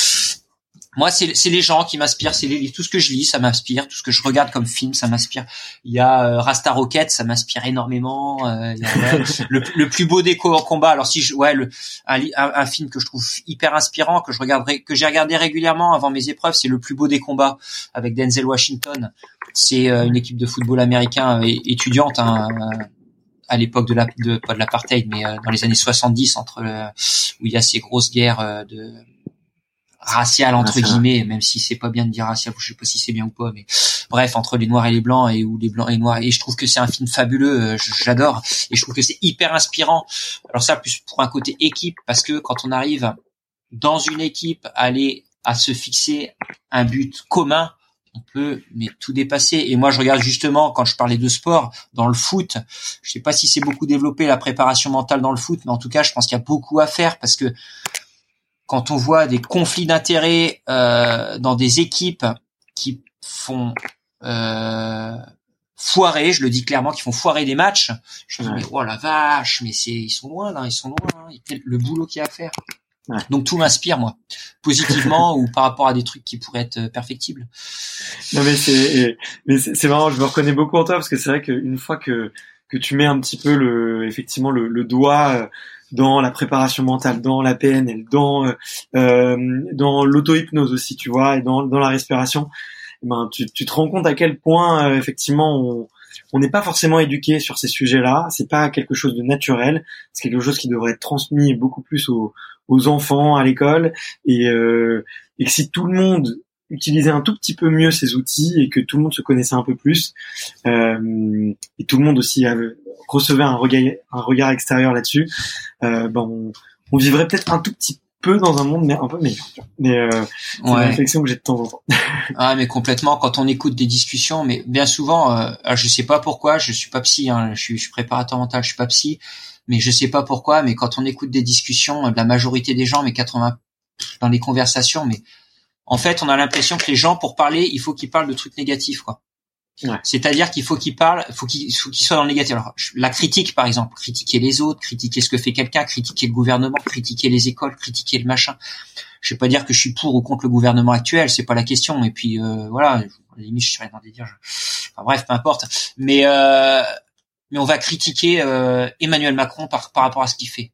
Moi, c'est, c'est les gens qui m'inspirent, c'est les livres. Tout ce que je lis, ça m'inspire. Tout ce que je regarde comme film, ça m'inspire. Il y a euh, Rasta Rocket, ça m'inspire énormément. Euh, il y a, ouais, le, le plus beau des combats. Alors si je, ouais, le, un, un, un film que je trouve hyper inspirant, que je regarderai, que j'ai regardé régulièrement avant mes épreuves, c'est Le plus beau des combats avec Denzel Washington. C'est euh, une équipe de football américain euh, étudiante. Hein, euh, à l'époque de la, de pas de l'apartheid, mais euh, dans les années soixante-dix, entre euh, où il y a ces grosses guerres euh, de racial entre ah, guillemets, même si c'est pas bien de dire racial, je sais pas si c'est bien ou pas, mais bref, entre les noirs et les blancs et où les blancs et les noirs, et je trouve que c'est un film fabuleux, j'adore, et je trouve que c'est hyper inspirant. Alors ça, plus pour un côté équipe, parce que quand on arrive dans une équipe à aller à se fixer un but commun, on peut mais tout dépasser. Et moi, je regarde justement quand je parlais de sport dans le foot. Je sais pas si c'est beaucoup développé la préparation mentale dans le foot, mais en tout cas, je pense qu'il y a beaucoup à faire parce que quand on voit des conflits d'intérêts euh, dans des équipes qui font euh, foirer, je le dis clairement, qui font foirer des matchs, je me dis, mais oh la vache, mais c'est, ils sont loin là, ils sont loin, hein, le boulot qu'il y a à faire. Ouais. Donc tout m'inspire, moi, positivement ou par rapport à des trucs qui pourraient être perfectibles. Non mais c'est, mais c'est, c'est marrant, je me reconnais beaucoup en toi parce que c'est vrai qu'une fois que que tu mets un petit peu le, effectivement le, le doigt dans la préparation mentale, dans la P N L, dans euh, dans l'auto-hypnose aussi, tu vois, et dans dans la respiration, ben tu tu te rends compte à quel point euh, effectivement on on n'est pas forcément éduqué sur ces sujets-là. C'est pas quelque chose de naturel. C'est quelque chose qui devrait être transmis beaucoup plus aux aux enfants à l'école et euh, et que si tout le monde utilisait un tout petit peu mieux ces outils et que tout le monde se connaissait un peu plus euh, et tout le monde aussi avait, recevait un regard un regard extérieur là-dessus, euh, ben on, on vivrait peut-être un tout petit peu dans un monde mais un peu meilleur. Mais euh, c'est ouais. Une réflexion que j'ai de temps en temps. Ah mais complètement, quand on écoute des discussions, mais bien souvent, euh, je sais pas pourquoi, je suis pas psy, hein, je suis, je suis préparateur mental, je suis pas psy, mais je sais pas pourquoi, mais quand on écoute des discussions de la majorité des gens, mais quatre-vingts dans les conversations, mais en fait, on a l'impression que les gens, pour parler, il faut qu'ils parlent de trucs négatifs, quoi. Ouais. C'est-à-dire qu'il faut qu'ils parlent, faut qu'ils, faut qu'ils soient dans le négatif. Alors, la critique, par exemple, critiquer les autres, critiquer ce que fait quelqu'un, critiquer le gouvernement, critiquer les écoles, critiquer le machin. Je vais pas dire que je suis pour ou contre le gouvernement actuel, c'est pas la question. Et puis euh, voilà, à la limite, je serais dans des dires. Je... Enfin bref, peu importe. Mais euh, mais on va critiquer euh, Emmanuel Macron par par rapport à ce qu'il fait.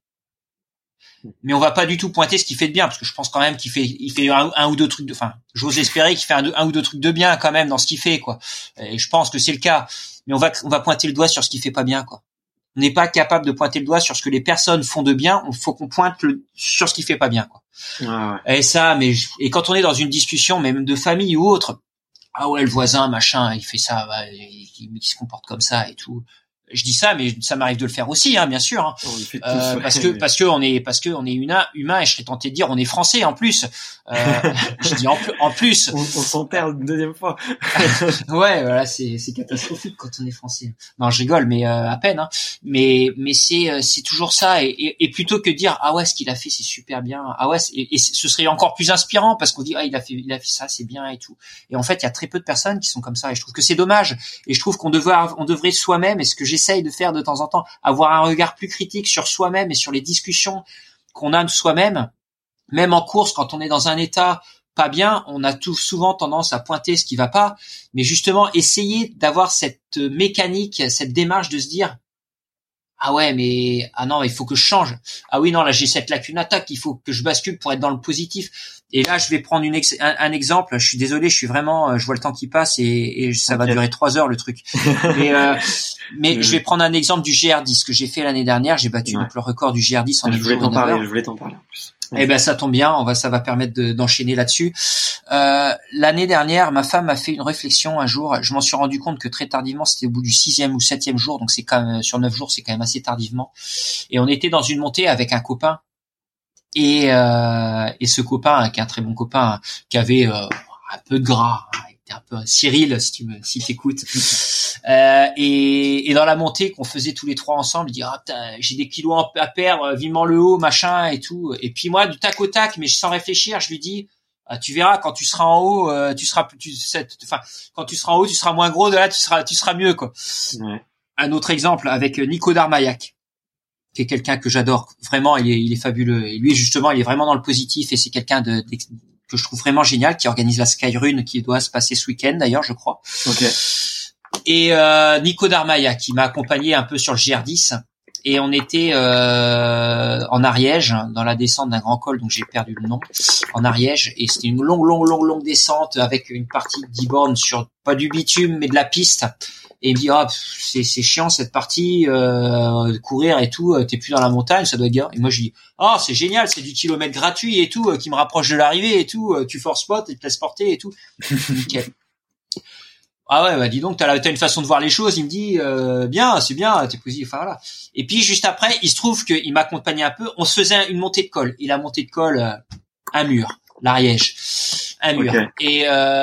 Mais on va pas du tout pointer ce qu'il fait de bien, parce que je pense quand même qu'il fait, il fait un, un ou deux trucs de, enfin, j'ose espérer qu'il fait un, un ou deux trucs de bien quand même dans ce qu'il fait, quoi. Et je pense que c'est le cas. Mais on va, on va pointer le doigt sur ce qu'il fait pas bien, quoi. On n'est pas capable de pointer le doigt sur ce que les personnes font de bien. Il faut qu'on pointe le, sur ce qu'il fait pas bien, quoi. Ah ouais. Et ça, mais, et quand on est dans une discussion, même de famille ou autre, ah ouais, le voisin, machin, il fait ça, bah, il, il se comporte comme ça et tout. Je dis ça, mais ça m'arrive de le faire aussi, hein, bien sûr, hein. Oh, euh, tous, parce que parce que on est parce que on est humain, humain, et je serais tenté de dire on est français en plus. Euh, je dis en, en plus. On, on s'enterre une deuxième fois. Ouais, voilà, c'est c'est catastrophique quand on est français. Non, je rigole, mais euh, à peine. Hein. Mais mais c'est c'est toujours ça, et, et, et plutôt que de dire ah ouais, ce qu'il a fait c'est super bien, ah ouais, et, et ce serait encore plus inspirant parce qu'on dit ah il a fait il a fait ça c'est bien et tout. Et en fait, il y a très peu de personnes qui sont comme ça, et je trouve que c'est dommage. Et je trouve qu'on devrait on devrait soi-même, et ce que j'ai j'essaye de faire de temps en temps, avoir un regard plus critique sur soi-même et sur les discussions qu'on a de soi-même. Même en course, quand on est dans un état pas bien, on a tout souvent tendance à pointer ce qui va pas, mais justement essayer d'avoir cette mécanique, cette démarche de se dire ah ouais, mais ah non, il faut que je change. Ah oui, non, là j'ai cette lacune attaque, il faut que je bascule pour être dans le positif. Et là, je vais prendre une ex- un, un exemple. Je suis désolé, je suis vraiment, je vois le temps qui passe et, et ça okay. va durer trois heures le truc. mais euh, mais je vais prendre un exemple du G R dix que j'ai fait l'année dernière. J'ai battu ouais. donc le record du G R dix en je voulais t'en parler. Je voulais t'en parler en plus. Eh ben ça tombe bien, on va ça va permettre de, d'enchaîner là-dessus. Euh, l'année dernière, ma femme a fait une réflexion un jour. Je m'en suis rendu compte que très tardivement, c'était au bout du sixième ou septième jour, donc c'est quand même sur neuf jours, c'est quand même assez tardivement. Et on était dans une montée avec un copain. Et, euh, et ce copain, qui est un très bon copain, qui avait euh, un peu de gras, hein, était un peu Cyril, si tu me, si t'écoutes. Euh, et, et dans la montée qu'on faisait tous les trois ensemble, il dit ah putain, j'ai des kilos à perdre, vivement le haut, machin et tout. Et puis moi, du tac au tac, mais sans réfléchir, je lui dis ah, tu verras quand tu seras en haut, euh, tu seras plus, tu, enfin quand tu seras en haut, tu seras moins gros. De là, tu seras, tu seras mieux quoi. Ouais. Un autre exemple avec Nico Darmaillac, qui est quelqu'un que j'adore vraiment, il est, il est fabuleux. Et lui, justement, il est vraiment dans le positif et c'est quelqu'un de, de que je trouve vraiment génial, qui organise la Skyrun qui doit se passer ce week-end d'ailleurs, je crois. Ok. Et euh, Nico Darmaillac qui m'a accompagné un peu sur le G R dix et on était euh, en Ariège dans la descente d'un grand col dont j'ai perdu le nom, en Ariège, et c'était une longue, longue, longue, longue descente avec une partie de dix bornes sur pas du bitume mais de la piste. Et il me dit ah oh, c'est c'est chiant cette partie euh, courir et tout, t'es plus dans la montagne, ça doit être bien. Et moi je dis ah oh, c'est génial, c'est du kilomètre gratuit et tout, euh, qui me rapproche de l'arrivée et tout, euh, tu forces pas, tu te laisses porter et tout. Nickel. Ah ouais, bah dis donc t'as, t'as une façon de voir les choses. Il me dit euh, bien, c'est bien, t'es positif. Enfin voilà. Et puis juste après, il se trouve qu'il m'accompagnait un peu. On se faisait une montée de col et la montée de col, euh, un mur, l'Ariège. un mur. Okay. Et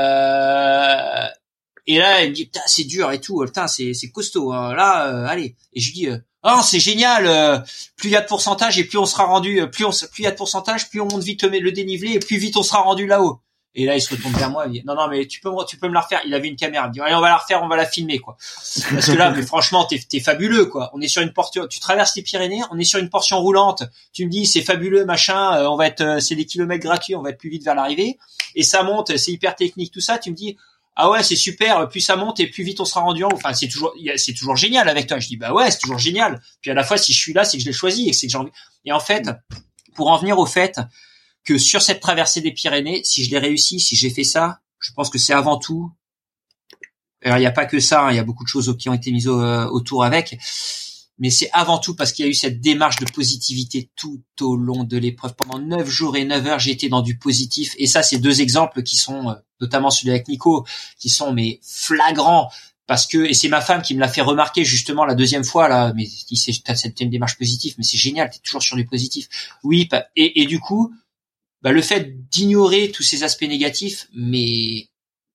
euh, et là, elle me dit, putain, c'est dur et tout, putain, c'est c'est costaud. Hein. Là, euh, allez. Et je lui dis, euh, oh, c'est génial. Euh, plus il y a de pourcentage et plus on sera rendu, plus on, plus il y a de pourcentage, plus on monte vite le, le dénivelé et plus vite on sera rendu là-haut. Et là, il se retourne vers moi, il me dit, non, non, mais tu peux me, tu peux me la refaire. Il avait une caméra. Il me dit, allez, on va la refaire, on va la filmer, quoi. Parce que là, mais franchement, t'es, t'es fabuleux, quoi. On est sur une portion, tu traverses les Pyrénées, on est sur une portion roulante. Tu me dis, c'est fabuleux, machin, euh, on va être, euh, c'est des kilomètres gratuits, on va être plus vite vers l'arrivée. Et ça monte, c'est hyper technique, tout ça. Tu me dis, ah ouais, c'est super, plus ça monte et plus vite on sera rendu en haut. Enfin, c'est toujours, c'est toujours génial avec toi. Je dis, bah ouais, c'est toujours génial. Puis à la fois, si je suis là, c'est que je l'ai choisi et que c'est que j'ai envie. Et en fait, pour en venir au fait, que sur cette traversée des Pyrénées, si je l'ai réussi, si j'ai fait ça, je pense que c'est avant tout. Alors il n'y a pas que ça, hein, il y a beaucoup de choses qui ont été mises au, euh, autour avec, mais c'est avant tout parce qu'il y a eu cette démarche de positivité tout au long de l'épreuve. Pendant neuf jours et neuf heures, j'ai été dans du positif. Et ça, c'est deux exemples qui sont, euh, notamment celui avec Nico, qui sont mais flagrants. Parce que, et c'est ma femme qui me l'a fait remarquer justement la deuxième fois là, mais t'as cette une démarche positive, mais c'est génial, t'es toujours sur du positif. Oui, et, et du coup. Bah, le fait d'ignorer tous ces aspects négatifs, mais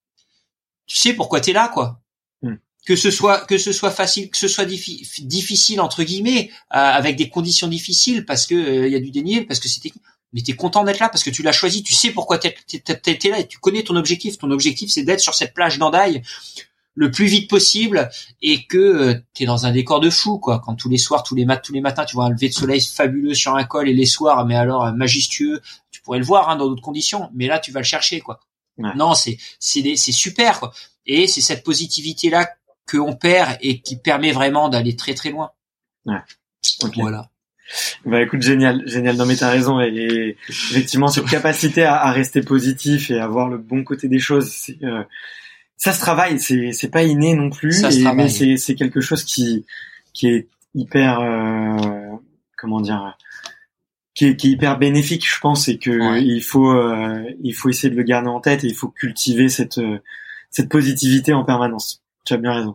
tu sais pourquoi t'es là, quoi. Mm. Que ce soit, que ce soit facile, que ce soit diffi- difficile, entre guillemets, euh, avec des conditions difficiles, parce que il euh, y a du dénivelé, parce que c'est technique. Mais t'es content d'être là, parce que tu l'as choisi, tu sais pourquoi t'es, t'es, t'es, t'es là, et tu connais ton objectif. Ton objectif, c'est d'être sur cette plage d'Hendaye le plus vite possible, et que euh, t'es dans un décor de fou, quoi. Quand tous les soirs, tous les mat- tous les matins, tu vois un lever de soleil fabuleux sur un col, et les soirs, mais alors euh, majestueux. Tu pourrais le voir hein, dans d'autres conditions, mais là tu vas le chercher, quoi. Ouais. Non, c'est c'est des, c'est super, quoi. Et c'est cette positivité là que on perd et qui permet vraiment d'aller très très loin. Ouais. Okay. Voilà. Bah écoute, génial, génial. Non mais t'as raison. Et, et effectivement, cette capacité à, à rester positif et à voir le bon côté des choses, c'est, euh, ça se travaille. C'est c'est pas inné non plus. Ça et, mais c'est c'est quelque chose qui qui est hyper euh, comment dire. Qui est, qui est hyper bénéfique, je pense, et que ouais. il faut euh, il faut essayer de le garder en tête et il faut cultiver cette euh, cette positivité en permanence. Tu as bien raison.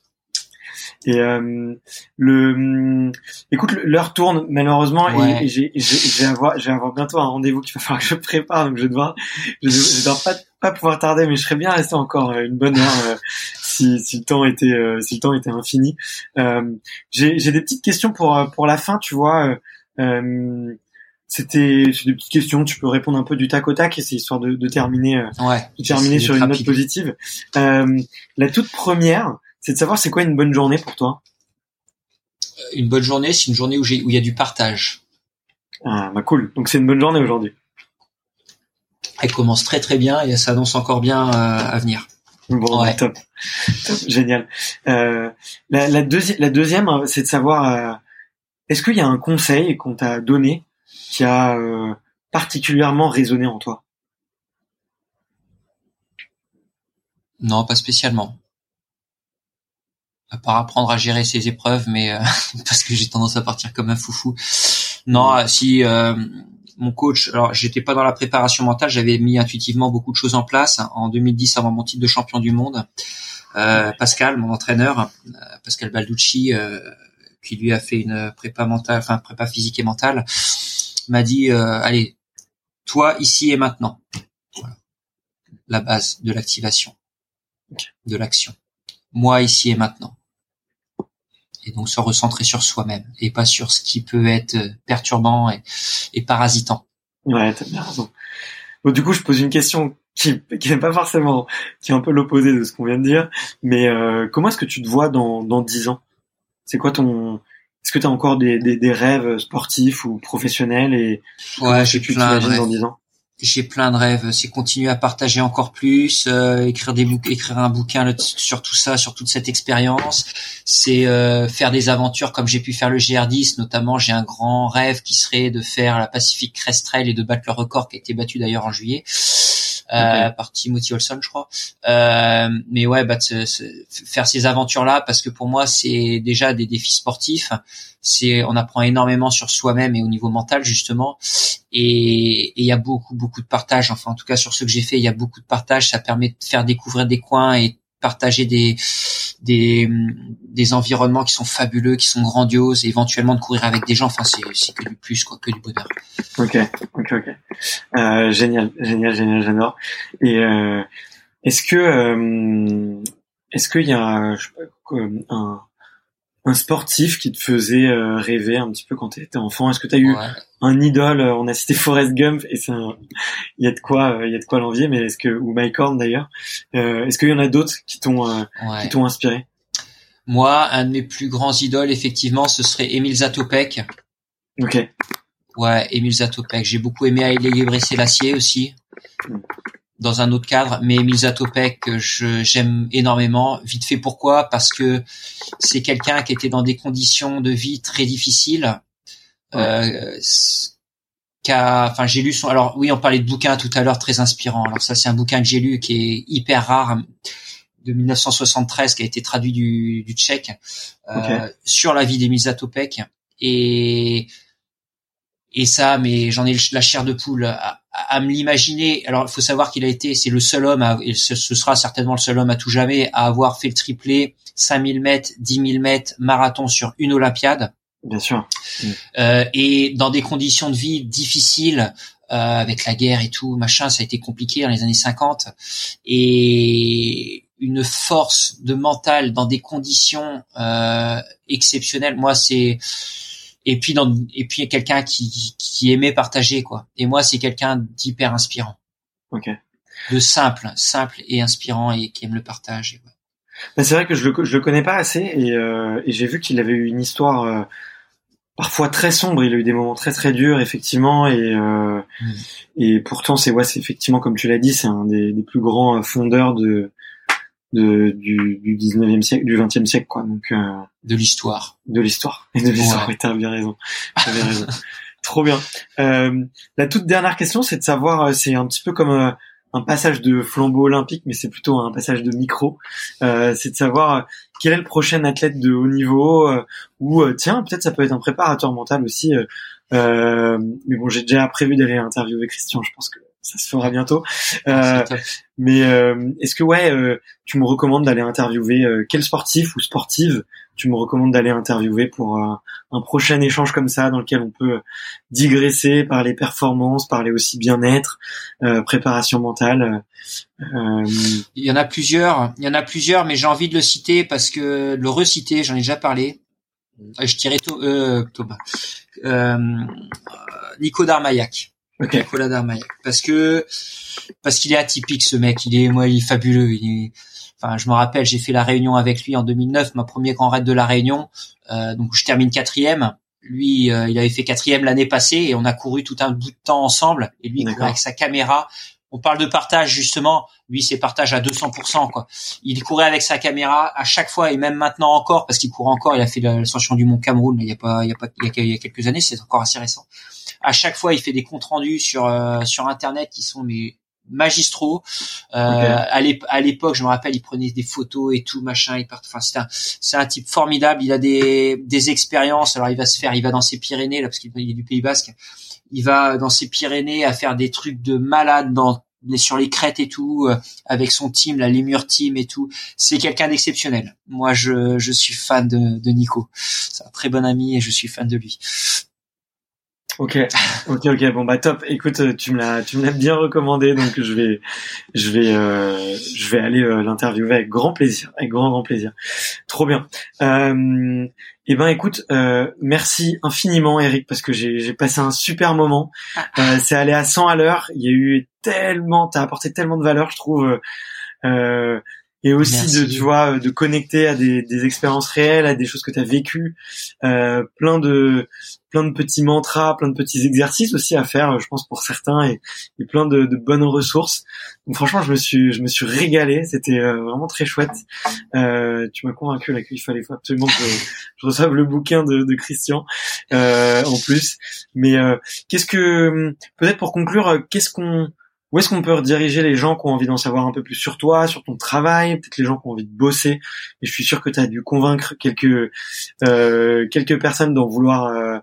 Et euh, le écoute, l'heure tourne malheureusement ouais. et, et j'ai, j'ai je vais avoir je vais avoir bientôt un rendez-vous qu'il va falloir que je prépare, donc je vais devoir je, je dois pas pas pouvoir tarder, mais je serais bien resté encore une bonne heure euh, si si le temps était euh, si le temps était infini. Euh, j'ai j'ai des petites questions pour pour la fin, tu vois. Euh, euh, C'était c'est des petites questions, tu peux répondre un peu du tac au tac et c'est histoire de, de terminer, euh, ouais, de terminer sur une rapide. Note positive. Euh, la toute première, c'est de savoir c'est quoi une bonne journée pour toi. Une bonne journée, c'est une journée où j'ai où il y a du partage. Ah bah cool. Donc c'est une bonne journée aujourd'hui. Elle commence très très bien et elle s'annonce encore bien euh, à venir. Bon, ouais. top. top, génial. Euh, la, la, deuxi- la deuxième, c'est de savoir euh, est-ce qu'il y a un conseil qu'on t'a donné qui a euh, particulièrement résonné en toi? Non, pas spécialement. À part apprendre à gérer ses épreuves, mais euh, parce que j'ai tendance à partir comme un foufou. Non, mmh. si euh, mon coach, alors j'étais pas dans la préparation mentale, j'avais mis intuitivement beaucoup de choses en place en deux mille dix avant mon titre de champion du monde. Euh, Pascal, mon entraîneur, Pascal Balducci, euh, qui lui a fait une prépa mentale, enfin prépa physique et mentale, m'a dit euh, allez, toi ici et maintenant. Voilà. La base de l'activation, de l'action. Moi ici et maintenant. Et donc se recentrer sur soi-même et pas sur ce qui peut être perturbant et, et parasitant. Ouais, t'as bien raison. Bon, du coup, je pose une question qui qui n'est pas forcément, qui est un peu l'opposé de ce qu'on vient de dire, mais euh, comment est-ce que tu te vois dans dans dix ans? C'est quoi ton Est-ce que tu as encore des, des, des rêves sportifs ou professionnels et ouais, j'ai plein de rêves. Dans dix ans J'ai plein de rêves. C'est continuer à partager encore plus, euh, écrire des bouquins, écrire un bouquin sur tout ça, sur toute cette expérience. C'est euh, faire des aventures comme j'ai pu faire le G R dix. Notamment, j'ai un grand rêve qui serait de faire la Pacific Crest Trail et de battre le record qui a été battu d'ailleurs en juillet. Euh, okay. Par Timothy Olson, je crois. Euh, mais ouais, bah, t- t- faire ces aventures-là, parce que pour moi, c'est déjà des défis sportifs. C'est, on apprend énormément sur soi-même et au niveau mental justement. Et il y a beaucoup, beaucoup de partage. Enfin, en tout cas, sur ce que j'ai fait, il y a beaucoup de partage. Ça permet de faire découvrir des coins et partager des des des environnements qui sont fabuleux, qui sont grandioses, et éventuellement de courir avec des gens. Enfin, c'est c'est que du plus, quoi, que du bonheur. Ok, ok, ok. Euh, génial, génial, génial, j'adore. Et euh, est-ce que euh, est-ce qu'il y a je sais pas, un un sportif qui te faisait euh, rêver un petit peu quand tu étais enfant? Est-ce que tu as eu Ouais. un idole? On a cité Forrest Gump et c'est un... il y a de quoi il y a de quoi l'envier, mais est-ce que ou Mike Horn d'ailleurs, euh, est-ce qu'il y en a d'autres qui t'ont euh, Ouais. qui t'ont inspiré? Moi, un de mes plus grands idoles, effectivement, ce serait Émile Zatopek. Ok. Ouais, Émile Zatopek. J'ai beaucoup aimé Haïlé Gebrselassie aussi, dans un autre cadre. Mais Émile Zatopek, je, j'aime énormément. Vite fait, pourquoi? Parce que c'est quelqu'un qui était dans des conditions de vie très difficiles. Ouais. Euh, qu'a, enfin, j'ai lu son, alors oui, on parlait de bouquin tout à l'heure, très inspirant. Alors ça, c'est un bouquin que j'ai lu qui est hyper rare, de dix-neuf cent soixante-treize, qui a été traduit du, du tchèque, euh, okay. sur la vie d'Émile Zatopek. Et, et ça, mais j'en ai la chair de poule à, à, à me l'imaginer. Alors, il faut savoir qu'il a été, c'est le seul homme, à, et ce, ce sera certainement le seul homme à tout jamais, à avoir fait le triplé, cinq mille mètres, dix mille mètres, marathon sur une Olympiade. Bien sûr. Mmh. Euh, et dans des conditions de vie difficiles, euh, avec la guerre et tout, machin, ça a été compliqué dans les années cinquante. Et une force de mental dans des conditions euh, exceptionnelles. Moi, c'est et puis dans et puis quelqu'un qui qui aimait partager, quoi. Et moi, c'est quelqu'un d'hyper inspirant. Ok. De simple, simple et inspirant, et qui aime le partage. Et ouais. Ben, c'est vrai que je le je le connais pas assez, et euh, et j'ai vu qu'il avait eu une histoire euh, parfois très sombre. Il a eu des moments très très durs, effectivement, et euh, mmh. et pourtant c'est ouais c'est effectivement, comme tu l'as dit, c'est un des, des plus grands fondeurs de de du du dix-neuvième siècle, du vingtième siècle, quoi. Donc euh, de l'histoire, de l'histoire et de l'histoire. Ouais. Ouais, t'as bien raison, t'as bien raison. Trop bien. Euh, la toute dernière question, c'est de savoir, c'est un petit peu comme euh, un passage de flambeau olympique, mais c'est plutôt un passage de micro. Euh, c'est de savoir euh, quel est le prochain athlète de haut niveau, euh, ou euh, tiens, peut-être ça peut être un préparateur mental aussi. Euh, euh, mais bon, j'ai déjà prévu d'aller interviewer Christian. Je pense que ça se fera bientôt. Euh, mais euh, est-ce que ouais, euh, tu me recommandes d'aller interviewer euh, quel sportif ou sportive tu me recommandes d'aller interviewer pour euh, un prochain échange comme ça, dans lequel on peut digresser, parler performance, parler aussi bien-être, euh, préparation mentale. Euh... Il y en a plusieurs, il y en a plusieurs, mais j'ai envie de le citer parce que de le reciter, j'en ai déjà parlé. Je dirais euh, Thomas, euh, Nico Darmaillac. Okay. Nicolas Darmaillac, parce que parce qu'il est atypique, ce mec. Il est, moi, il est fabuleux. Il est, enfin, je me rappelle, j'ai fait la Réunion avec lui en deux mille neuf, ma premier grand raid de la Réunion. Euh, donc je termine quatrième. Lui, euh, il avait fait quatrième l'année passée et on a couru tout un bout de temps ensemble. Et lui, il courait avec sa caméra. On parle de partage, justement. Lui, c'est partage à deux cents pour cent, quoi. Il courait avec sa caméra à chaque fois, et même maintenant encore, parce qu'il court encore. Il a fait l'ascension du Mont Cameroun, il y a pas, il y a pas, il y a, il y a quelques années. C'est encore assez récent. À chaque fois, il fait des comptes rendus sur euh, sur Internet qui sont mais magistraux. Euh, okay. À l'époque, je me rappelle, il prenait des photos et tout, machin. Il part, enfin, c'est un c'est un type formidable. Il a des des expériences. Alors, il va se faire, il va dans ses Pyrénées là, parce qu'il est du Pays Basque. Il va dans ses Pyrénées à faire des trucs de malade dans sur les crêtes et tout, euh, avec son team, la Lemur Team et tout. C'est quelqu'un d'exceptionnel. Moi, je je suis fan de de Nico. C'est un très bon ami et je suis fan de lui. Ok, ok, ok. Bon bah top. Écoute, tu me l'as, tu me l'as bien recommandé, donc je vais, je vais, euh, je vais aller euh, l'interviewer avec grand plaisir, avec grand grand plaisir. Trop bien. Euh, et ben écoute, euh, merci infiniment Eric, parce que j'ai, j'ai passé un super moment. Euh, c'est allé à cent à l'heure. Il y a eu tellement, t'as apporté tellement de valeur, je trouve. Euh, et aussi Merci. de tu vois de connecter à des, des expériences réelles, à des choses que tu as vécues, euh, plein de plein de petits mantras, plein de petits exercices aussi à faire, je pense, pour certains, et, et plein de, de bonnes ressources. Donc franchement, je me suis je me suis régalé, c'était euh, vraiment très chouette. Euh, tu m'as convaincu là qu'il fallait absolument que je, je reçoive le bouquin de, de Christian euh, en plus. Mais euh, qu'est-ce que peut-être pour conclure, qu'est-ce qu'on Où est-ce qu'on peut rediriger les gens qui ont envie d'en savoir un peu plus sur toi, sur ton travail, peut-être les gens qui ont envie de bosser? Et je suis sûr que tu as dû convaincre quelques euh, quelques personnes d'en vouloir euh,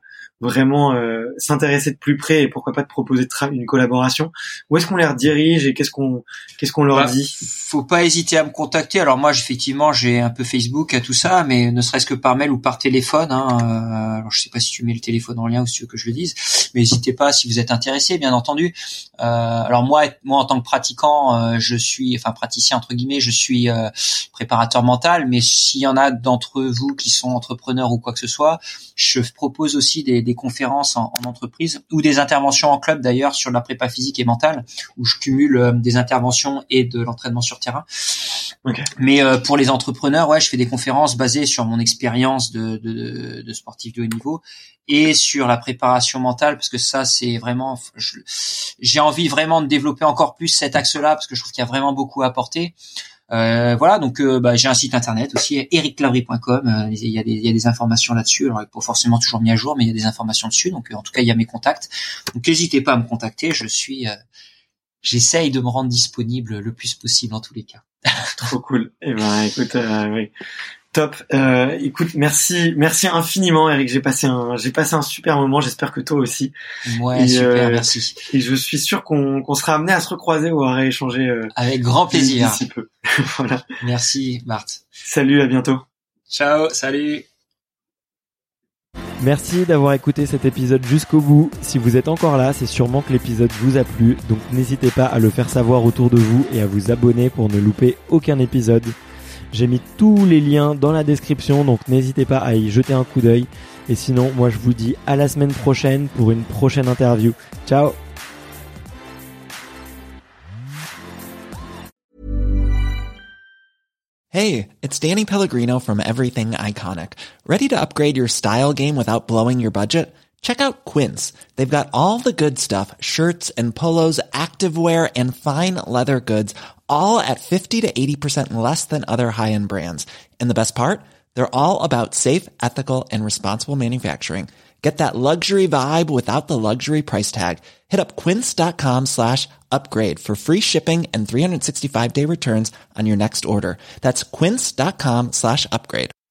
vraiment euh, s'intéresser de plus près et pourquoi pas te proposer de tra- une collaboration, où est-ce qu'on les redirige et qu'est-ce qu'on qu'est-ce qu'on leur bah, dit? Faut pas hésiter à me contacter. Alors moi, effectivement, j'ai un peu Facebook à tout ça, mais ne serait-ce que par mail ou par téléphone. Hein. Euh, alors je sais pas si tu mets le téléphone en lien ou si tu veux que je le dise, mais n'hésitez pas si vous êtes intéressé, bien entendu. Euh, alors moi, moi en tant que pratiquant, euh, je suis, enfin praticien entre guillemets, je suis euh, préparateur mental. Mais s'il y en a d'entre vous qui sont entrepreneurs ou quoi que ce soit, je propose aussi des, des conférences en, en entreprise ou des interventions en club d'ailleurs sur la prépa physique et mentale, où je cumule euh, des interventions et de l'entraînement sur terrain. Okay. Mais euh, pour les entrepreneurs, ouais, je fais des conférences basées sur mon expérience de, de, de sportif de haut niveau et sur la préparation mentale, parce que ça, c'est vraiment, je, j'ai envie vraiment de développer encore plus cet axe-là, parce que je trouve qu'il y a vraiment beaucoup à apporter. Euh, voilà, donc euh, bah, j'ai un site internet aussi, eric lavry point com. Euh, il y a des il y a des informations là-dessus. Alors, il n'est pas forcément toujours mis à jour, mais il y a des informations dessus. Donc, euh, en tout cas, il y a mes contacts. Donc, n'hésitez pas à me contacter. Je suis, euh, j'essaye de me rendre disponible le plus possible en tous les cas. Trop cool. Eh ben, écoute, euh, oui. Top. Euh, écoute, merci, merci infiniment, Eric. J'ai passé un, j'ai passé un super moment. J'espère que toi aussi. Ouais, et, super, euh, merci. Et je suis sûr qu'on, qu'on sera amené à se recroiser ou à rééchanger. Euh, Avec grand plaisir. D'ici peu. Voilà. Merci, Marthe. Salut, à bientôt. Ciao, salut. Merci d'avoir écouté cet épisode jusqu'au bout. Si vous êtes encore là, c'est sûrement que l'épisode vous a plu. Donc n'hésitez pas à le faire savoir autour de vous et à vous abonner pour ne louper aucun épisode. J'ai mis tous les liens dans la description, donc n'hésitez pas à y jeter un coup d'œil. Et sinon, moi je vous dis à la semaine prochaine pour une prochaine interview. Ciao! Hey, it's Danny Pellegrino from Everything Iconic. Ready to upgrade your style game without blowing your budget? Check out Quince. They've got all the good stuff, shirts and polos, activewear, and fine leather goods, all at fifty to eighty percent less than other high-end brands. And the best part? They're all about safe, ethical, and responsible manufacturing. Get that luxury vibe without the luxury price tag. Hit up quince.com slash upgrade for free shipping and three sixty-five day returns on your next order. That's quince.com slash upgrade.